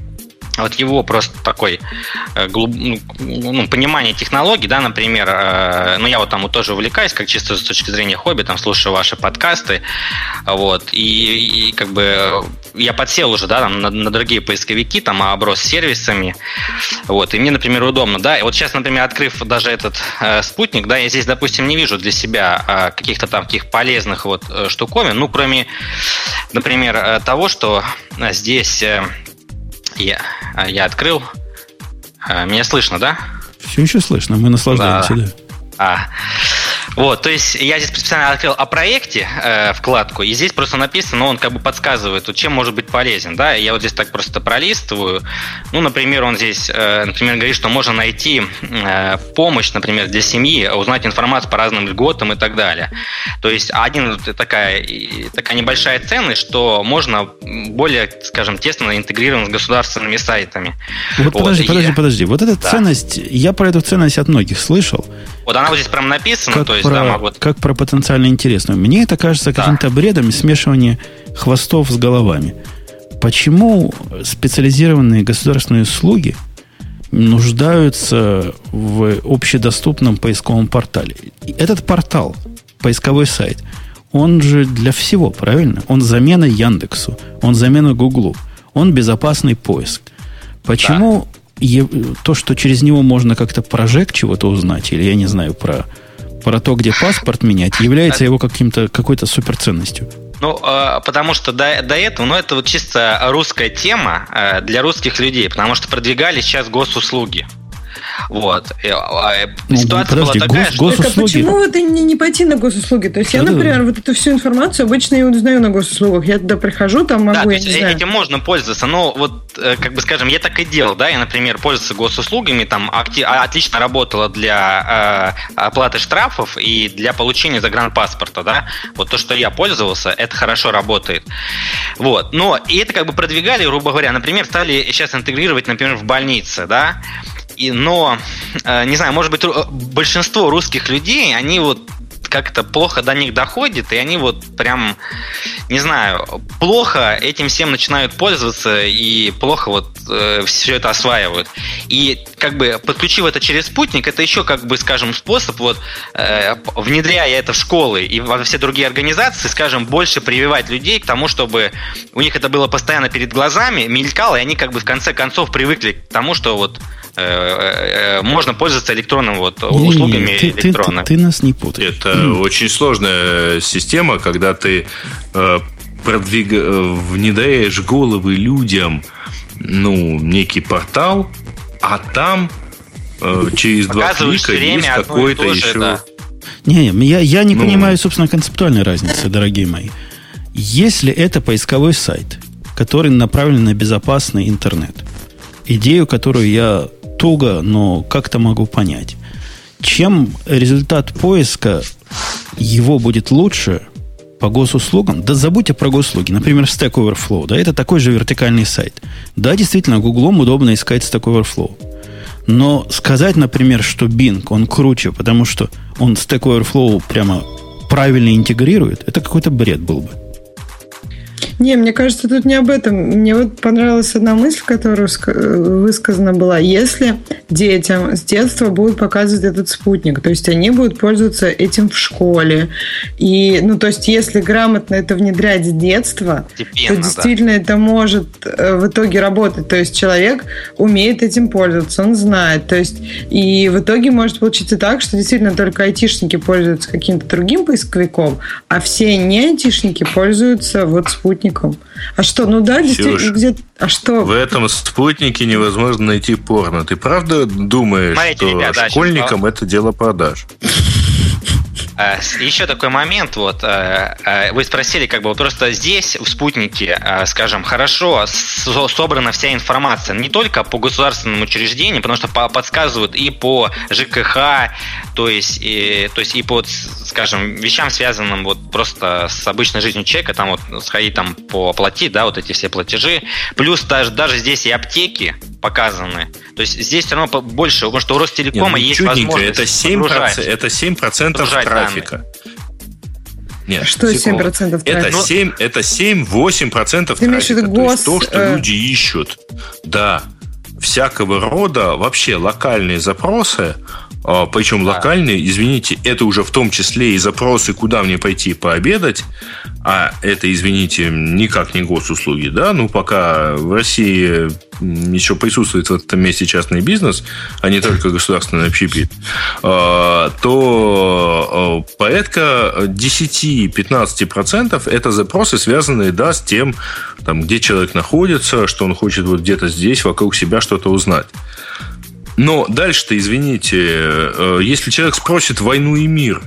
вот его просто такой глуб... ну, понимание технологий, да, например, ну, я вот там вот тоже увлекаюсь, как чисто с точки зрения хобби, там, слушаю ваши подкасты, вот, и, и как бы я подсел уже, да, там, на, на другие поисковики, там, оброс сервисами, вот, и мне, например, удобно, да, и вот сейчас, например, открыв даже этот э, спутник, да, я здесь, допустим, не вижу для себя э, каких-то там таких полезных вот штуковин, ну, кроме, например, э, того, что здесь... Э, Я, я открыл. Меня слышно, да? Все еще слышно, мы наслаждаемся, да. да. А, вот, то есть я здесь специально открыл о проекте э, вкладку, и здесь просто написано, он как бы подсказывает, вот, чем может быть полезен, да, и я вот здесь так просто пролистываю, ну, например, он здесь, э, например, говорит, что можно найти э, помощь, например, для семьи, узнать информацию по разным льготам и так далее, то есть один, такая, такая небольшая ценность, что можно более, скажем, тесно интегрирован с государственными сайтами. Вот, вот подожди, подожди, подожди, вот эта да. ценность, я про эту ценность от многих слышал. Вот она вот здесь прям написана, как то есть, про, да, могу... как про потенциально интересную. Мне это кажется да. каким-то бредом смешивания хвостов с головами. Почему специализированные государственные услуги нуждаются в общедоступном поисковом портале? Этот портал, поисковой сайт, он же для всего, правильно? Он замена Яндексу, он замена Гуглу, он безопасный поиск. Почему... Да. То, что через него можно как-то про ЖЭК чего-то узнать, или, я не знаю, про, про то, где паспорт менять, является его каким-то, какой-то суперценностью. Ну, э, потому что до, до этого, ну, это вот чисто русская тема э, для русских людей, потому что продвигали сейчас госуслуги. Вот. Ну, Ситуация подожди, была такая, гос, что... Так, а почему вот не, не пойти на госуслуги? То есть да, я, например, да. вот эту всю информацию обычно я узнаю на госуслугах. Я туда прихожу, там могу, да, я не знаю. Этим можно пользоваться, но вот, как бы скажем, я так и делал, да, я, например, пользовался госуслугами, там актив, отлично работала для э, оплаты штрафов и для получения загранпаспорта, да. Вот то, что я пользовался, это хорошо работает. Вот. Но и это как бы продвигали, грубо говоря, например, стали сейчас интегрировать, например, в больнице, да. И, но, э, не знаю, может быть, большинство русских людей, они вот как-то плохо до них доходит, и они вот прям, не знаю, плохо этим всем начинают пользоваться и плохо вот э, все это осваивают. И как бы подключив это через спутник, это еще, как бы, скажем, способ вот э, внедряя это в школы и во все другие организации, скажем, больше прививать людей к тому, чтобы у них это было постоянно перед глазами, мелькало, и они как бы в конце концов привыкли к тому, что вот можно пользоваться электронными вот услугами не, не, ты, электронными. Ты, ты, ты нас не путай. Это mm. очень сложная система, когда ты э, продвиг... внедряешь головы людям, ну, некий портал, а там э, через два клика есть какой-то еще... Да. Не, не, я, я не ну... понимаю, собственно, концептуальной разницы, дорогие мои. Если это поисковой сайт, который направлен на безопасный интернет, идею, которую я туго, но как-то могу понять. Чем результат поиска его будет лучше по госуслугам? Да забудьте про госуслуги. Например, Stack Overflow. Да, это такой же вертикальный сайт. Да, действительно, Гуглом удобно искать Stack Overflow. Но сказать, например, что Bing, он круче, потому что он Stack Overflow прямо правильно интегрирует, это какой-то бред был бы. Не, мне кажется, тут не об этом. Мне вот понравилась одна мысль, которая высказана была. Если детям с детства будут показывать этот спутник, то есть они будут пользоваться этим в школе. И, ну, то есть, если грамотно это внедрять с детства, Постепенно, то действительно да. это может в итоге работать. То есть человек умеет этим пользоваться, он знает. То есть, и в итоге может получиться так, что действительно только айтишники пользуются каким-то другим поисковиком, а все не айтишники пользуются вот спутником. А что, ну да, действительно, где... А что? В этом спутнике невозможно найти порно. Ты правда думаешь, Смотрите, что ребят, школьникам да, это дело продаж? Еще такой момент, вот, вы спросили, как бы, вот просто здесь, в спутнике, скажем, хорошо собрана вся информация, не только по государственным учреждениям, потому что подсказывают и по ЖКХ, то есть, и, то есть и по, скажем, вещам, связанным вот просто с обычной жизнью человека, там вот сходить там по оплатить, да, вот эти все платежи, плюс даже, даже здесь и аптеки показаны, то есть здесь все равно больше, потому что у Ростелекома Нет, ну, есть возможность это семь процентов, это семь процентов трафика. Нет, что семь процентов трафика? Это, семь, это семь-восемь процентов Ты трафика. Гос... То есть то, что люди ищут. Да. всякого рода вообще локальные запросы, причем да. локальные, извините, это уже в том числе и запросы, куда мне пойти пообедать, а это, извините, никак не госуслуги, да, ну, пока в России еще присутствует в этом месте частный бизнес, а не только государственный общепит, то порядка десять-пятнадцать процентов это запросы, связанные, да, с тем, там, где человек находится, что он хочет вот где-то здесь, вокруг себя что-то узнать. Но дальше-то, извините, если человек спросит «Войну и мир»,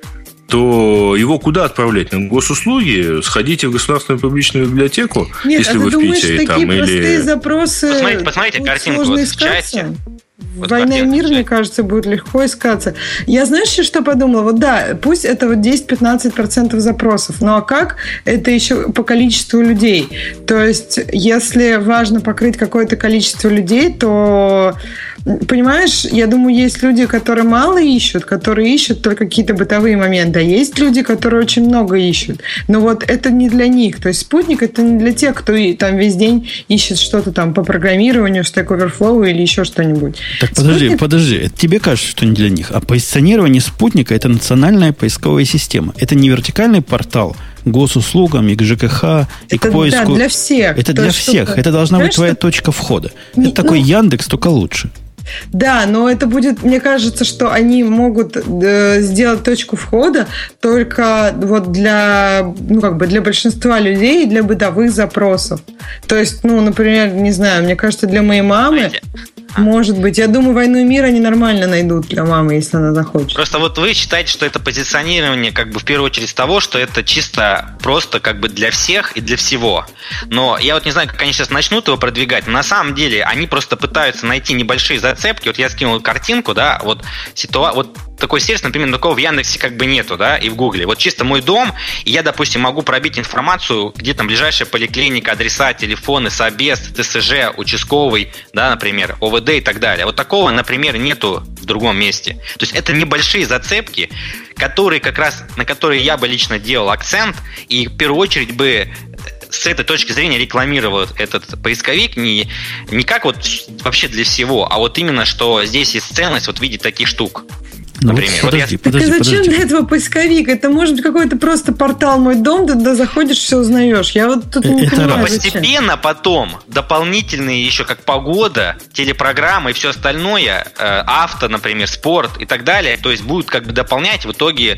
то его куда отправлять? На госуслуги? Сходите в Государственную публичную библиотеку, Нет, если а вы ты в думаешь, Питере. Такие там, простые или... запросы посмотрите, посмотрите картинку вот в чате. Вот «Война и мир», мне кажется, будет легко искаться. Я, знаешь, что подумала? Вот да, пусть это вот десять-пятнадцать процентов запросов, но а как это еще по количеству людей? То есть, если важно покрыть какое-то количество людей, то, понимаешь, я думаю, есть люди, которые мало ищут, которые ищут только какие-то бытовые моменты, а есть люди, которые очень много ищут. Но вот это не для них. То есть, спутник – это не для тех, кто там весь день ищет что-то там по программированию, Stack Overflow или еще что-нибудь. Так подожди, спутник... подожди. Это тебе кажется, что не для них. А позиционирование спутника – это национальная поисковая система. Это не вертикальный портал госуслугам и к ЖКХ, и это, к поиску. Да, для всех. Это То для всех. что-то... Это должна Знаешь, быть твоя что... точка входа. Не, это такой ну... Яндекс, только лучше. Да, но это будет, мне кажется, что они могут э, сделать точку входа только вот для, ну, как бы для большинства людей и для бытовых запросов. То есть, ну, например, не знаю, мне кажется, для моей мамы, знаете, может быть, я думаю, «Войну и мир» они нормально найдут для мамы, если она захочет. Просто вот вы считаете, что это позиционирование как бы в первую очередь с того, что это чисто просто как бы для всех и для всего. Но я вот не знаю, как они сейчас начнут его продвигать, но на самом деле они просто пытаются найти небольшие зацепки. Вот я скинул картинку, да, вот ситуа... вот такой сервис, например, такого в Яндексе как бы нету, да, и в Гугле. Вот чисто мой дом, и я, допустим, могу пробить информацию, где там ближайшая поликлиника, адреса, телефоны, собес, ТСЖ, участковый, да, например, ОВД и так далее. Вот такого, например, нету в другом месте. То есть это небольшие зацепки, которые как раз, на которые я бы лично делал акцент, и в первую очередь бы с этой точки зрения рекламировал этот поисковик не, не как вот вообще для всего, а вот именно, что здесь есть ценность вот в виде таких штук. Ну, например, вот подожди, я... подожди, так а зачем подожди. для этого поисковик? Это может быть какой-то просто портал «Мой дом», ты туда заходишь, все узнаешь. Я вот тут не это понимаю, постепенно зачем. Потом дополнительные еще как погода, телепрограммы и все остальное, э, авто, например, спорт и так далее, то есть будут как бы дополнять в итоге,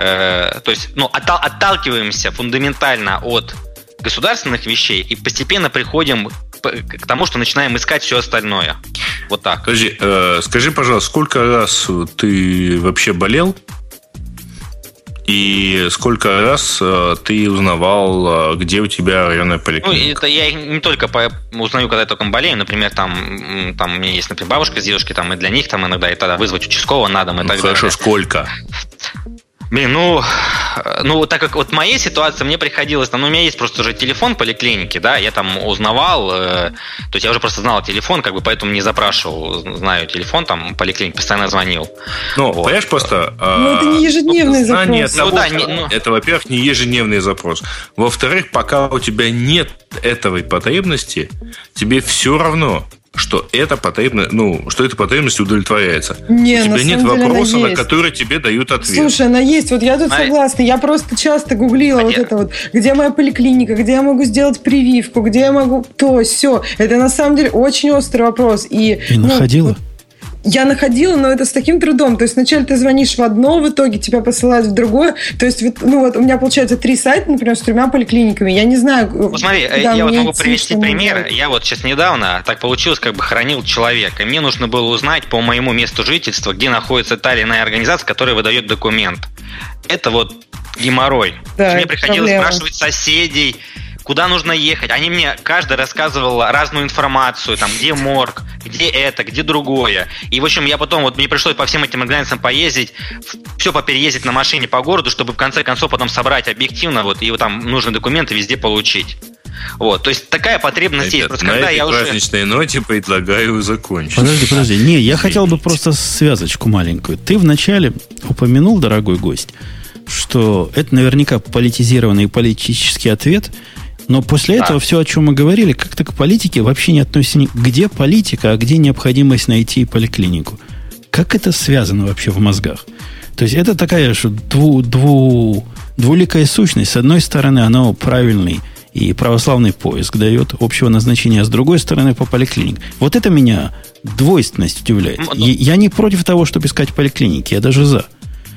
э, то есть, ну, оттал- отталкиваемся фундаментально от государственных вещей и постепенно приходим к тому, что начинаем искать все остальное. Вот так. Подожди, э, скажи, пожалуйста, сколько раз ты вообще болел? И сколько раз э, ты узнавал, где у тебя районная поликлиника? Ну, это я не только по, узнаю, когда я только болею. Например, там, там у меня есть, например, бабушка с дедушкой, там, и для них там иногда и тогда вызвать участкового на дом и ну, так хорошо, далее. сколько? Блин, ну, ну, так как вот моей ситуации мне приходилось, там, ну, у меня есть просто уже телефон поликлиники, да, я там узнавал, э, то есть я уже просто знал телефон, как бы, поэтому не запрашивал, знаю телефон, там, поликлиники, постоянно звонил. Ну, вот. понимаешь, просто... Ну, это не ежедневный ну, запрос. Того, ну, да, не, ну... Это, во-первых, не ежедневный запрос. Во-вторых, пока у тебя нет этой потребности, тебе все равно, что эта потребность, ну, что эта потребность удовлетворяется. Не, у тебя нет деле вопроса, на есть. который тебе дают ответ. Слушай, она есть. Вот я тут а... согласна. Я просто часто гуглила а вот я... это вот, где моя поликлиника, где я могу сделать прививку, где я могу то, все. Это на самом деле очень острый вопрос. И, И ну, находила? Вот, я находила, но это с таким трудом. То есть вначале ты звонишь в одно, в итоге тебя посылают в другое. То есть, ну вот у меня получается три сайта, например, с тремя поликлиниками. Я не знаю. Ну, смотри, я вот могу привести пример. Я вот сейчас недавно, так получилось, как бы хранил человека. И мне нужно было узнать по моему месту жительства, где находится та или иная организация, которая выдает документ. Это вот геморрой. Да, мне приходилось проблема. спрашивать соседей, куда нужно ехать. Они мне, каждый рассказывал разную информацию, там, где морг, где это, где другое. И, в общем, я потом, вот мне пришлось по всем этим организациям поездить, все попереездить на машине по городу, чтобы в конце концов потом собрать объективно, вот, и вот там нужные документы везде получить. Вот, то есть такая потребность Ребят, есть. Просто на когда этой я уже... праздничной ноте предлагаю закончить. Подожди, подожди. Не, я хотел бы просто связочку маленькую. Ты вначале упомянул, дорогой гость, что это наверняка политизированный политический ответ. Но после этого да. все, о чем мы говорили, как-то к политике вообще не относится. Где политика, а где необходимость найти поликлинику? Как это связано вообще в мозгах? То есть это такая же дву, дву, двуликая сущность. С одной стороны, она правильный и православный поиск дает общего назначения, а с другой стороны, по поликлинике. Вот это меня двойственность удивляет. Ну, я не против того, чтобы искать поликлиники, я даже за.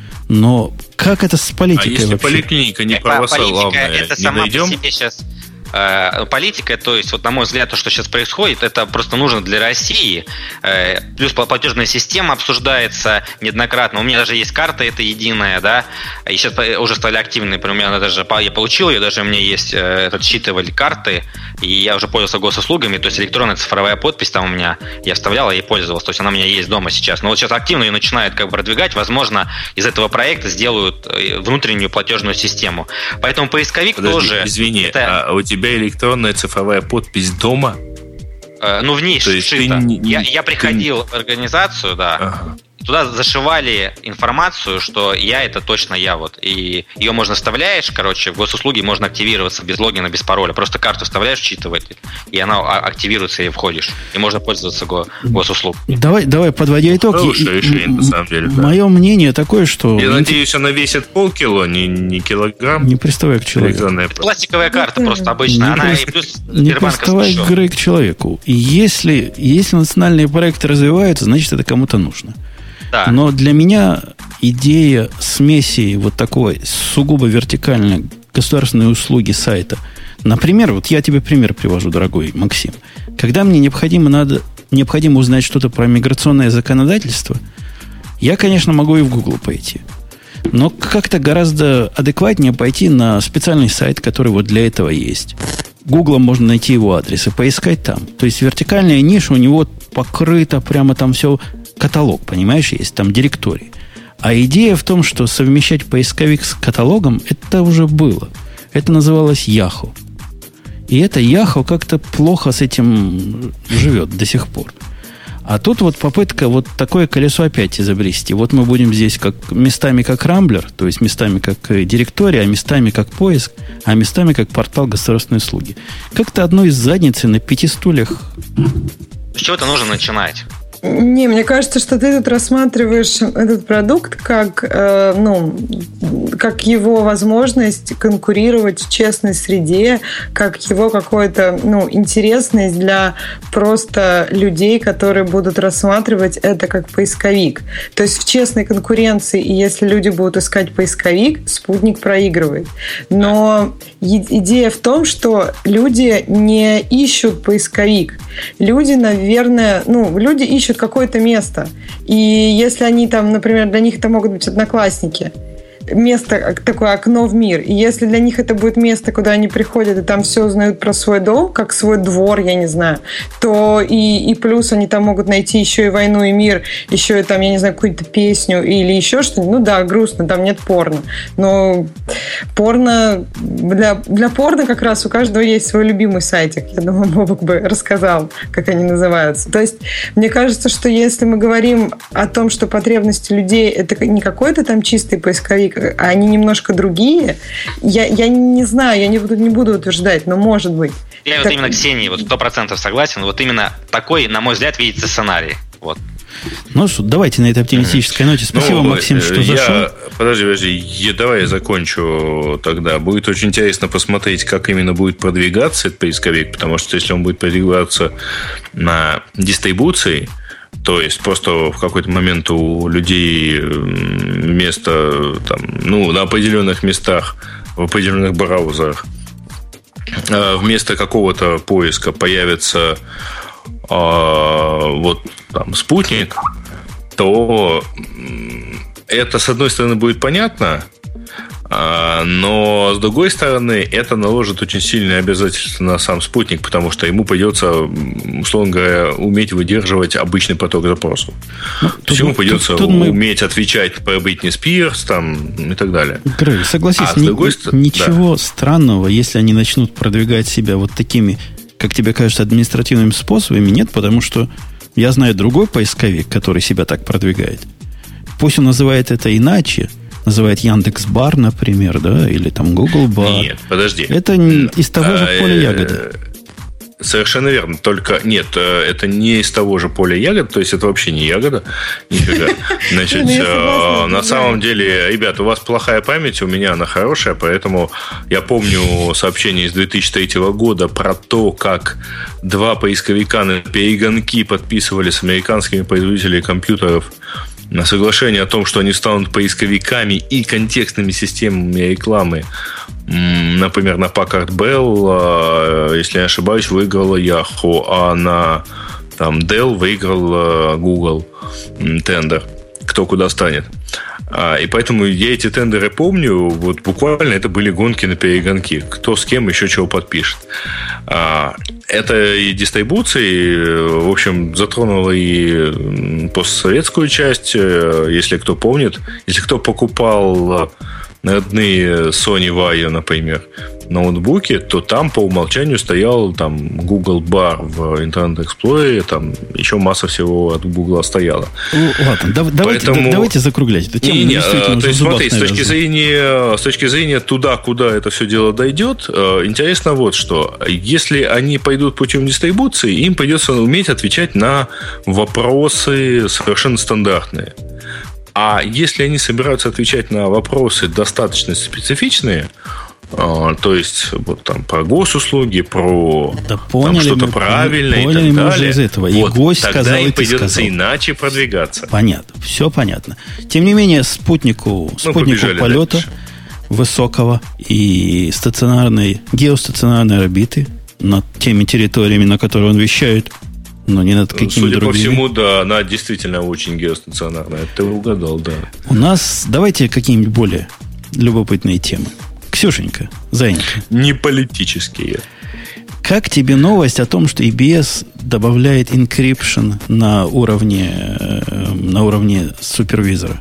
Но как это с политикой вообще? А если вообще? Поликлиника не православная, политика, это не сама найдем? по себе сейчас э, политика, то есть, вот на мой взгляд, то, что сейчас происходит, это просто нужно для России. Э, плюс платежная система обсуждается неоднократно. У меня даже есть карта, это единая, да, и сейчас уже стали активны. Например, я даже я получил ее, даже у меня есть э, этот считыватель карты, и я уже пользовался госуслугами, то есть электронная цифровая подпись там у меня, я вставлял, я ей пользовался, то есть она у меня есть дома сейчас. Но вот сейчас активно ее начинают как бы продвигать, возможно, из этого проекта сделают внутреннюю платежную систему. Поэтому поисковик Подожди, тоже... извини, это... а у тебя электронная цифровая подпись дома? Э, ну, в ней шито. Не, я, я приходил ты... в организацию, да, ага. Туда зашивали информацию, что я это точно я вот. И ее можно вставляешь, короче, в госуслуги можно активироваться без логина, без пароля. Просто карту вставляешь, считыватель, и она активируется, и входишь. И можно пользоваться го, госуслуг. Давай, давай, подводя итог. Хорошее решение, на самом деле. Да. Мое мнение такое, что... Я надеюсь, она весит полкило, не, не килограмм. Не приставай к человеку. Это пластиковая карта просто обычная. Не, она при... и плюс не приставай к Грей к человеку. И если, если национальные проекты развиваются, значит, это кому-то нужно. Да. Но для меня идея смеси вот такой сугубо вертикальной государственной услуги сайта, например, вот я тебе пример привожу, дорогой Максим. Когда мне необходимо, надо, необходимо узнать что-то про миграционное законодательство, я, конечно, могу и в Google пойти. Но как-то гораздо адекватнее пойти на специальный сайт, который вот для этого есть. Гуглом можно найти его адрес и поискать там. То есть вертикальная ниша у него покрыта, прямо там все... Каталог, понимаешь, есть там директории. А идея в том, что совмещать поисковик с каталогом, это уже было. Это называлось Yahoo. И это Yahoo как-то плохо с этим живет до сих пор. А тут вот попытка вот такое колесо опять изобрести. Вот мы будем здесь как местами как Рамблер, то есть местами как директория, а местами как поиск, а местами как портал государственной услуги. Как-то одно из задницы на пяти стульях. С чего-то нужно начинать. Не, мне кажется, что ты тут рассматриваешь этот продукт как, э, ну, как его возможность конкурировать в честной среде, как его какой-то, ну, интересность для просто людей, которые будут рассматривать это как поисковик. То есть в честной конкуренции, и если люди будут искать поисковик, спутник проигрывает. Но идея в том, что люди не ищут поисковик. Люди, наверное, ну, люди ищут какое-то место. И если они там, например, для них это могут быть одноклассники, место, такое окно в мир. И если для них это будет место, куда они приходят и там все узнают про свой дом, как свой двор, я не знаю, то и, и плюс они там могут найти еще и «Войну и мир», еще и там, я не знаю, какую-то песню или еще что-нибудь. Ну да, грустно, там нет порно. Но порно... Для, для порно как раз у каждого есть свой любимый сайтик. Я думаю, Бобок бы рассказал, как они называются. То есть, мне кажется, что если мы говорим о том, что потребности людей это не какой-то там чистый поисковик, а они немножко другие, я, я не знаю, я не буду, не буду утверждать, но может быть. Я как... вот именно Ксении вот сто процентов согласен. Вот именно такой, на мой взгляд, видится сценарий. Вот. Ну что, давайте на этой оптимистической ноте. Спасибо, ну, Максим, что я... зашел. Подожди, подожди, я, давай я закончу тогда. Будет очень интересно посмотреть, как именно будет продвигаться этот поисковик, потому что если он будет продвигаться на дистрибуции, то есть просто в какой-то момент у людей вместо там, ну, на определенных местах, в определенных браузерах вместо какого-то поиска появится э, вот там спутник, то это, с одной стороны, будет понятно, но, с другой стороны, это наложит очень сильные обязательства на сам спутник, потому что ему придется, условно говоря, уметь выдерживать обычный поток запросов. Ну, То есть ему придется тут, тут уметь мы... отвечать по Бритни Спирс там, и так далее. Грей, согласись, а, ни, другой... ничего да. странного, если они начнут продвигать себя вот такими, как тебе кажется, административными способами, нет, потому что я знаю другой поисковик, который себя так продвигает. Пусть он называет это иначе, называет Яндекс.Бар, например, да, или там Google Бар. Нет, подожди. Это из того же поля ягоды. Совершенно верно. Только нет, это не из того же поля ягод, то есть это вообще не ягода. Нифига. Значит, на самом деле, ребят, у вас плохая память, у меня она хорошая, поэтому я помню сообщение из две тысячи третьего года про то, как два поисковика на перегонки подписывали с американскими производителями компьютеров на соглашение о том, что они станут поисковиками и контекстными системами рекламы. Например, на Packard Bell, если я не ошибаюсь, выиграла Yahoo, а на там, Dell выиграл Google тендер. Кто куда станет. И поэтому я эти тендеры помню. Вот буквально это были гонки на перегонки. Кто с кем еще чего подпишет. Это и дистрибуции, в общем, затронуло и постсоветскую часть, если кто помнит. Если кто покупал родные Sony Vaio, например, ноутбуки, то там по умолчанию стоял там Google Bar в Internet Explorer, там еще масса всего от Google стояла. Ну, ладно, да, давайте, Поэтому... да, давайте закруглять эту тему. Не, не, то есть, смотри, с точки, зрения, с точки зрения туда, куда это все дело дойдет, интересно вот что. Если они пойдут путем дистрибуции, им придется уметь отвечать на вопросы совершенно стандартные. А если они собираются отвечать на вопросы достаточно специфичные, то есть вот там про госуслуги, про да поняли, там, что-то мы, правильное поняли и так мы далее, из этого. вот, И гость тогда сказал, им и ты придется сказал. иначе продвигаться. Понятно, все понятно. Тем не менее, спутнику, ну, спутнику полета дальше. Высокого и стационарной, геостационарной орбиты над теми территориями, на которые он вещает, но не над какими-то Судя другими. по всему, да, она действительно очень геостационарная. Ты угадал, да. У нас, давайте какие-нибудь более любопытные темы. Ксюшенька, Зайенька. Не политические. Как тебе новость о том, что и би эс добавляет encryption на уровне, на уровне супервизора?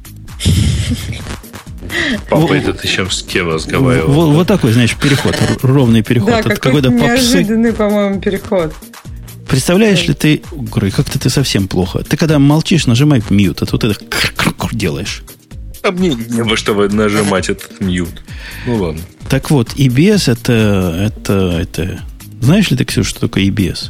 Папа, это ты сейчас с кем разговаривал? Вот, вот такой, знаешь, переход, ровный переход да, от какой-то попсы. Неожиданный, по-моему, переход. Представляешь ли ты, говорю, как-то ты совсем плохо. Ты когда молчишь, нажимай мьют, а тут это делаешь. А мне не во что нажимать этот мьют. Ну ладно. Так вот, и би эс это, это, это... Знаешь ли ты, Ксюша, что такое и би эс?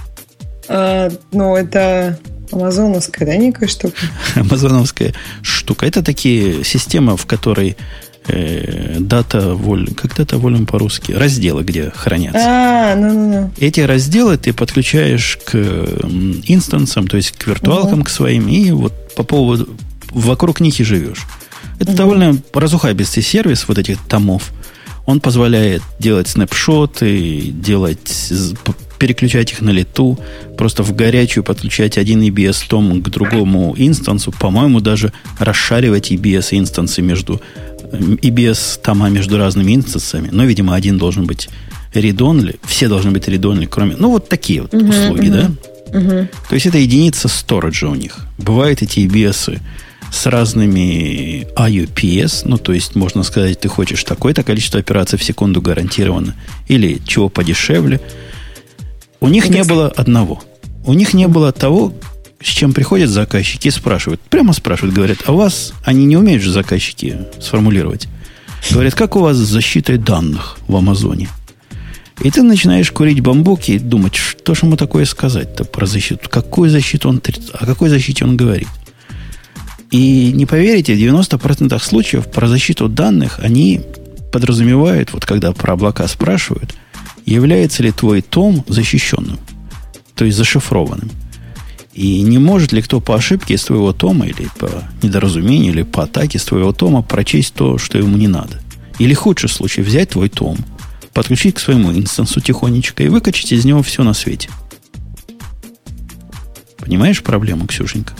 А, ну, это амазоновская, да, некая штука? Амазоновская штука. Это такие системы, в которой э, дата воль... Как дата волюм по-русски? Разделы, где хранятся. А, ну-ну-ну. Эти разделы ты подключаешь к инстансам, то есть к виртуалкам, угу. к своим, и вот по поводу... Вокруг них и живешь. Это угу. довольно разухабистый сервис вот этих томов. Он позволяет делать снапшоты, делать, переключать их на лету, просто в горячую подключать один и би эс-том к другому инстансу, по-моему, даже расшаривать и би эс-инстансы между и би эс-тома между разными инстансами. Но, видимо, один должен быть read-only, все должны быть read-only, кроме... Ну, вот такие вот uh-huh, услуги, uh-huh, да? Uh-huh. То есть, это единица сториджа у них. Бывают эти и би эсы с разными ай ю пи эс, ну, то есть, можно сказать, ты хочешь такое-то количество операций в секунду гарантированно, или чего подешевле. У них это не было одного. У них не было того, с чем приходят заказчики и спрашивают. Прямо спрашивают, говорят, а у вас, они не умеют же заказчики сформулировать. Говорят, как у вас с защитой данных в Амазоне? И ты начинаешь курить бамбуки и думать, что же ему такое сказать-то про защиту? Какую защиту он, о какой защите он говорит? И не поверите, в девяноста процентах случаев про защиту данных они подразумевают, вот когда про облака спрашивают, является ли твой том защищенным, то есть зашифрованным. И не может ли кто по ошибке из твоего тома, или по недоразумению, или по атаке с твоего тома прочесть то, что ему не надо. Или худший случай, взять твой том, подключить к своему инстансу тихонечко и выкачать из него все на свете. Понимаешь проблему, Ксюшенька?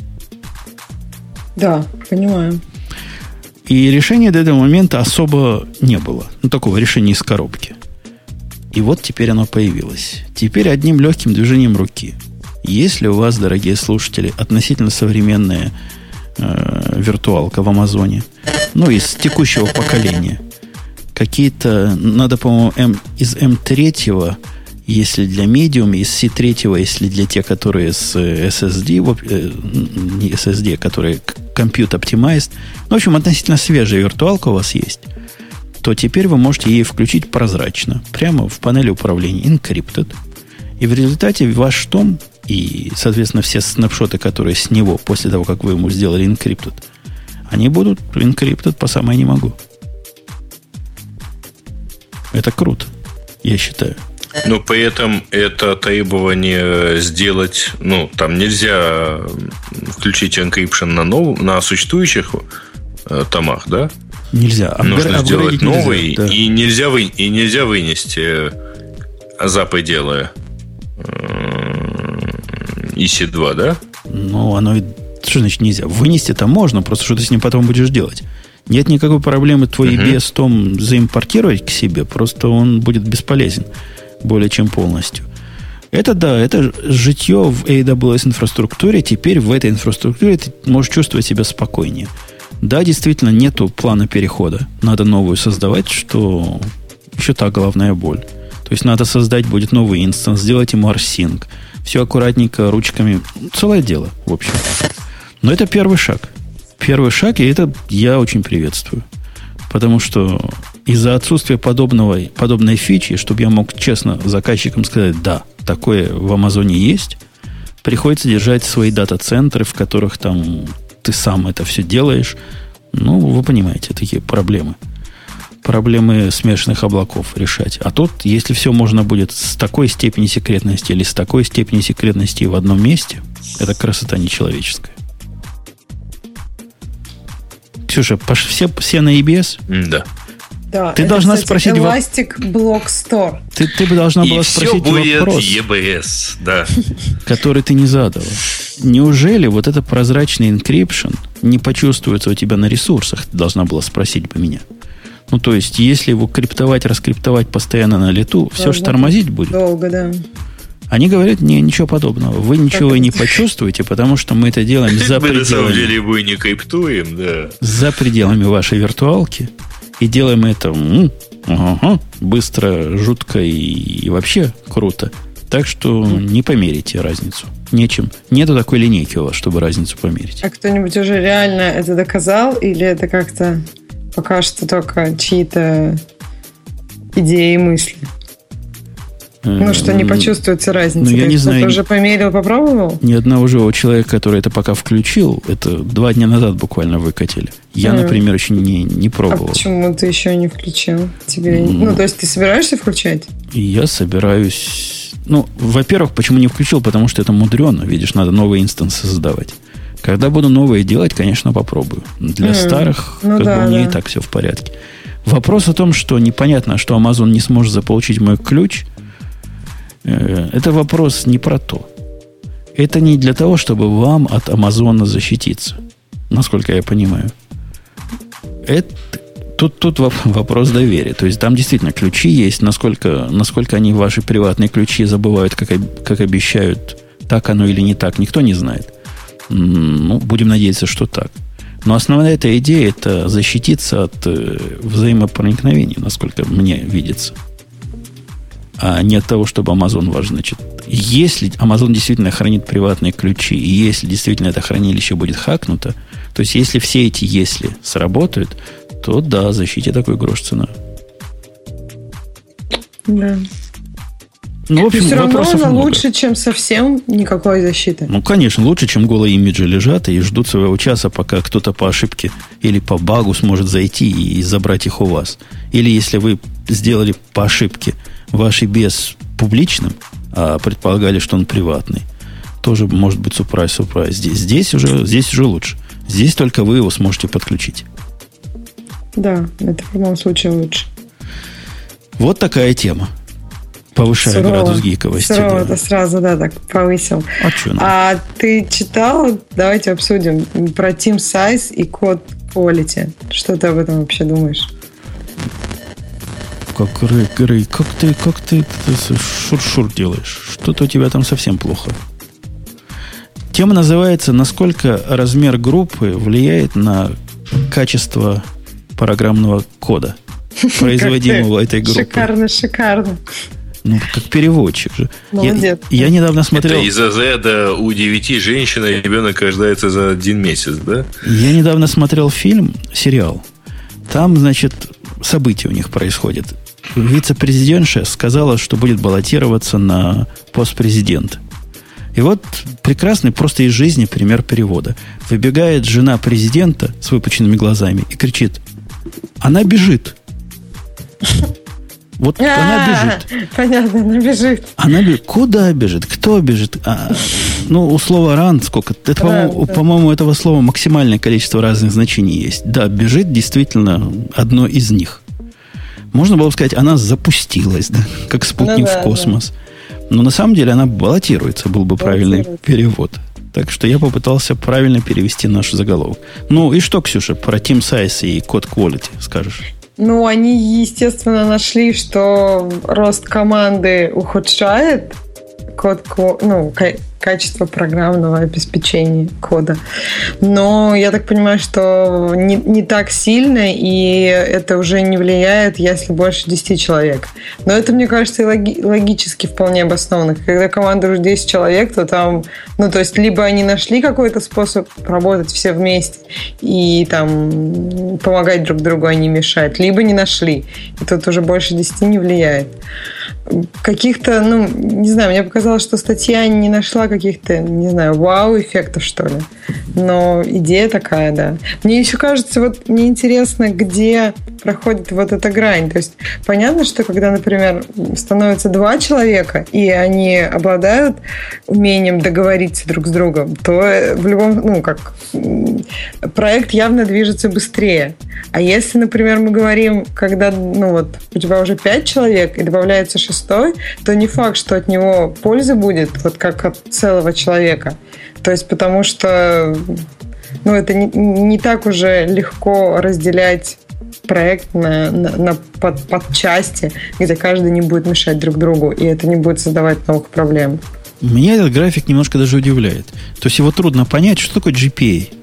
Да, понимаю. И решения до этого момента особо не было. Ну, такого решения из коробки. И вот теперь оно появилось. Теперь одним легким движением руки. Если у вас, дорогие слушатели, относительно современная э, виртуалка в Амазоне, ну, из текущего поколения, какие-то, надо, по-моему, M, из эм три, если для Medium, из си три, если для тех, которые с эс эс ди, э, не эс эс ди, которые Compute Optimized, ну, в общем, относительно свежая виртуалка у вас есть, то теперь вы можете ей включить прозрачно, прямо в панели управления Encrypted. И в результате ваш том и, соответственно, все снапшоты, которые с него, после того, как вы ему сделали Encrypted, они будут Encrypted по самое не могу. Это круто, я считаю. Но при этом это требование сделать, ну, там нельзя включить encryption на, нов, на существующих э, томах, да? Нельзя. Нужно Апгр- сделать новый, нельзя, да. и, нельзя вы, и нельзя вынести за пределы и си два, да? Ну, оно... Что значит нельзя? Вынести-то можно, просто что ты с ним потом будешь делать. Нет никакой проблемы твой и би эс том заимпортировать к себе, просто он будет бесполезен более чем полностью. Это да, это житье в эй дабл ю эс инфраструктуре. Теперь в этой инфраструктуре ты можешь чувствовать себя спокойнее. Да, действительно, нету плана перехода. Надо новую создавать, что еще та головная боль. То есть надо создать будет новый инстанс, сделать ему rsync. Все аккуратненько, ручками. Целое дело, в общем. Но это первый шаг. Первый шаг, и это я очень приветствую. Потому что из-за отсутствия подобного, подобной фичи, чтобы я мог честно заказчикам сказать, да, такое в Амазоне есть, приходится держать свои дата-центры, в которых там ты сам это все делаешь. Ну, вы понимаете, такие проблемы. Проблемы смешанных облаков решать. А тут, если все можно будет с такой степенью секретности или с такой степенью секретности в одном месте, это красота нечеловеческая. Ксюша, все, все на и би эс? Да. Да, ты это, должна кстати, спросить... Elastic Block Store. Ты, ты бы должна была и спросить все будет вопрос, и би эс, да. который ты не задала. Неужели вот это прозрачный encryption не почувствуется у тебя на ресурсах? Ты должна была спросить бы меня. Ну, то есть, если его криптовать, раскриптовать постоянно на лету, все же тормозить будет. Долго, да. Они говорят, не, ничего подобного. Вы ничего и не почувствуете, потому что мы это делаем за Мы пределами... на самом деле мы не криптуем, да. За пределами вашей виртуалки. И делаем это м, ага, быстро, жутко и, и вообще круто. Так что не померите разницу. Нечем. Нету такой линейки у вас, чтобы разницу померить. А кто-нибудь уже реально это доказал? Или это как-то пока что только чьи-то идеи и мысли? Ну, что не почувствуется разница. Ну, я не знаю. Кто-то уже померил, попробовал? Ни одного живого человека, который это пока включил, это два дня назад буквально выкатили. Я, Mm. например, еще не, не пробовал. А почему ты еще не включил? Тебе... Mm. Ну, то есть ты собираешься включать? И я собираюсь... Ну, во-первых, почему не включил? Потому что это мудрено. Видишь, надо новые инстансы создавать. Когда буду новые делать, конечно, попробую. Для mm. старых, ну, как да, бы, у меня да. и так все в порядке. Вопрос о том, что непонятно, что Amazon не сможет заполучить мой ключ, э, это вопрос не про то. Это не для того, чтобы вам от Амазона защититься. Насколько я понимаю. Это, тут, тут вопрос доверия. То есть там действительно ключи есть. Насколько, насколько они ваши приватные ключи забывают, как, как обещают, так оно или не так, никто не знает. Ну, будем надеяться, что так. Но основная эта идея – это защититься от э, взаимопроникновения, насколько мне видится. А не от того, чтобы Amazon ваш, значит... Если Amazon действительно хранит приватные ключи, и если действительно это хранилище будет хакнуто, то есть если все эти «если» сработают, то да, защите такой грош цена. Да. Ну, в общем, все равно вопросов она много. лучше, чем совсем никакой защиты. Ну, конечно, лучше, чем голые имиджи лежат и ждут своего часа, пока кто-то по ошибке или по багу сможет зайти и забрать их у вас. Или если вы сделали по ошибке ваш и би эс публичным, а предполагали, что он приватный, тоже может быть сюрприз-сюрприз. Здесь, здесь, уже, здесь уже лучше. Здесь только вы его сможете подключить. Да, это в любом случае лучше. Вот такая тема. Повышая Сурово. градус гиковости. Сурово, Да. это сразу, да, так повысил. А что нам? А ты читал, давайте обсудим, про Team Size и Code Quality. Что ты об этом вообще думаешь? Как, Рэй, Рэй, как ты, как ты, ты шур-шур делаешь? Что-то у тебя там совсем плохо. Тема называется «Насколько размер группы влияет на качество программного кода, производимого этой группой». Шикарно, шикарно. Ну, как переводчик же. Молодец. Я, я недавно смотрел... Это из-за Z у девяти женщин ребенок рождается за один месяц, да? Я недавно смотрел фильм, сериал. Там, значит, события у них происходят. Вице-президентша сказала, что будет баллотироваться на пост президента. И вот прекрасный, просто из жизни пример перевода. Выбегает жена президента с выпученными глазами и кричит: она бежит. Вот А-а-а, она бежит. Понятно, она бежит. Она бежит. Куда бежит? Кто бежит? А, ну, у слова ран сколько? Это, по-моему, да. по-моему, у этого слова максимальное количество разных значений есть. Да, бежит действительно одно из них. Можно было бы сказать, она запустилась, да, как спутник ну, да, в космос. Да. Но на самом деле она баллотируется, был бы правильный перевод. Так что я попытался правильно перевести наш заголовок. Ну и что, Ксюша, про Team Size и Code Quality скажешь? Ну, они, естественно, нашли, что рост команды ухудшает код, ну, качество программного обеспечения кода. Но я так понимаю, что не, не так сильно, и это уже не влияет, если больше десяти человек. Но это, мне кажется, и логи, логически вполне обоснованно. Когда команда уже десять человек, то там, ну, то есть, либо они нашли какой-то способ работать все вместе и там помогать друг другу, а не мешать, либо не нашли. И тут уже больше десяти не влияет. Каких-то, ну, не знаю, мне показалось, что статья не нашла каких-то, не знаю, вау-эффектов, что ли. Но идея такая, да. Мне еще кажется, вот мне интересно, где проходит вот эта грань. То есть понятно, что когда, например, становится два человека, и они обладают умением договориться друг с другом, то в любом, ну, как проект явно движется быстрее. А если, например, мы говорим, когда, ну, вот у тебя уже пять человек, и добавляется шестой, то не факт, что от него пользы будет, вот как от целого человека. То есть потому что, ну, это не, не так уже легко разделять проект на, на, на под, под части, где каждый не будет мешать друг другу, и это не будет создавать новых проблем. Меня этот график немножко даже удивляет. То есть его трудно понять, что такое джи пи эй.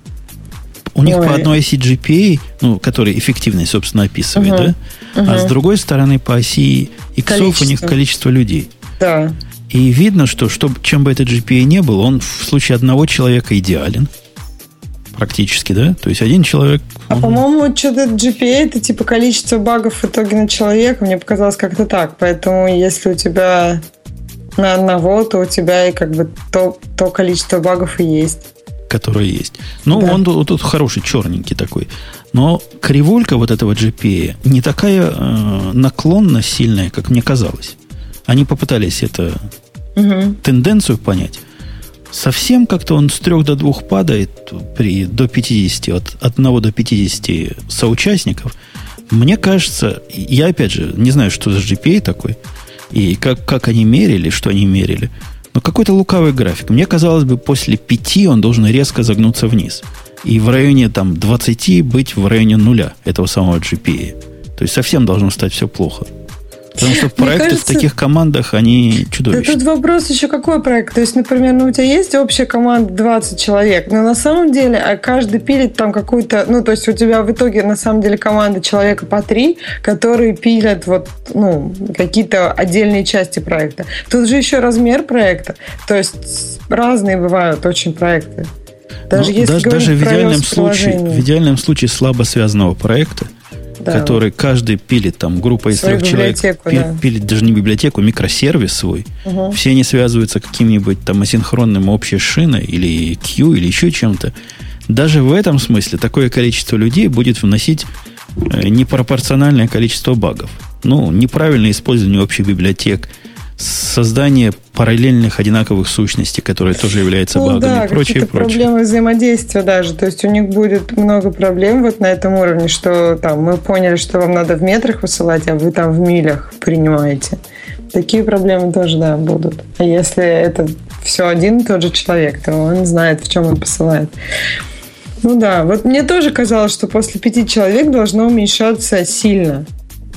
У Ой. них по одной оси джи пи эй, ну, который эффективность, собственно, описывает, угу. да? Угу. А с другой стороны, по оси иксов у них количество людей. Да. И видно, что, что чем бы этот джи пи эй не был, он в случае одного человека идеален. Практически, да? То есть один человек... А, он... по-моему, что-то джи пи эй это типа количество багов в итоге на человека. Мне показалось как-то так. Поэтому если у тебя на одного, то у тебя и как бы то, то количество багов и есть. Которое есть. Ну, да. он тут, тут хороший, черненький такой. Но кривулька вот этого джи пи эй не такая э, наклонно сильная, как мне казалось. Они попытались это угу. тенденцию понять. Совсем как-то он с трех до двух падает при, до пятидесяти, от одного до пятидесяти соучастников. Мне кажется, я опять же не знаю, что за джи пи эй такой, и как, как они мерили, что они мерили. Но какой-то лукавый график. Мне казалось бы, после пяти он должен резко загнуться вниз. И в районе там, двадцати быть в районе нуля этого самого джи пи эй. То есть совсем должно стать все плохо. Потому что проекты кажется, в таких командах, они чудовищные. Да тут вопрос еще какой проект. То есть, например, ну, у тебя есть общая команда двадцать человек, но на самом деле а каждый пилит там какую-то... Ну, то есть у тебя в итоге на самом деле команда человека по три, которые пилят вот, ну, какие-то отдельные части проекта. Тут же еще размер проекта. То есть разные бывают очень проекты. Даже, ну, если даже, даже в, идеальном случае, в идеальном случае слабо связанного проекта, да. который каждый пилит, там, группа из трех человек пилит, да. пилит даже не библиотеку, микросервис свой. Угу. Все они связываются каким-нибудь там асинхронным общей шиной или Q, или еще чем-то. Даже в этом смысле такое количество людей будет вносить непропорциональное количество багов. Ну, неправильное использование общих библиотек, создание параллельных одинаковых сущностей, которые тоже являются ну, багами, да, и прочее, какие-то прочее. Проблемы взаимодействия даже. То есть у них будет много проблем вот на этом уровне, что там мы поняли, что вам надо в метрах высылать, а вы там в милях принимаете. Такие проблемы тоже, да, будут. А если это все один и тот же человек, то он знает, в чем он посылает. Ну да, вот мне тоже казалось, что после пяти человек должно уменьшаться сильно.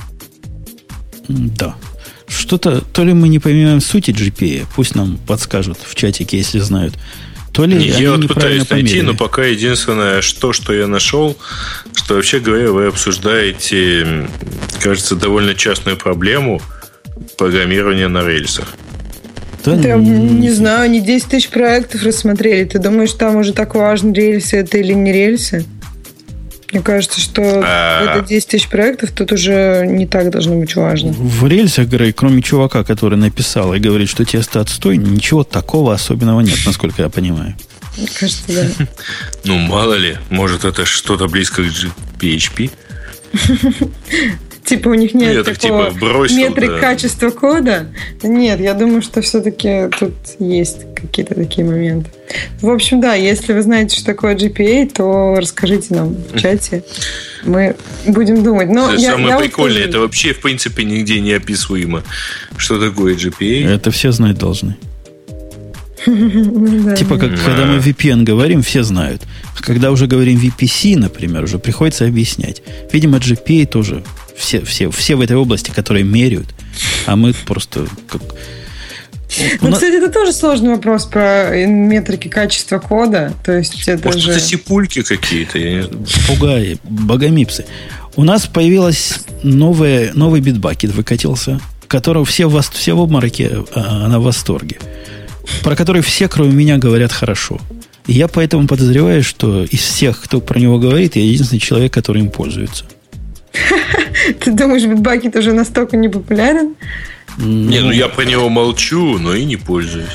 Да. Что-то, то ли мы не понимаем сути джи пи эй, пусть нам подскажут в чатике, если знают, то ли я вот пытаюсь найти, но пока единственное, что, что я нашел, что, вообще говоря, вы обсуждаете, кажется, довольно частную проблему, программирования на рельсах. Да, да не знаю, они десять тысяч проектов рассмотрели. Ты думаешь, там уже так важно, рельсы это или не рельсы? Мне кажется, что это десять тысяч проектов, тут уже не так должно быть важно. В рельсах, Грей, кроме чувака, который написал и говорит, что тесто отстой, ничего такого особенного нет, насколько я понимаю. Мне кажется, да. Ну, мало ли, может, это что-то близко к пи эйч пи? Типа у них нет Нет, такого типа бросил, метрик да. качества кода. Нет, я думаю, что все-таки тут есть какие-то такие моменты. В общем, да, если вы знаете, что такое джи пи эй, то расскажите нам в чате. Мы будем думать. Но это я, самое я прикольное, вот это вообще, в принципе, нигде не описуемо. Что такое джи пи эй? Это все знать должны. Типа, как когда мы ви пи эн говорим, все знают. А когда уже говорим ви пи си, например, уже приходится объяснять. Видимо, джи пи эй тоже все, все, все в этой области, которые меряют, а мы просто как... Ну, кстати, это тоже сложный вопрос про метрики качества кода. То есть это Может, же... это сипульки какие-то? Я не знаю. Пугаи, богомипсы. У нас появилась новая, новый битбакет выкатился, которого все в, все в обмороке, а она в восторге. Про который все, кроме меня, говорят хорошо. И я поэтому подозреваю, что из всех, кто про него говорит, я единственный человек, который им пользуется. Ты думаешь, битбакет уже настолько не популярен? Не, ну я про него молчу, но и не пользуюсь.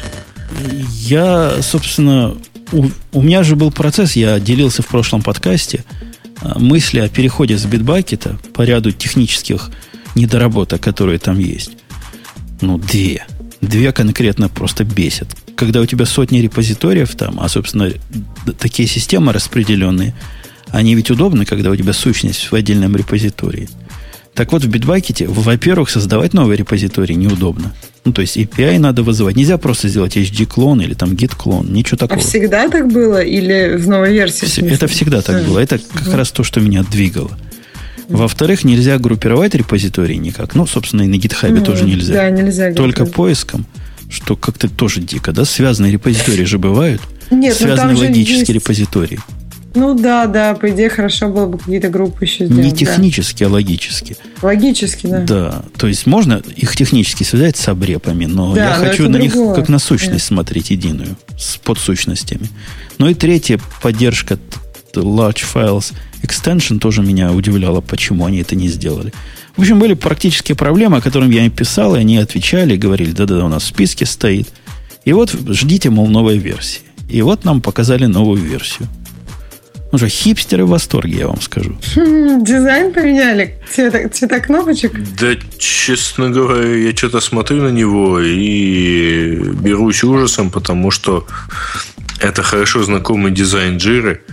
Я, собственно, у, у меня же был процесс, я делился в прошлом подкасте, мысли о переходе с битбакета по ряду технических недоработок, которые там есть. Ну, две. Две конкретно просто бесят. Когда у тебя сотни репозиториев там, а, собственно, такие системы распределенные, они ведь удобны, когда у тебя сущность в отдельном репозитории. Так вот, в битбакете, во-первых, создавать новый репозиторий неудобно. Ну, то есть эй пи ай надо вызывать. Нельзя просто сделать эйч ди-клон или там git-клон. Ничего такого. А всегда так было? Или в новой версии? Все, это всегда так а. было. Это как mm. раз то, что меня двигало. Во-вторых, нельзя группировать репозитории никак. Ну, собственно, и на GitHub mm. тоже нельзя. Да, нельзя. Только поиском, что как-то тоже дико, да? Связанные репозитории же бывают. Нет, связанные логические есть... репозитории. Ну да, да, по идее хорошо было бы какие-то группы еще сделать. Не технически, да. а логически. Логически, да. Да, то есть можно их технически связать с обрепами, но да, я но хочу на другое. них как на сущность да. смотреть единую, с подсущностями. Ну и третье, поддержка Large Files Extension тоже меня удивляла, почему они это не сделали. В общем, были практические проблемы, о которых я им писал, и они отвечали, и говорили, да-да-да, у нас в списке стоит. И вот ждите, мол, новой версии. И вот нам показали новую версию. Ну же, хипстеры в восторге, я вам скажу. Хм, дизайн поменяли? Цвета, цвета кнопочек? Да, честно говоря, я что-то смотрю на него и берусь ужасом, потому что это хорошо знакомый дизайн Джиры.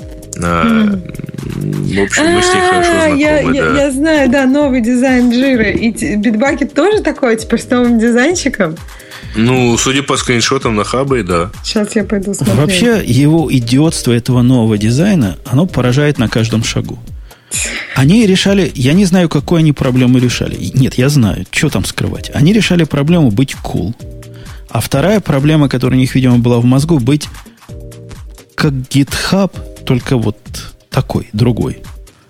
Mm. В общем, мы с ней хорошо знакомы. Я, да. я, я знаю, да, новый дизайн Джиры. И битбакет тоже такой, теперь с новым дизайнчиком? Ну, судя по скриншотам на хабе, да. Сейчас я пойду смотреть. Вообще, его идиотство этого нового дизайна, оно поражает на каждом шагу. Они решали, я не знаю, какую они проблему решали. Нет, я знаю, что там скрывать. Они решали проблему быть cool. А вторая проблема, которая у них, видимо, была в мозгу, быть как GitHub, только вот такой, другой.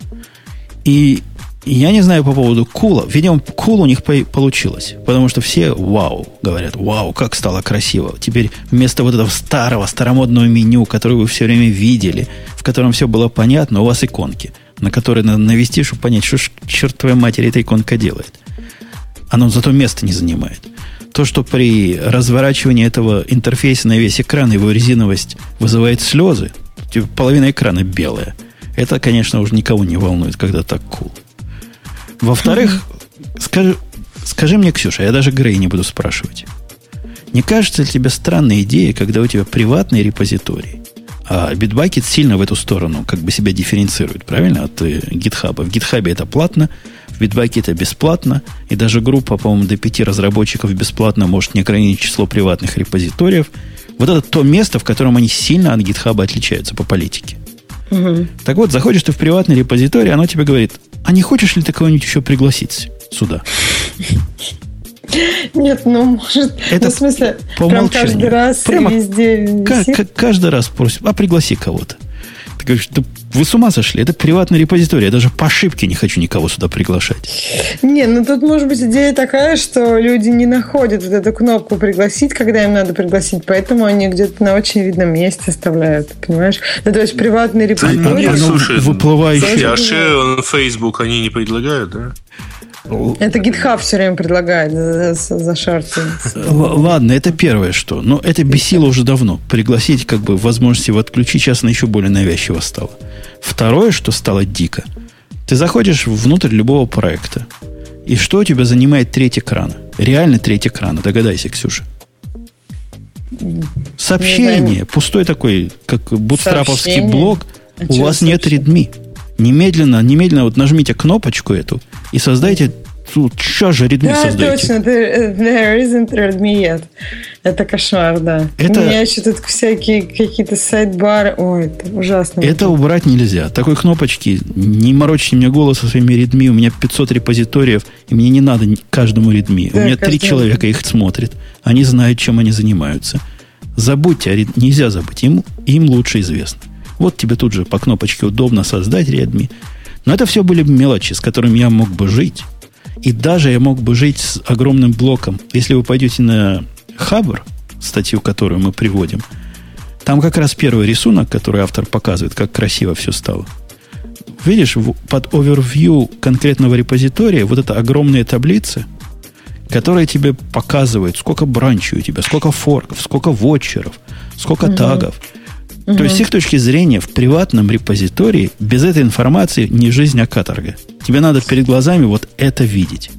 И я не знаю по поводу кула. Видимо, кул у них получилось. Потому что все вау говорят. Вау, как стало красиво. Теперь вместо вот этого старого, старомодного меню, которое вы все время видели, в котором все было понятно, у вас иконки, на которые надо навести, чтобы понять, что ж, черт твоей матери эта иконка делает. Оно зато места не занимает. То, что при разворачивании этого интерфейса на весь экран его резиновость вызывает слезы, типа половина экрана белая, это, конечно, уже никого не волнует, когда так cool. Во-вторых, скажи, скажи мне, Ксюша, я даже Грей не буду спрашивать. Не кажется ли тебе странной идеей, когда у тебя приватный репозиторий, а Bitbucket сильно в эту сторону как бы себя дифференцирует, правильно, от GitHub? В GitHub это платно, в Bitbucket это бесплатно, и даже группа, по-моему, до пяти разработчиков бесплатно может не ограничить число приватных репозиториев. Вот это то место, в котором они сильно от GitHub отличаются по политике. Угу. Так вот, заходишь ты в приватный репозиторий, оно тебе говорит, а не хочешь ли ты кого-нибудь еще пригласить сюда? Нет, ну, может, это ну, в смысле, по прям каждый раз Прямо и везде к- к- каждый раз просит, а пригласи кого-то. говоришь, да вы с ума сошли, это приватный репозиторий, я даже по ошибке не хочу никого сюда приглашать. Не, ну тут может быть идея такая, что люди не находят вот эту кнопку «пригласить», когда им надо пригласить, поэтому они где-то на очень видном месте оставляют, понимаешь? Ну, то есть приватный репозиторий... Нет, слушай, выплывающий. А Share, Facebook они не предлагают, да? Это GitHub все время предлагает за, за шарты. Ладно, это первое, что. Но это бесило уже давно. Пригласить, как бы, возможности его отключить, сейчас она еще более навязчиво стала. Второе, что стало дико. Ты заходишь внутрь любого проекта. И что у тебя занимает треть экрана? Реально треть экрана. Догадайся, Ксюша. Сообщение. Пустой такой, как бутстраповский блок. А у вас нет readme. Немедленно, немедленно вот нажмите кнопочку эту и создайте, ну, сейчас же readme да, создайте. Да, точно, there, there isn't readme yet. Это кошмар, да. Это... У меня еще тут всякие какие-то сайдбары. Ой, это ужасно. Это убрать нельзя. Такой кнопочки, не морочьте мне голос со своими readme, у меня пятьсот репозиториев, и мне не надо каждому readme. Да, у меня три человека их смотрят. Они знают, чем они занимаются. Забудьте, а нельзя забыть. Им, им лучше известно. Вот тебе тут же по кнопочке удобно создать readme. Но это все были мелочи, с которыми я мог бы жить. И даже я мог бы жить с огромным блоком. Если вы пойдете на Хабр, статью, которую мы приводим, там как раз первый рисунок, который автор показывает, как красиво все стало. Видишь, под overview конкретного репозитория вот эта огромная таблица, которая тебе показывает, сколько бранчей у тебя, сколько форков, сколько вотчеров, сколько угу. тагов. Угу. То есть, с их точки зрения, в приватном репозитории без этой информации не жизнь, а каторга. Тебе надо перед глазами вот это видеть.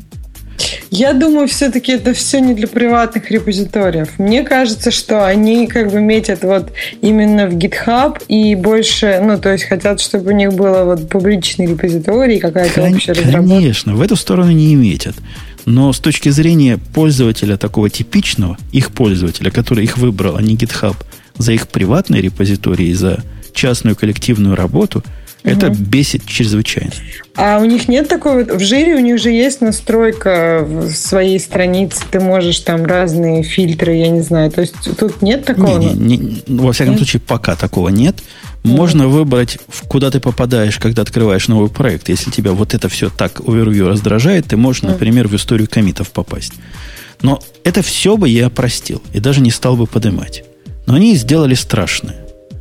Я думаю, все-таки это все не для приватных репозиториев. Мне кажется, что они как бы метят вот именно в GitHub и больше, ну, то есть хотят, чтобы у них было вот публичный репозиторий, какая-то Кон- общая разработка. Конечно, в эту сторону не метят. Но с точки зрения пользователя такого типичного, их пользователя, который их выбрал, а не GitHub, за их приватные репозитории, за частную коллективную работу, угу. это бесит чрезвычайно. А у них нет такой вот... В жире у них же есть настройка в своей странице. Ты можешь там разные фильтры, я не знаю. То есть тут нет такого? Не, не, не, во всяком нет? случае, пока такого нет. Можно угу. выбрать, куда ты попадаешь, когда открываешь новый проект. Если тебя вот это все так overview раздражает, ты можешь, угу. например, в историю коммитов попасть. Но это все бы я простил. И даже не стал бы поднимать. Но они сделали страшное.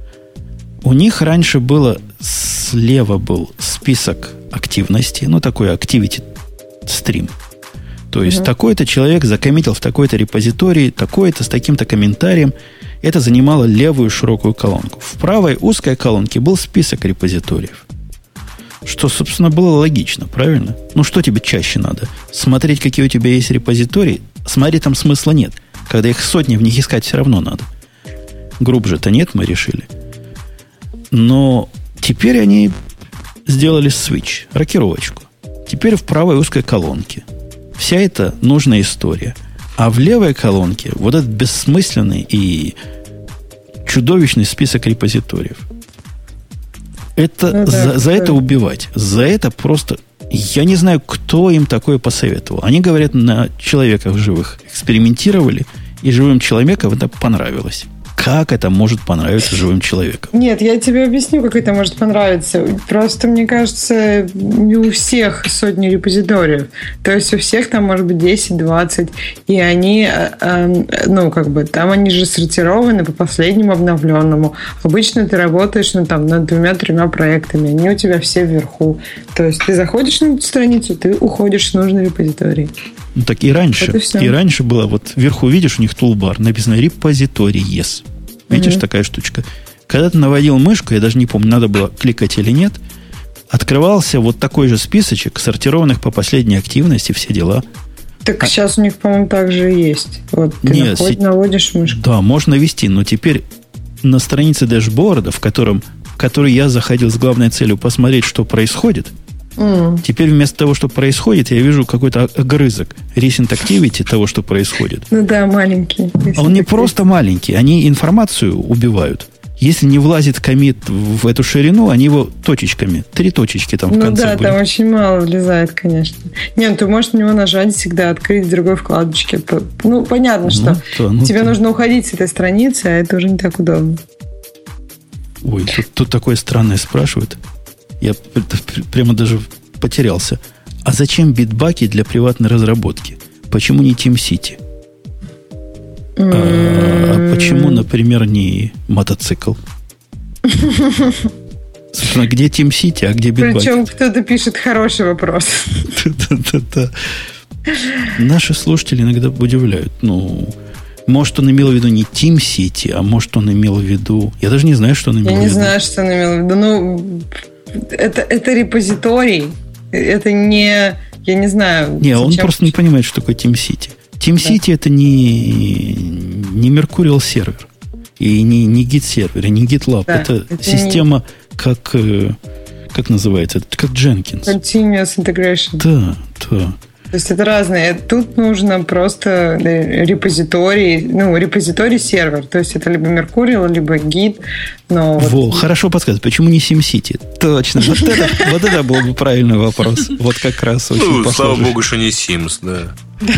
У них раньше было, слева был список активности, ну, такой activity stream. То есть, uh-huh. такой-то человек закоммитил в такой-то репозитории, такой-то с таким-то комментарием. Это занимало левую широкую колонку. В правой узкой колонке был список репозиториев. Что, собственно, было логично, правильно? Ну, что тебе чаще надо? Смотреть, какие у тебя есть репозитории? Смотреть там смысла нет. Когда их сотни, в них искать все равно надо. Групп же-то нет, мы решили. Но теперь они сделали свитч, рокировочку. Теперь в правой узкой колонке вся эта нужная история. А в левой колонке вот этот бессмысленный и чудовищный список репозиториев. Это ну, да, за, за это убивать. За это просто... Я не знаю, кто им такое посоветовал. Они говорят, на человеках живых экспериментировали, и живым человеком это понравилось. Как это может понравиться живым человеком? Нет, я тебе объясню, как это может понравиться. Просто, мне кажется, не у всех сотни репозиториев. То есть у всех там может быть десять-двадцать. И они, ну, как бы, там они же сортированы по последнему обновленному. Обычно ты работаешь, ну, там, над двумя-тремя проектами. Они у тебя все вверху. То есть ты заходишь на эту страницу, ты уходишь в нужный репозиторий. Ну, так и раньше. Вот и, и раньше было, вот вверху видишь, у них тулбар, написано репозиторий yes. Видишь, mm-hmm. такая штучка. Когда ты наводил мышку, я даже не помню, надо было кликать или нет, открывался вот такой же списочек, сортированных по последней активности, все дела. Так а... сейчас у них, по-моему, так же и есть. Вот ты нет, наводишь, наводишь мышку. Да, можно ввести, но теперь на странице дэшборда, в котором, в который я заходил с главной целью посмотреть, что происходит, Mm. теперь вместо того, что происходит, я вижу какой-то огрызок recent activity того, что происходит. Ну да, маленький. А он не просто маленький, они информацию убивают. Если не влазит коммит в эту ширину, они его точечками, три точечки там в ну конце да, были. Там очень мало влезает, конечно. Не, ну ты можешь на него нажать всегда, открыть в другой вкладочке. Ну, понятно, что ну, то, ну, тебе то. нужно уходить с этой страницы, а это уже не так удобно. Ой, тут, тут такое странное спрашивают. Я прямо даже потерялся. А зачем Bitbucket для приватной разработки? Почему не TeamCity? Mm-hmm. А, а почему, например, не мотоцикл? Собственно, где TeamCity, а где Bitbucket? Причем кто-то пишет хороший вопрос. Да-да-да. Наши слушатели иногда удивляют. Ну, может, он имел в виду не TeamCity, а может, он имел в виду... Я даже не знаю, что он имел в виду. Я не знаю, что он имел в виду. Ну, это, это репозиторий. Это не... Я не знаю... Не, он просто не понимает, что такое TeamCity. TeamCity да. Это не, не Mercurial сервер. И не, не Git сервер, и не GitLab. Да, это, это система, не... как... Как называется? Как Jenkins. Continuous Integration. Да, да. То есть это разные. Тут нужно просто репозиторий, ну, репозиторий сервер. То есть это либо Mercurial, либо Git. Но Во, вот... хорошо подсказывать. Почему не SimCity? Точно. Вот это, вот это был бы правильный вопрос. Вот как раз очень ну, похоже. Слава богу, что не Sims, да.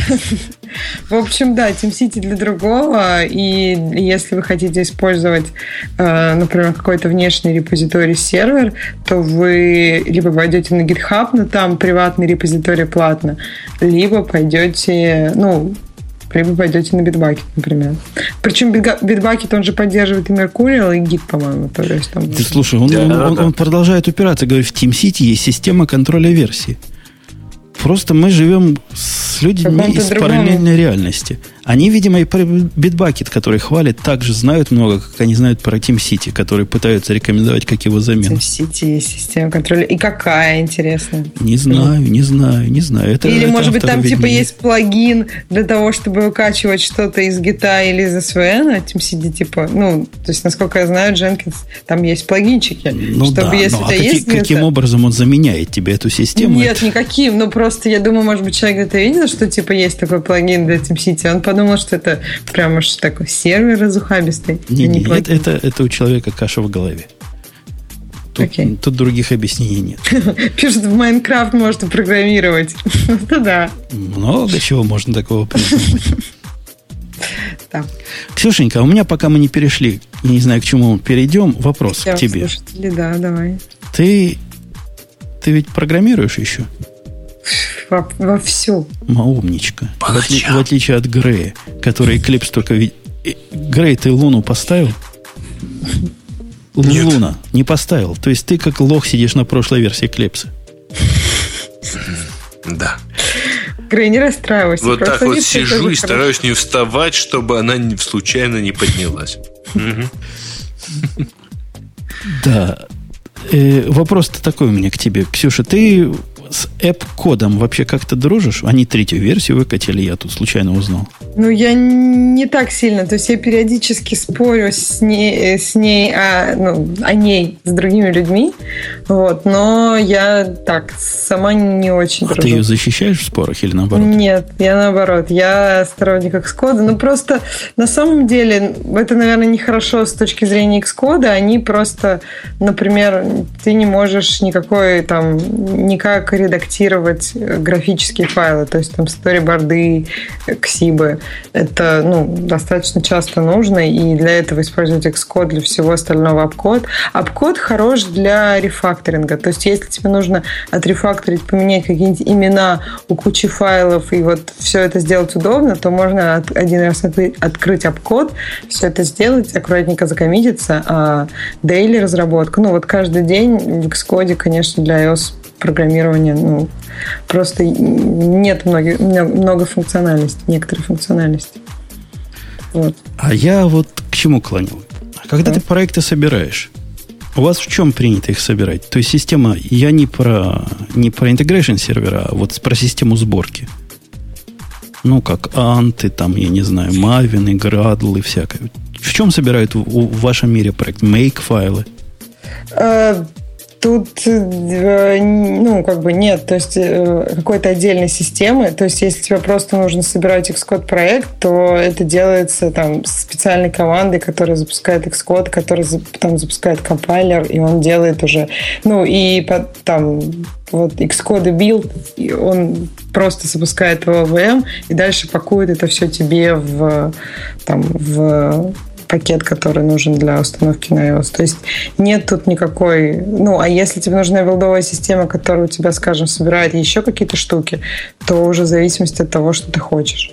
В общем, да, TeamCity для другого. И если вы хотите использовать, например, какой-то внешний репозиторий-сервер, то вы либо пойдете на GitHub, но там приватный репозиторий платно, либо пойдете, ну, либо пойдете на Bitbucket, например. Причем Bitbucket, он же поддерживает и Mercurial, и Git, по-моему. То есть, там... Ты слушай, он, да, он, да, он, да. он продолжает упираться, говорит, в TeamCity есть система контроля версий. Просто мы живем с людьми из другому. Параллельной реальности. Они, видимо, и про Bitbucket, который хвалит, также знают много, как они знают про TeamCity, которые пытаются рекомендовать как его замену. TeamCity есть система контроля. И какая, интересно? Не знаю, не знаю, не знаю. Это, или, это может быть, там виднее. типа есть плагин для того, чтобы выкачивать что-то из гита или из эс ви эн, а TeamCity типа, ну, то есть, насколько я знаю, Jenkins, там есть плагинчики. Ну чтобы, да, если ну, у а тебя каки, есть каким это... образом он заменяет тебе эту систему? Нет, это... никаким. Ну, просто я думаю, может быть, человек где-то видел, что типа есть такой плагин для TeamCity. Он подумал, что это прям уж такой сервер разухабистый. Не, не, не это, это, это у человека каша в голове. Тут, okay. тут других объяснений нет. Пишет, в Майнкрафт можно программировать. Ну да. Много чего можно такого придумать. Да. Ксюшенька, у меня, пока мы не перешли, я не знаю, к чему мы перейдем, вопрос Я к тебе. Слушатели, да, давай. Ты, ты ведь программируешь еще? Во, во всю. Умничка. В, отли, в отличие от Грея, который Eclipse только видит. Грей, ты Луну поставил? Нет. Луна не поставил. То есть ты как лох сидишь на прошлой версии Eclipse. Да. Грей, не расстраивайся. Вот так вот сижу и стараюсь не вставать, чтобы она случайно не поднялась. Да. Вопрос-то такой у меня к тебе. Ксюша, ты с App-кодом вообще как-то дружишь? Они третью версию выкатили, я тут случайно узнал. Ну, я не так сильно. То есть я периодически спорю с ней, с ней о, ну, о ней с другими людьми. Вот. Но я так, сама не очень а дружу. Ты ее защищаешь в спорах или наоборот? Нет, я наоборот. Я сторонник Xcode. Ну, просто на самом деле это, наверное, нехорошо с точки зрения Xcode. Они просто, например, ты не можешь никакой там, никак редактировать графические файлы, то есть там сториборды, ксибы. Это, ну, достаточно часто нужно, и для этого использовать Xcode, для всего остального Апкод. Апкод хорош для рефакторинга, то есть если тебе нужно отрефакторить, поменять какие-нибудь имена у кучи файлов, и вот все это сделать удобно, то можно один раз открыть Апкод, все это сделать, аккуратненько закоммититься, а daily разработка, ну вот каждый день в Xcode, конечно, для iOS программирования, ну, просто нет много, много функциональности, некоторой функциональности. Вот. А я вот к чему клоню? Когда да? ты проекты собираешь, у вас в чем принято их собирать? То есть система, я не про, не про integration сервера, а вот про систему сборки. Ну, как анты, там, я не знаю, мавины, градлы, всякое. В чем собирают в, в вашем мире проект? Make-файлы? Тут, ну, как бы нет, то есть какой-то отдельной системы, то есть если тебе просто нужно собирать Xcode проект, то это делается там специальной командой, которая запускает Xcode, которая там запускает компайлер, и он делает уже, ну, и там вот Xcode build, и он просто запускает его в эл ви эм, и дальше пакует это все тебе в там в пакет, который нужен для установки на iOS. То есть нет тут никакой... Ну, а если тебе нужна билдовая система, которая у тебя, скажем, собирает еще какие-то штуки, то уже в зависимости от того, что ты хочешь.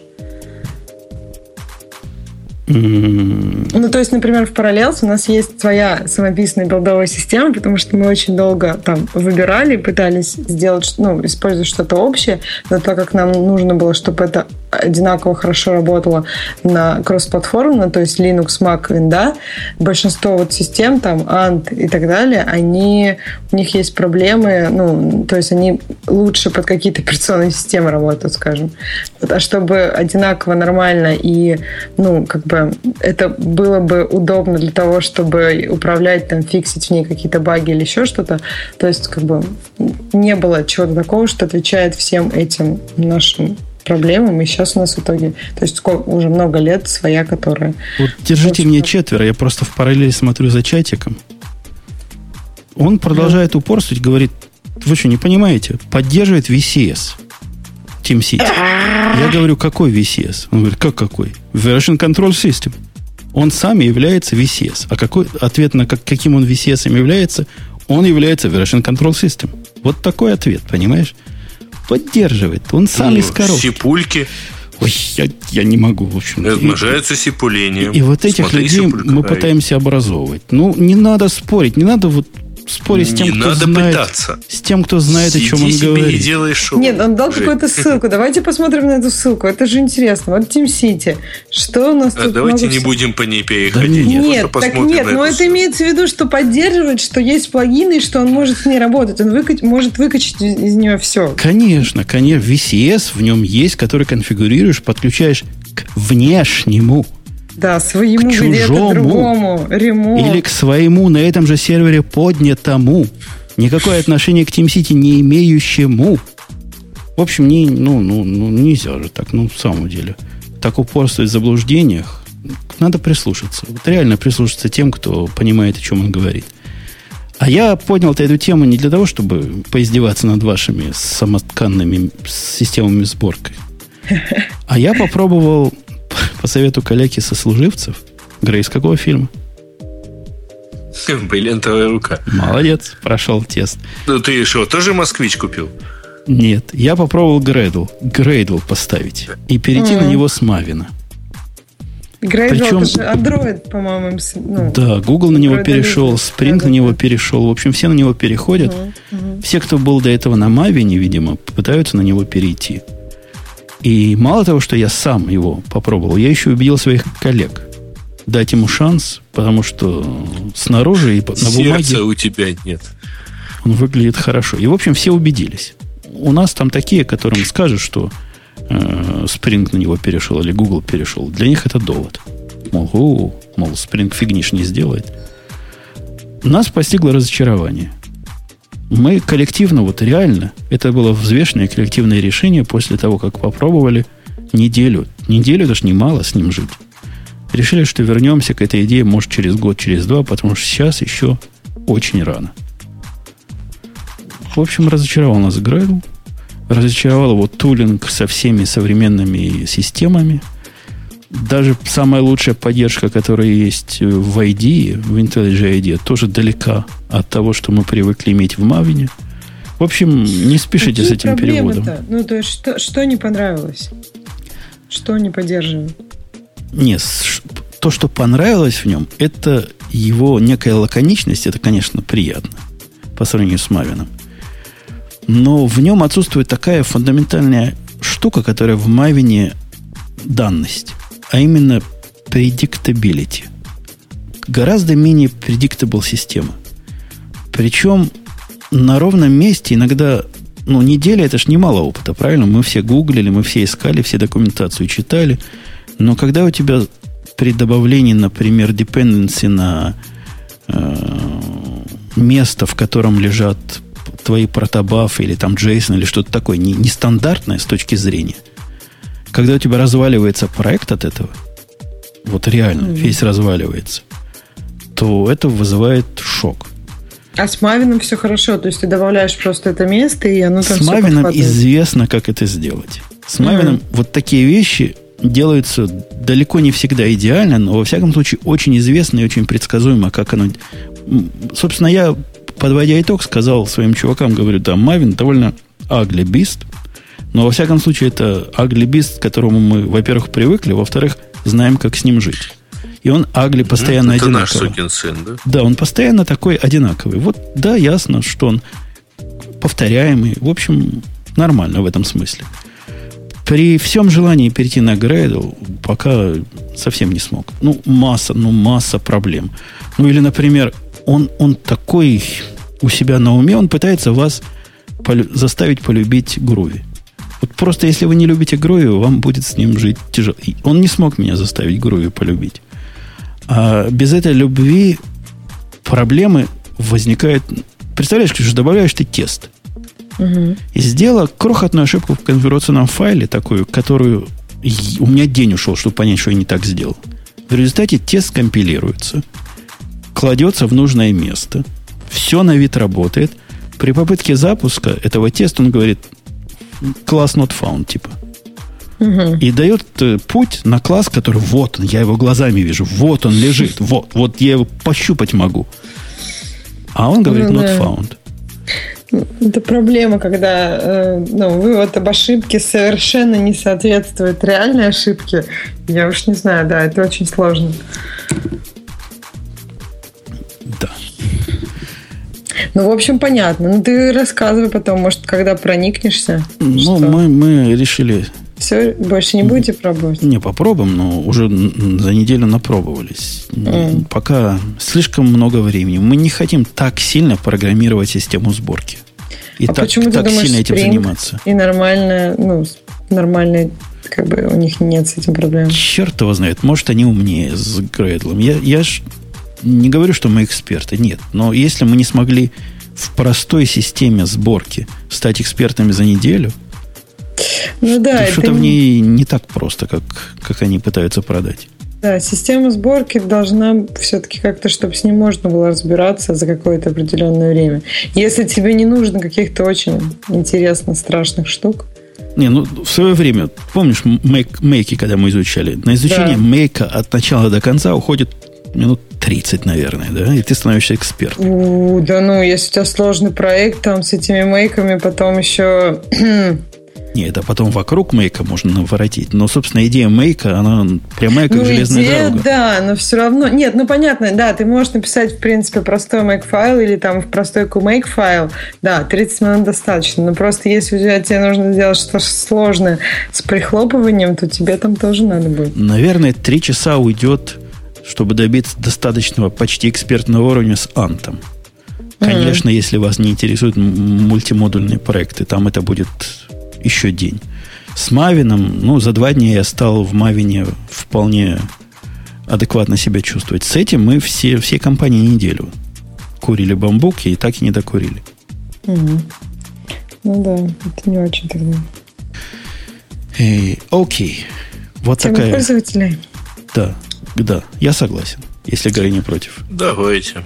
Mm. Ну, то есть, например, в Parallels у нас есть своя самописная билдовая система, потому что мы очень долго там выбирали, пытались сделать, ну, использовать что-то общее, но так как нам нужно было, чтобы это одинаково хорошо работало на кроссплатформенно, то есть Linux, Mac, Windows, большинство вот систем, там, Ant и так далее, они, у них есть проблемы, ну, то есть они лучше под какие-то операционные системы работают, скажем. Вот, а чтобы одинаково, нормально и, ну, как бы это было бы удобно для того, чтобы управлять, там, фиксить в ней какие-то баги или еще что-то, то есть, как бы, не было чего-то такого, что отвечает всем этим нашим проблемам, и сейчас у нас в итоге, то есть уже много лет своя, которая... Вот держите мне четверо, я просто в параллели смотрю за чатиком. Он продолжает mm. упорствовать, говорит, вы что, не понимаете? Поддерживает ви си эс. TeamCity. Я говорю, какой ви си эс? Он говорит, как какой? Version Control System. Он сам является ви си эс. А какой ответ на как, каким он ви си эс является? Он является Version Control System. Вот такой ответ, понимаешь? Поддерживает. Он сам ну, из коробки. Сипульки. Ой, я, я не могу, в общем. Размножаются сипулением. И, и вот этих Смотри, людей мы пытаемся образовывать. Ну, не надо спорить, не надо вот спорить с тем, не кто надо знает, пытаться. С тем, кто знает, Сиди о чем он себе говорит. Не делай шоу. Нет, он дал какую-то ссылку. Давайте посмотрим на эту ссылку. Это же интересно. Вот TeamCity. Что у нас а тут давайте много... не будем по ней переходить. Да нет, так нет, но это имеется в виду, что поддерживает, что есть плагины, и что он может с ней работать. Он выкач... может выкачать из, из нее все. Конечно, конечно. ви си эс в нем есть, который конфигурируешь, подключаешь к внешнему. Да, своему к где-то другому. Ремонт. Или к своему на этом же сервере поднятому. Никакое отношение к TeamCity не имеющему. В общем, не, ну, ну, ну, нельзя же так, ну, в самом деле. Так упорствовать в заблуждениях. Надо прислушаться. Вот реально прислушаться тем, кто понимает, о чем он говорит. А я поднял-то эту тему не для того, чтобы поиздеваться над вашими самотканными системами сборки. А я попробовал по совету коллеги-сослуживцев. Грейс, какого фильма? Бриллиантовая рука. Молодец, прошел тест. Ну ты что, тоже москвич купил? Нет, я попробовал Gradle. Gradle поставить. И перейти mm-hmm. на него с Мавина. Gradle, Причем, это же Android, по-моему. Ну, да, Google на него перешел, Spring на него перешел. В общем, все на него переходят. Mm-hmm. Mm-hmm. Все, кто был до этого на Мавине, видимо, пытаются на него перейти. И мало того, что я сам его попробовал, я еще убедил своих коллег дать ему шанс, потому что снаружи и на бумаге... Сердца у тебя нет. Он выглядит хорошо. И, в общем, все убедились. У нас там такие, которым скажут, что э, Spring на него перешел или Google перешел. Для них это довод. Мол, о, мол, Spring фигниш не сделает. Нас постигло разочарование. Мы коллективно, вот реально, это было взвешенное коллективное решение после того, как попробовали неделю. Неделю, даже немало с ним жить. Решили, что вернемся к этой идее, может, через год, через два, потому что сейчас еще очень рано. В общем, разочаровал нас Gradle. Разочаровал его тулинг со всеми современными системами. Даже самая лучшая поддержка, которая есть в ай ди, в IntelliJ ай ди, тоже далека от того, что мы привыкли иметь в Мавине. В общем, не спешите Какие с этим переводом. Ну, то есть, что, что не понравилось? Что не поддерживает? Нет, то, что понравилось в нем, это его некая лаконичность, это, конечно, приятно по сравнению с Мавином. Но в нем отсутствует такая фундаментальная штука, которая в Мавине данность, а именно predictability. Гораздо менее predictable система. Причем на ровном месте иногда, ну, неделя это ж немало опыта, правильно? Мы все гуглили, мы все искали, все документацию читали. Но когда у тебя при добавлении, например, dependency на э, место, в котором лежат твои протобафы или там JSON или что-то такое не, нестандартное с точки зрения, когда у тебя разваливается проект от этого, вот реально mm-hmm. весь разваливается, то это вызывает шок. А с Мавином все хорошо, то есть ты добавляешь просто это место, и оно там с все Мавином подхватывает. Известно, как это сделать. С Мавином mm-hmm. вот такие вещи делаются далеко не всегда идеально, но, во всяком случае, очень известно и очень предсказуемо, как оно... Собственно, я, подводя итог, сказал своим чувакам, говорю, да, Maven довольно ugly beast, но, во всяком случае, это ugly beast, к которому мы, во-первых, привыкли, во-вторых, знаем, как с ним жить. И он ugly постоянно это одинаковый. Это наш сукин сын, да? Да, он постоянно такой одинаковый. Вот, да, ясно, что он повторяемый. В общем, нормально в этом смысле. При всем желании перейти на Gradle пока совсем не смог. Ну, масса, ну, масса проблем. Ну, или, например, он, он такой у себя на уме, он пытается вас полю- заставить полюбить Groovy. Вот просто если вы не любите Groovy, вам будет с ним жить тяжело. И он не смог меня заставить Groovy полюбить. А без этой любви проблемы возникают... Представляешь, что добавляешь ты тест. Угу. И сделала крохотную ошибку в конфигурационном файле, такую, которую у меня день ушел, чтобы понять, что я не так сделал. В результате тест компилируется, кладется в нужное место, все на вид работает. При попытке запуска этого теста он говорит class not found, типа. Угу. И дает путь на класс, который вот он, я его глазами вижу, вот он лежит, вот, вот я его пощупать могу. А он говорит ну, not да. found. Это проблема, когда э, ну, вывод об ошибке совершенно не соответствует реальной ошибке. Я уж не знаю, да, это очень сложно. Да. Ну, в общем, понятно. Ну, ты рассказывай потом, может, когда проникнешься. Ну, мы, мы решили... Все, больше не будете пробовать? Не, попробуем, но уже за неделю напробовались. Mm. Пока слишком много времени. Мы не хотим так сильно программировать систему сборки. И а так, почему так ты думаешь, сильно этим Spring заниматься. И нормально, ну, нормально, как бы у них нет с этим проблем. Черт его знает. Может, они умнее с Gradle. Я, я ж не говорю, что мы эксперты. Нет. Но если мы не смогли в простой системе сборки стать экспертами за неделю, ну да, то что-то в ней не так просто, как, как они пытаются продать. Да, система сборки должна все-таки как-то, чтобы с ним можно было разбираться за какое-то определенное время. Если тебе не нужно каких-то очень интересных, страшных штук. Не, ну в свое время, помнишь, мейк, мейки, когда мы изучали, на изучение да. мейка от начала до конца уходит минут тридцать, наверное, да? И ты становишься экспертом. У, да ну, если у тебя сложный проект там с этими мейками, потом еще... Не, это потом вокруг мейка можно наворотить. Но, собственно, идея мейка, она прямая, как ну, железная идея, дорога. Да, но все равно... Нет, ну, понятно, да, ты можешь написать, в принципе, простой make-файл или там в простой make-файл. Да, тридцать минут достаточно. Но просто если у тебя тебе нужно сделать что-то сложное с прихлопыванием, то тебе там тоже надо будет. Наверное, три часа уйдет, чтобы добиться достаточного, почти экспертного уровня с Антом. Конечно, mm-hmm. если вас не интересуют мультимодульные проекты, там это будет... еще день. С Мавином, ну, за два дня я стал в Мавине вполне адекватно себя чувствовать. С этим мы все, все компании неделю курили бамбуки и так и не докурили. Угу. Ну да, это не очень тогда. Эй, окей. Вот Тема такая... пользователей? Да, да, я согласен, если Гарри не против. Давайте.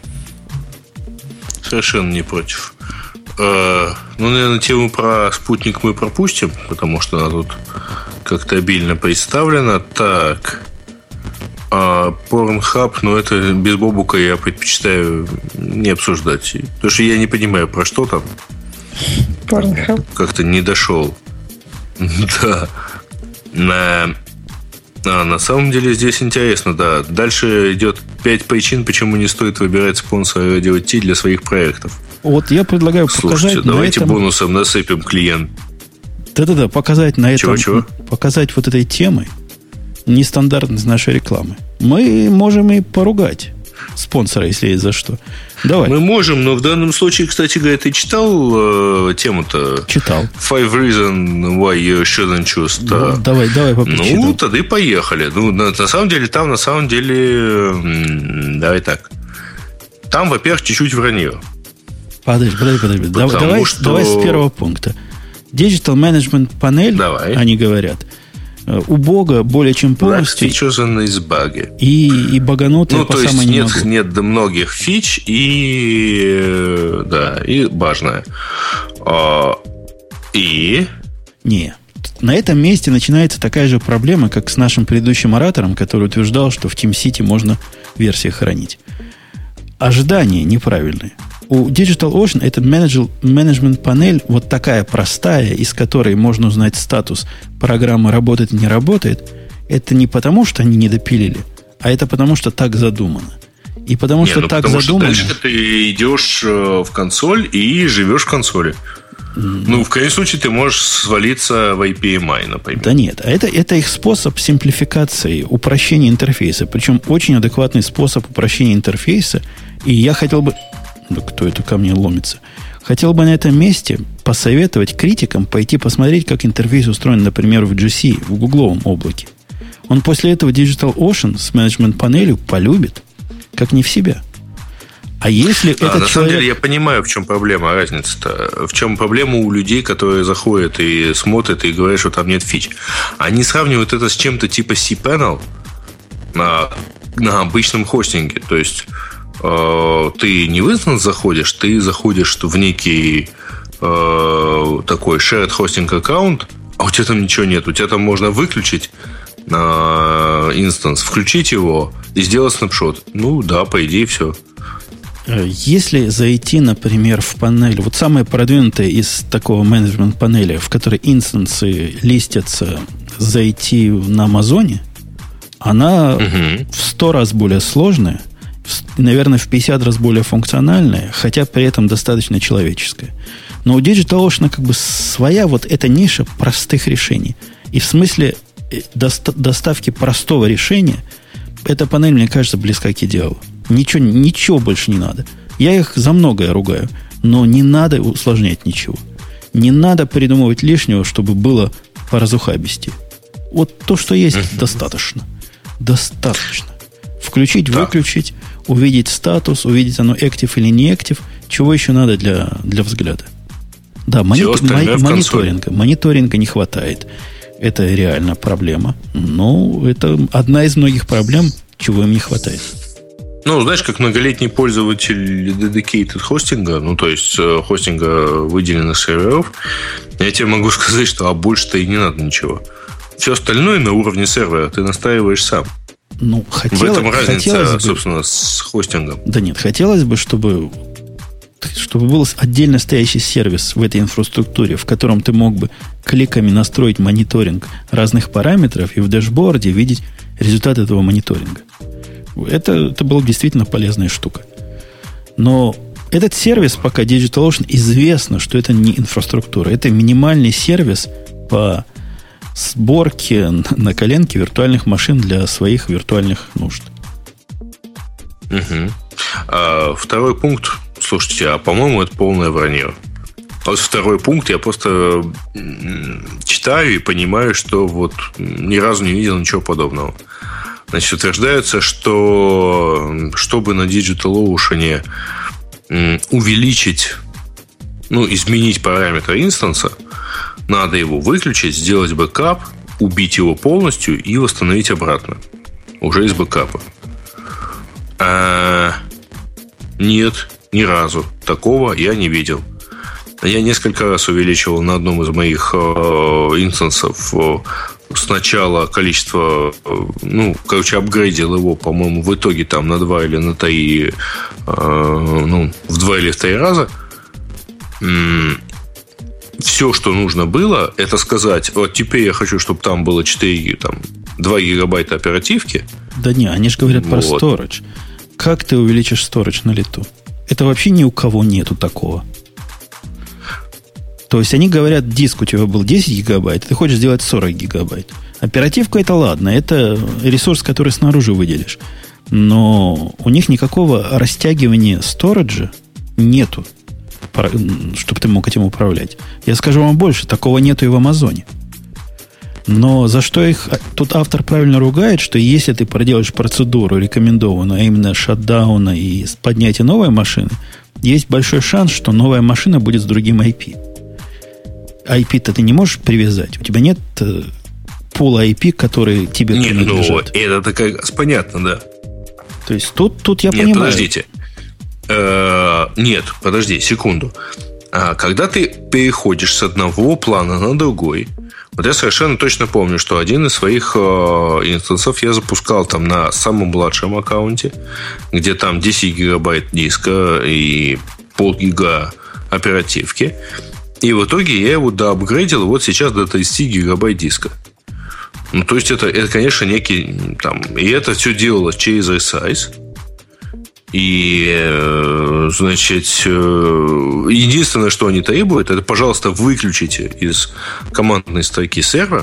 Совершенно не против. Ну, наверное, тему про спутник мы пропустим, потому что она тут как-то обильно представлена. Так. А Pornhub, ну, это без Бобука я предпочитаю не обсуждать. Потому что я не понимаю, про что там. Pornhub? Как-то не дошел. Да. На... А, на самом деле здесь интересно, да. Дальше идет пять причин, почему не стоит выбирать спонсора радио Ти для своих проектов. Вот я предлагаю Слушайте, показать давайте на этом... бонусом насыпем клиент. Да-да-да, показать на этом... Чего-чего? Показать вот этой темой нестандартность нашей рекламы. Мы можем и поругать спонсора, если есть за что. Давай. Мы можем, но в данном случае, кстати говоря, ты читал э, тему-то? Читал. Five reasons why you shouldn't choose. Ну, давай, давай попочитал. Ну, тогда и поехали. Ну, на, на самом деле, там, на самом деле, м- давай так. Там, во-первых, чуть-чуть вранье. Подожди, подожди, подожди. Потому давай, что... давай с первого пункта. Digital Management панель, давай. Они говорят, убого более чем полностью. И, и баганутая ну, по то есть самой не нет, могу. нет многих фич и да, и важное. А, и не, на этом месте начинается такая же проблема, как с нашим предыдущим оратором, который утверждал, что в TeamCity можно версии хранить. Ожидания неправильные. У DigitalOcean этот менеджмент-панель вот такая простая, из которой можно узнать статус программы работает или не работает. Это не потому, что они не допилили, а это потому, что так задумано. И потому, не, что ну, так потому задумано... Что дальше ты идешь в консоль и живешь в консоли. Mm. Ну, в крайнем случае, ты можешь свалиться в ай пи эм ай, например. Да нет, это, это их способ симплификации, упрощения интерфейса. Причем очень адекватный способ упрощения интерфейса. И я хотел бы... Да кто это ко мне ломится? Хотел бы на этом месте посоветовать критикам пойти посмотреть, как интерфейс устроен, например, в джи си, в гугловом облаке. Он после этого DigitalOcean с менеджмент-панелью полюбит, как не в себя. А если а, этот на человек... самом деле я понимаю, в чем проблема, разница-то. В чем проблема у людей, которые заходят и смотрят и говорят, что там нет фич. Они сравнивают это с чем-то типа cPanel на, на обычном хостинге. То есть э, ты не в инстанс заходишь, ты заходишь в некий э, такой shared hosting аккаунт, а у тебя там ничего нет. У тебя там можно выключить на инстанс, включить его и сделать снапшот. Ну да, по идее все. Если зайти, например, в панель, вот самая продвинутая из такого менеджмент-панеля, в которой инстансы листятся, зайти на Амазоне, она угу. в сто раз более сложная, наверное, в пятьдесят раз более функциональная, хотя при этом достаточно человеческая. Но у DigitalOcean как бы своя вот эта ниша простых решений. И в смысле доставки простого решения эта панель, мне кажется, близка к идеалу. Ничего, ничего больше не надо. Я их за многое ругаю, но не надо усложнять ничего. Не надо придумывать лишнего, чтобы было поразухабистее. Вот то, что есть, mm-hmm. достаточно. Достаточно. Включить, да. выключить, увидеть статус, увидеть оно active или не active. Чего еще надо для, для взгляда? Да, мони- мо- мониторинга. Мониторинга не хватает. Это реально проблема. Но это одна из многих проблем, чего им не хватает. Ну, знаешь, как многолетний пользователь dedicated хостинга, ну, то есть хостинга выделенных серверов, я тебе могу сказать, что а больше-то и не надо ничего. Все остальное на уровне сервера ты настраиваешь сам. Ну, хотелось, в этом разница, бы, собственно, с хостингом. Да нет, хотелось бы, чтобы, чтобы был отдельно стоящий сервис в этой инфраструктуре, в котором ты мог бы кликами настроить мониторинг разных параметров и в дэшборде видеть результат этого мониторинга. Это, это была действительно полезная штука. Но этот сервис, пока DigitalOcean, известно, что это не инфраструктура. Это минимальный сервис по сборке на коленке виртуальных машин для своих виртуальных нужд. Угу. А, второй пункт. Слушайте, а по-моему, это полное вранье. Вот второй пункт я просто читаю и понимаю, что вот ни разу не видел ничего подобного. Значит, утверждается, что чтобы на DigitalOcean увеличить, ну, изменить параметры инстанса, надо его выключить, сделать бэкап, убить его полностью и восстановить обратно. Уже из бэкапа. А, нет, ни разу. Такого я не видел. Я несколько раз увеличивал на одном из моих э, инстансов э, сначала количество, э, ну, короче, апгрейдил его, по-моему, в итоге там на два или на три, э, ну, в два или в три раза. М-м, все, что нужно было, это сказать, вот теперь я хочу, чтобы там было четыре, там, два гигабайта оперативки. Да не, они же говорят вот. Про storage. Как ты увеличишь storage на лету? Это вообще ни у кого нету такого. То есть они говорят, диск у тебя был десять гигабайт, ты хочешь сделать сорок гигабайт. Оперативка это ладно, это ресурс, который снаружи выделишь. Но у них никакого растягивания сториджа нету, чтобы ты мог этим управлять. Я скажу вам больше, такого нету и в Амазоне. Но за что их тут автор правильно ругает, что если ты проделаешь процедуру рекомендованную, а именно шатдауна и поднятия новой машины, есть большой шанс, что новая машина будет с другим ай пи. ай пи-то ты не можешь привязать. У тебя нет э, пула ай пи, который тебе не, принадлежит. Ну, это такая, понятно, да. То есть тут, тут я нет, понимаю. Подождите. Э-э- нет, подожди, секунду. А когда ты переходишь с одного плана на другой, вот я совершенно точно помню, что один из своих э, инстансов я запускал там на самом младшем аккаунте, где там десять гигабайт диска и полгига оперативки. И в итоге я его доапгрейдил вот сейчас до тридцать гигабайт диска. Ну, то есть, это, это, конечно, некий там... И это все делалось через Resize. И, значит, единственное, что они требуют, это, пожалуйста, выключите из командной строки сервер,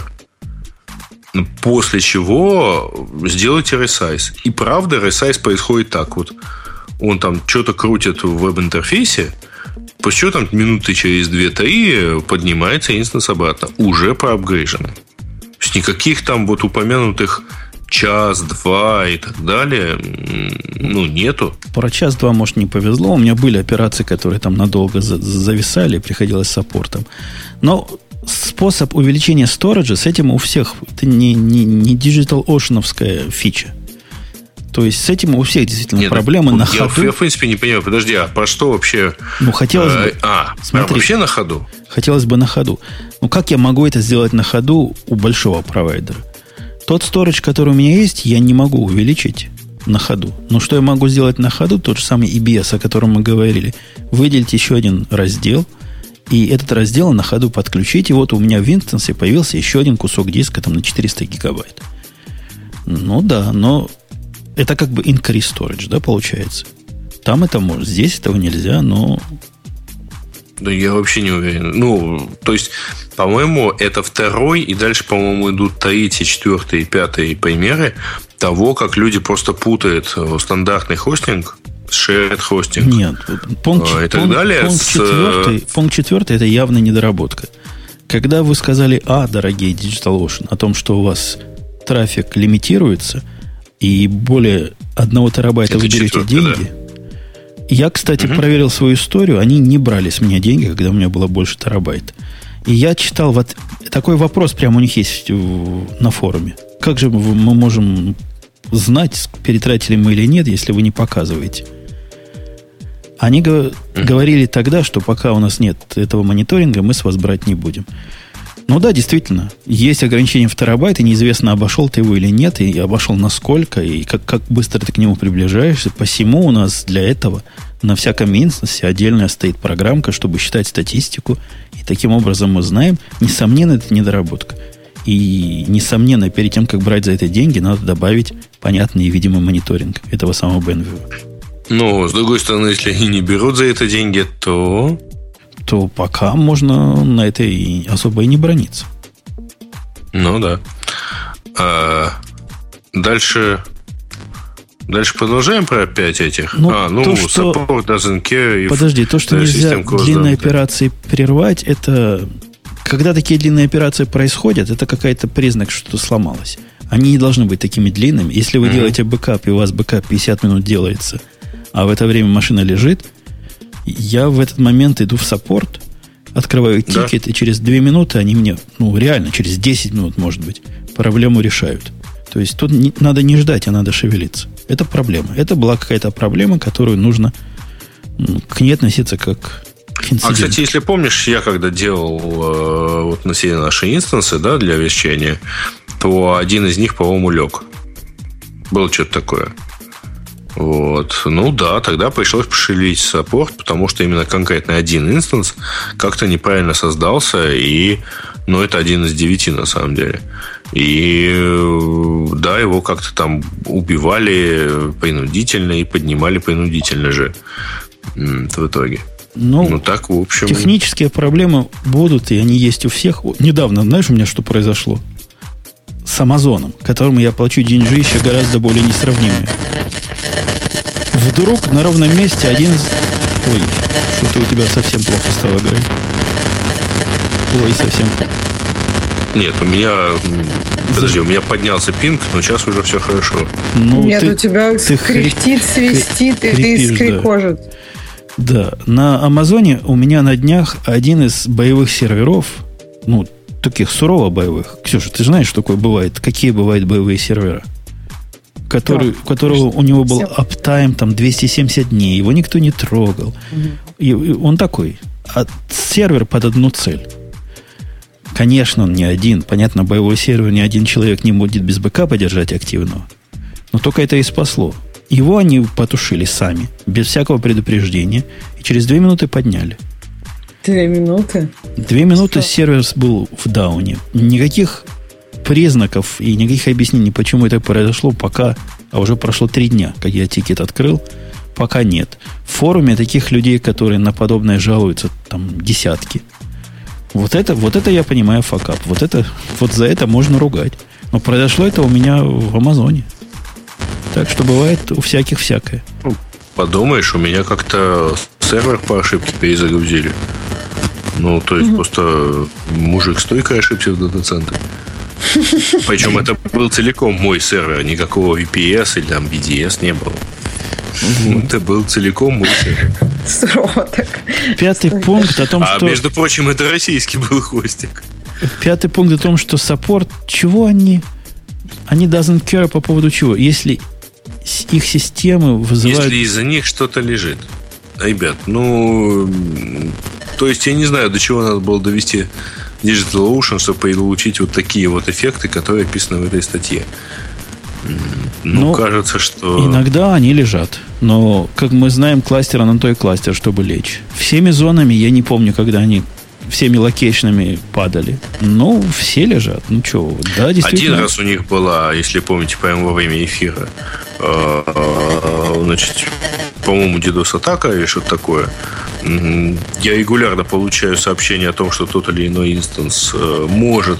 после чего сделайте Resize. И правда, Resize происходит так вот. Он там что-то крутит в веб-интерфейсе, после чего там минуты через две-три поднимается инстанс обратно, уже проапгрейженный. То есть никаких там вот упомянутых час, два и так далее, ну, нету. Про час-два, может, не повезло. У меня были операции, которые там надолго зависали, приходилось с саппортом. Но способ увеличения сториджа с этим у всех, это не, не, не DigitalOcean-овская фича. То есть с этим у всех действительно Нет, проблемы ну, на я, ходу. Я, в принципе, не понимаю. Подожди, а про что вообще? Ну, хотелось бы... А, смотри, вообще на ходу? Хотелось бы на ходу. Ну, как я могу это сделать на ходу у большого провайдера? Тот сторидж, который у меня есть, я не могу увеличить на ходу. Но что я могу сделать на ходу? Тот же самый и би эс, о котором мы говорили. Выделить еще один раздел, и этот раздел на ходу подключить. И вот у меня в инстансе появился еще один кусок диска там, на четыреста гигабайт. Ну да, но... Это как бы increase storage, да, получается? Там это можно, здесь этого нельзя, но... Да я вообще не уверен. Ну, то есть, по-моему, это второй, и дальше, по-моему, идут третий, четвертый и пятый примеры того, как люди просто путают стандартный хостинг с shared хостинг. Нет, пункт, и так пункт, далее. Пункт, с... четвертый, пункт четвертый – это явно недоработка. Когда вы сказали, а, дорогие DigitalOcean, о том, что у вас трафик лимитируется, и более одного терабайта это вы берете деньги. Да. Я, кстати, угу. проверил свою историю. Они не брали с меня деньги, когда у меня было больше терабайта. И я читал, вот такой вопрос прямо у них есть на форуме. Как же мы можем знать, перетратили мы или нет, если вы не показываете? Они угу. говорили тогда, что пока у нас нет этого мониторинга, мы с вас брать не будем. Ну да, действительно, есть ограничение в терабайт, и неизвестно, обошел ты его или нет, и обошел насколько, и как, как быстро ты к нему приближаешься. Посему у нас для этого на всяком инстансе отдельная стоит программка, чтобы считать статистику, и таким образом мы знаем, несомненно, это недоработка. И, несомненно, перед тем, как брать за это деньги, надо добавить понятный и видимый мониторинг этого самого би эн ви. Ну, с другой стороны, если они не берут за это деньги, то... то пока можно на это и особо и не браниться. Ну да. А, дальше дальше продолжаем про опять этих. Ну, а, ну, то, что... support doesn't care. Подожди, то, что нельзя длинные операции прервать, это когда такие длинные операции происходят, это какой-то признак, что что-то сломалось. Они не должны быть такими длинными. Если вы mm-hmm. делаете бэкап, и у вас бэкап пятьдесят минут делается, а в это время машина лежит, я в этот момент иду в саппорт, открываю тикет, да. и через две минуты они мне, ну, реально, через десять минут, может быть, проблему решают. То есть тут не, надо не ждать, а надо шевелиться. Это проблема. Это была какая-то проблема, которую нужно ну, к ней относиться как к инциденту. А, кстати, если помнишь, я когда делал э, вот на все наши инстансы, да, для вещания, то один из них, по-моему, лег. Было что-то такое. Вот. Ну да, тогда пришлось пошевелить саппорт, потому что именно конкретно один инстанс как-то неправильно создался, и, ну, это один из девяти на самом деле. И да, его как-то там убивали принудительно и поднимали принудительно же в итоге. Ну, ну так, в общем... Технические проблемы будут, и они есть у всех. Недавно, знаешь, у меня что произошло? С Амазоном, которому я плачу деньжища гораздо более несравнимые. Вдруг на ровном месте один из... Ой, что-то у тебя совсем плохо стало играть. Ой, совсем. Нет, у меня... Подожди, у меня поднялся пинг, но сейчас уже все хорошо. Ну, Нет, ты, у тебя ты кряхтит, свистит, и ты скрикожит. Да. да, на Амазоне у меня на днях один из боевых серверов, ну, таких сурово боевых. Ксюша, ты же знаешь, что такое бывает? Какие бывают боевые сервера? Который, да, которого у него был аптайм там двести семьдесят дней, его никто не трогал. Угу. И, и он такой. от, сервер под одну цель. Конечно, он не один. Понятно, боевой сервер ни один человек не будет без бэкапа держать активного. Но только это и спасло. Его они потушили сами, без всякого предупреждения, и через две минуты подняли. Две минуты? Две минуты сервер был в дауне. Никаких признаков и никаких объяснений, почему это произошло, пока... А уже прошло три дня, как я тикет открыл. Пока нет. В форуме таких людей, которые на подобное жалуются, там десятки. Вот это, вот это я понимаю факап. Вот, это, вот за это можно ругать. Но произошло это у меня в Амазоне. Так что бывает у всяких всякое. Подумаешь, у меня как-то сервер по ошибке перезагрузили. Ну, то есть, mm-hmm. просто мужик стойко ошибся в дата-центре. Причем это был целиком мой сервер. Никакого ви пи эс или там би ди эс не было. Это был целиком мой сервер. Сурово так. Пятый пункт о том, а, что... А, между прочим, это российский был хостинг. Пятый пункт о том, что саппорт... Чего они... Они doesn't care по поводу чего? Если их системы вызывают... Если из-за них что-то лежит. Ребят, ну... То есть, я не знаю, до чего надо было довести DigitalOcean, чтобы получить вот такие вот эффекты, которые описаны в этой статье. Ну, ну, кажется, что... Иногда они лежат. Но, как мы знаем, кластер на то и кластер, чтобы лечь. Всеми зонами я не помню, когда они всеми локейшнами падали. Ну, все лежат. Ну, что, да, действительно. Один раз у них была, если помните, прямо во время эфира, значит, по-моему, DDoS-атака или что-то такое. Я регулярно получаю сообщения о том, что тот или иной инстанс может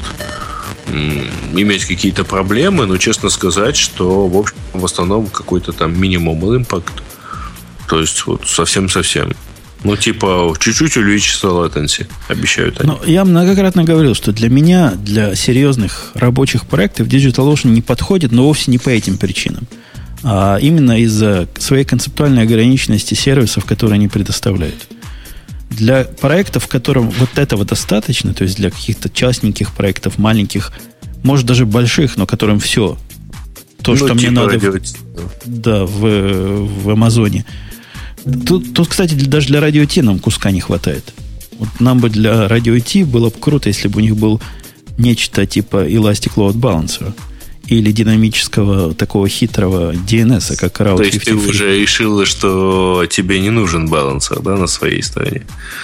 иметь какие-то проблемы, но честно сказать, что в общем в основном какой-то там минимум импакт. То есть вот совсем-совсем. Ну, типа, чуть-чуть увеличится latency, обещают они. Но я многократно говорил, что для меня, для серьезных рабочих проектов DigitalOcean не подходит, но вовсе не по этим причинам. А именно из-за своей концептуальной ограниченности сервисов, которые они предоставляют. Для проектов, в котором вот этого достаточно, то есть для каких-то частненьких проектов, маленьких, может даже больших, но которым все, то, ну, что типа мне надо в, да, в, в Амазоне. Тут, тут, кстати, даже для радио ти нам куска не хватает. Вот нам бы для радио ти было бы круто, если бы у них был нечто типа Elastic Load Balancer или динамического такого хитрого ди эн эс, как Route То есть ты уже решила, что тебе не нужен балансер, да, на своей стороне?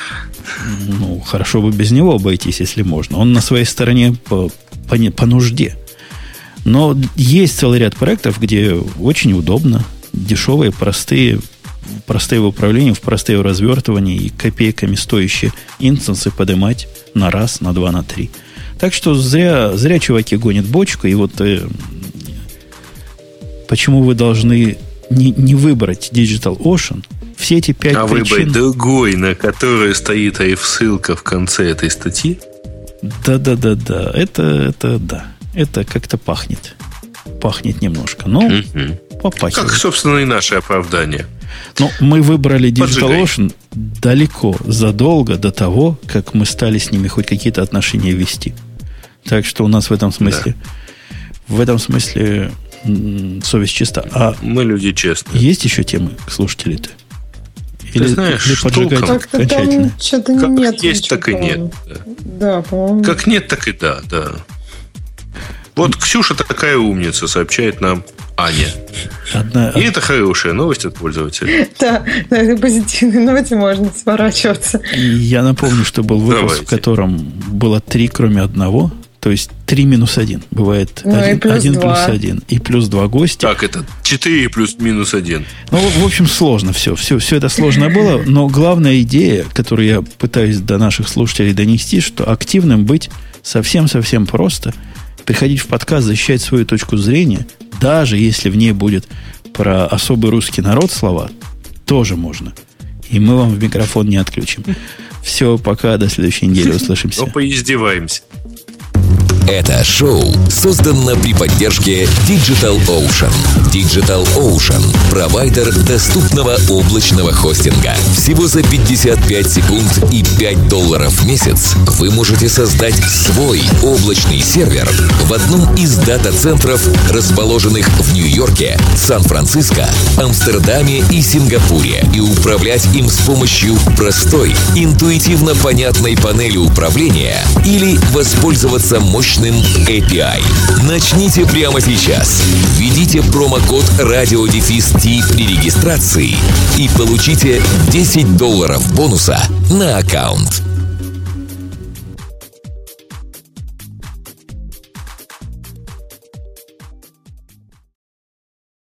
Ну, хорошо бы без него обойтись, если можно. Он на своей стороне по, по, по нужде. Но есть целый ряд проектов, где очень удобно, дешевые, простые, простые в управлении, в простые в развертывании и копейками стоящие инстансы поднимать на раз, на два, на три. Так что зря, зря чуваки гонят бочку. И вот э, почему вы должны не, не выбрать DigitalOcean? Все эти пять а причин... выбрать другой, на который стоит ссылка в конце этой статьи? Да-да-да-да. Это, это да. Это как-то пахнет. Пахнет немножко. Но mm-hmm. попахивает. Как, собственно, и наше оправдание. Но мы выбрали DigitalOcean далеко, задолго до того, как мы стали с ними хоть какие-то отношения вести. Так что у нас в этом смысле да. в этом смысле м- совесть чиста. А мы люди честные. Есть еще темы, слушатели-то? Или, Ты знаешь, или поджигать как-то окончательно? Там что-то как нет. есть, так и нет. Да. да, по-моему. Как нет, так и да, да. Вот Ксюша такая умница, сообщает нам Аня. Одна... И это хорошая новость от пользователя. Да, на этой позитивной ноте можно сворачиваться. Я напомню, что был выпуск, Давайте. в котором было три, кроме одного. То есть три минус один. Бывает ну, один, плюс, один плюс один. И плюс два гостя. Так, это четыре плюс минус один. Ну, в общем, сложно все. все. Все это сложно было. Но главная идея, которую я пытаюсь до наших слушателей донести, что активным быть совсем-совсем просто. Приходить в подкаст, защищать свою точку зрения, даже если в ней будет про особый русский народ слова, тоже можно. И мы вам в микрофон не отключим. Все, пока, до следующей недели услышимся. Ну, поиздеваемся. Это шоу создано при поддержке DigitalOcean. DigitalOcean – провайдер доступного облачного хостинга. Всего за пятьдесят пять секунд и пять долларов в месяц вы можете создать свой облачный сервер в одном из дата-центров, расположенных в Нью-Йорке, Сан-Франциско, Амстердаме и Сингапуре, и управлять им с помощью простой, интуитивно понятной панели управления или воспользоваться мощным эй пи ай. Начните прямо сейчас. Введите промокод радиодефис-ти при регистрации и получите десять долларов бонуса на аккаунт.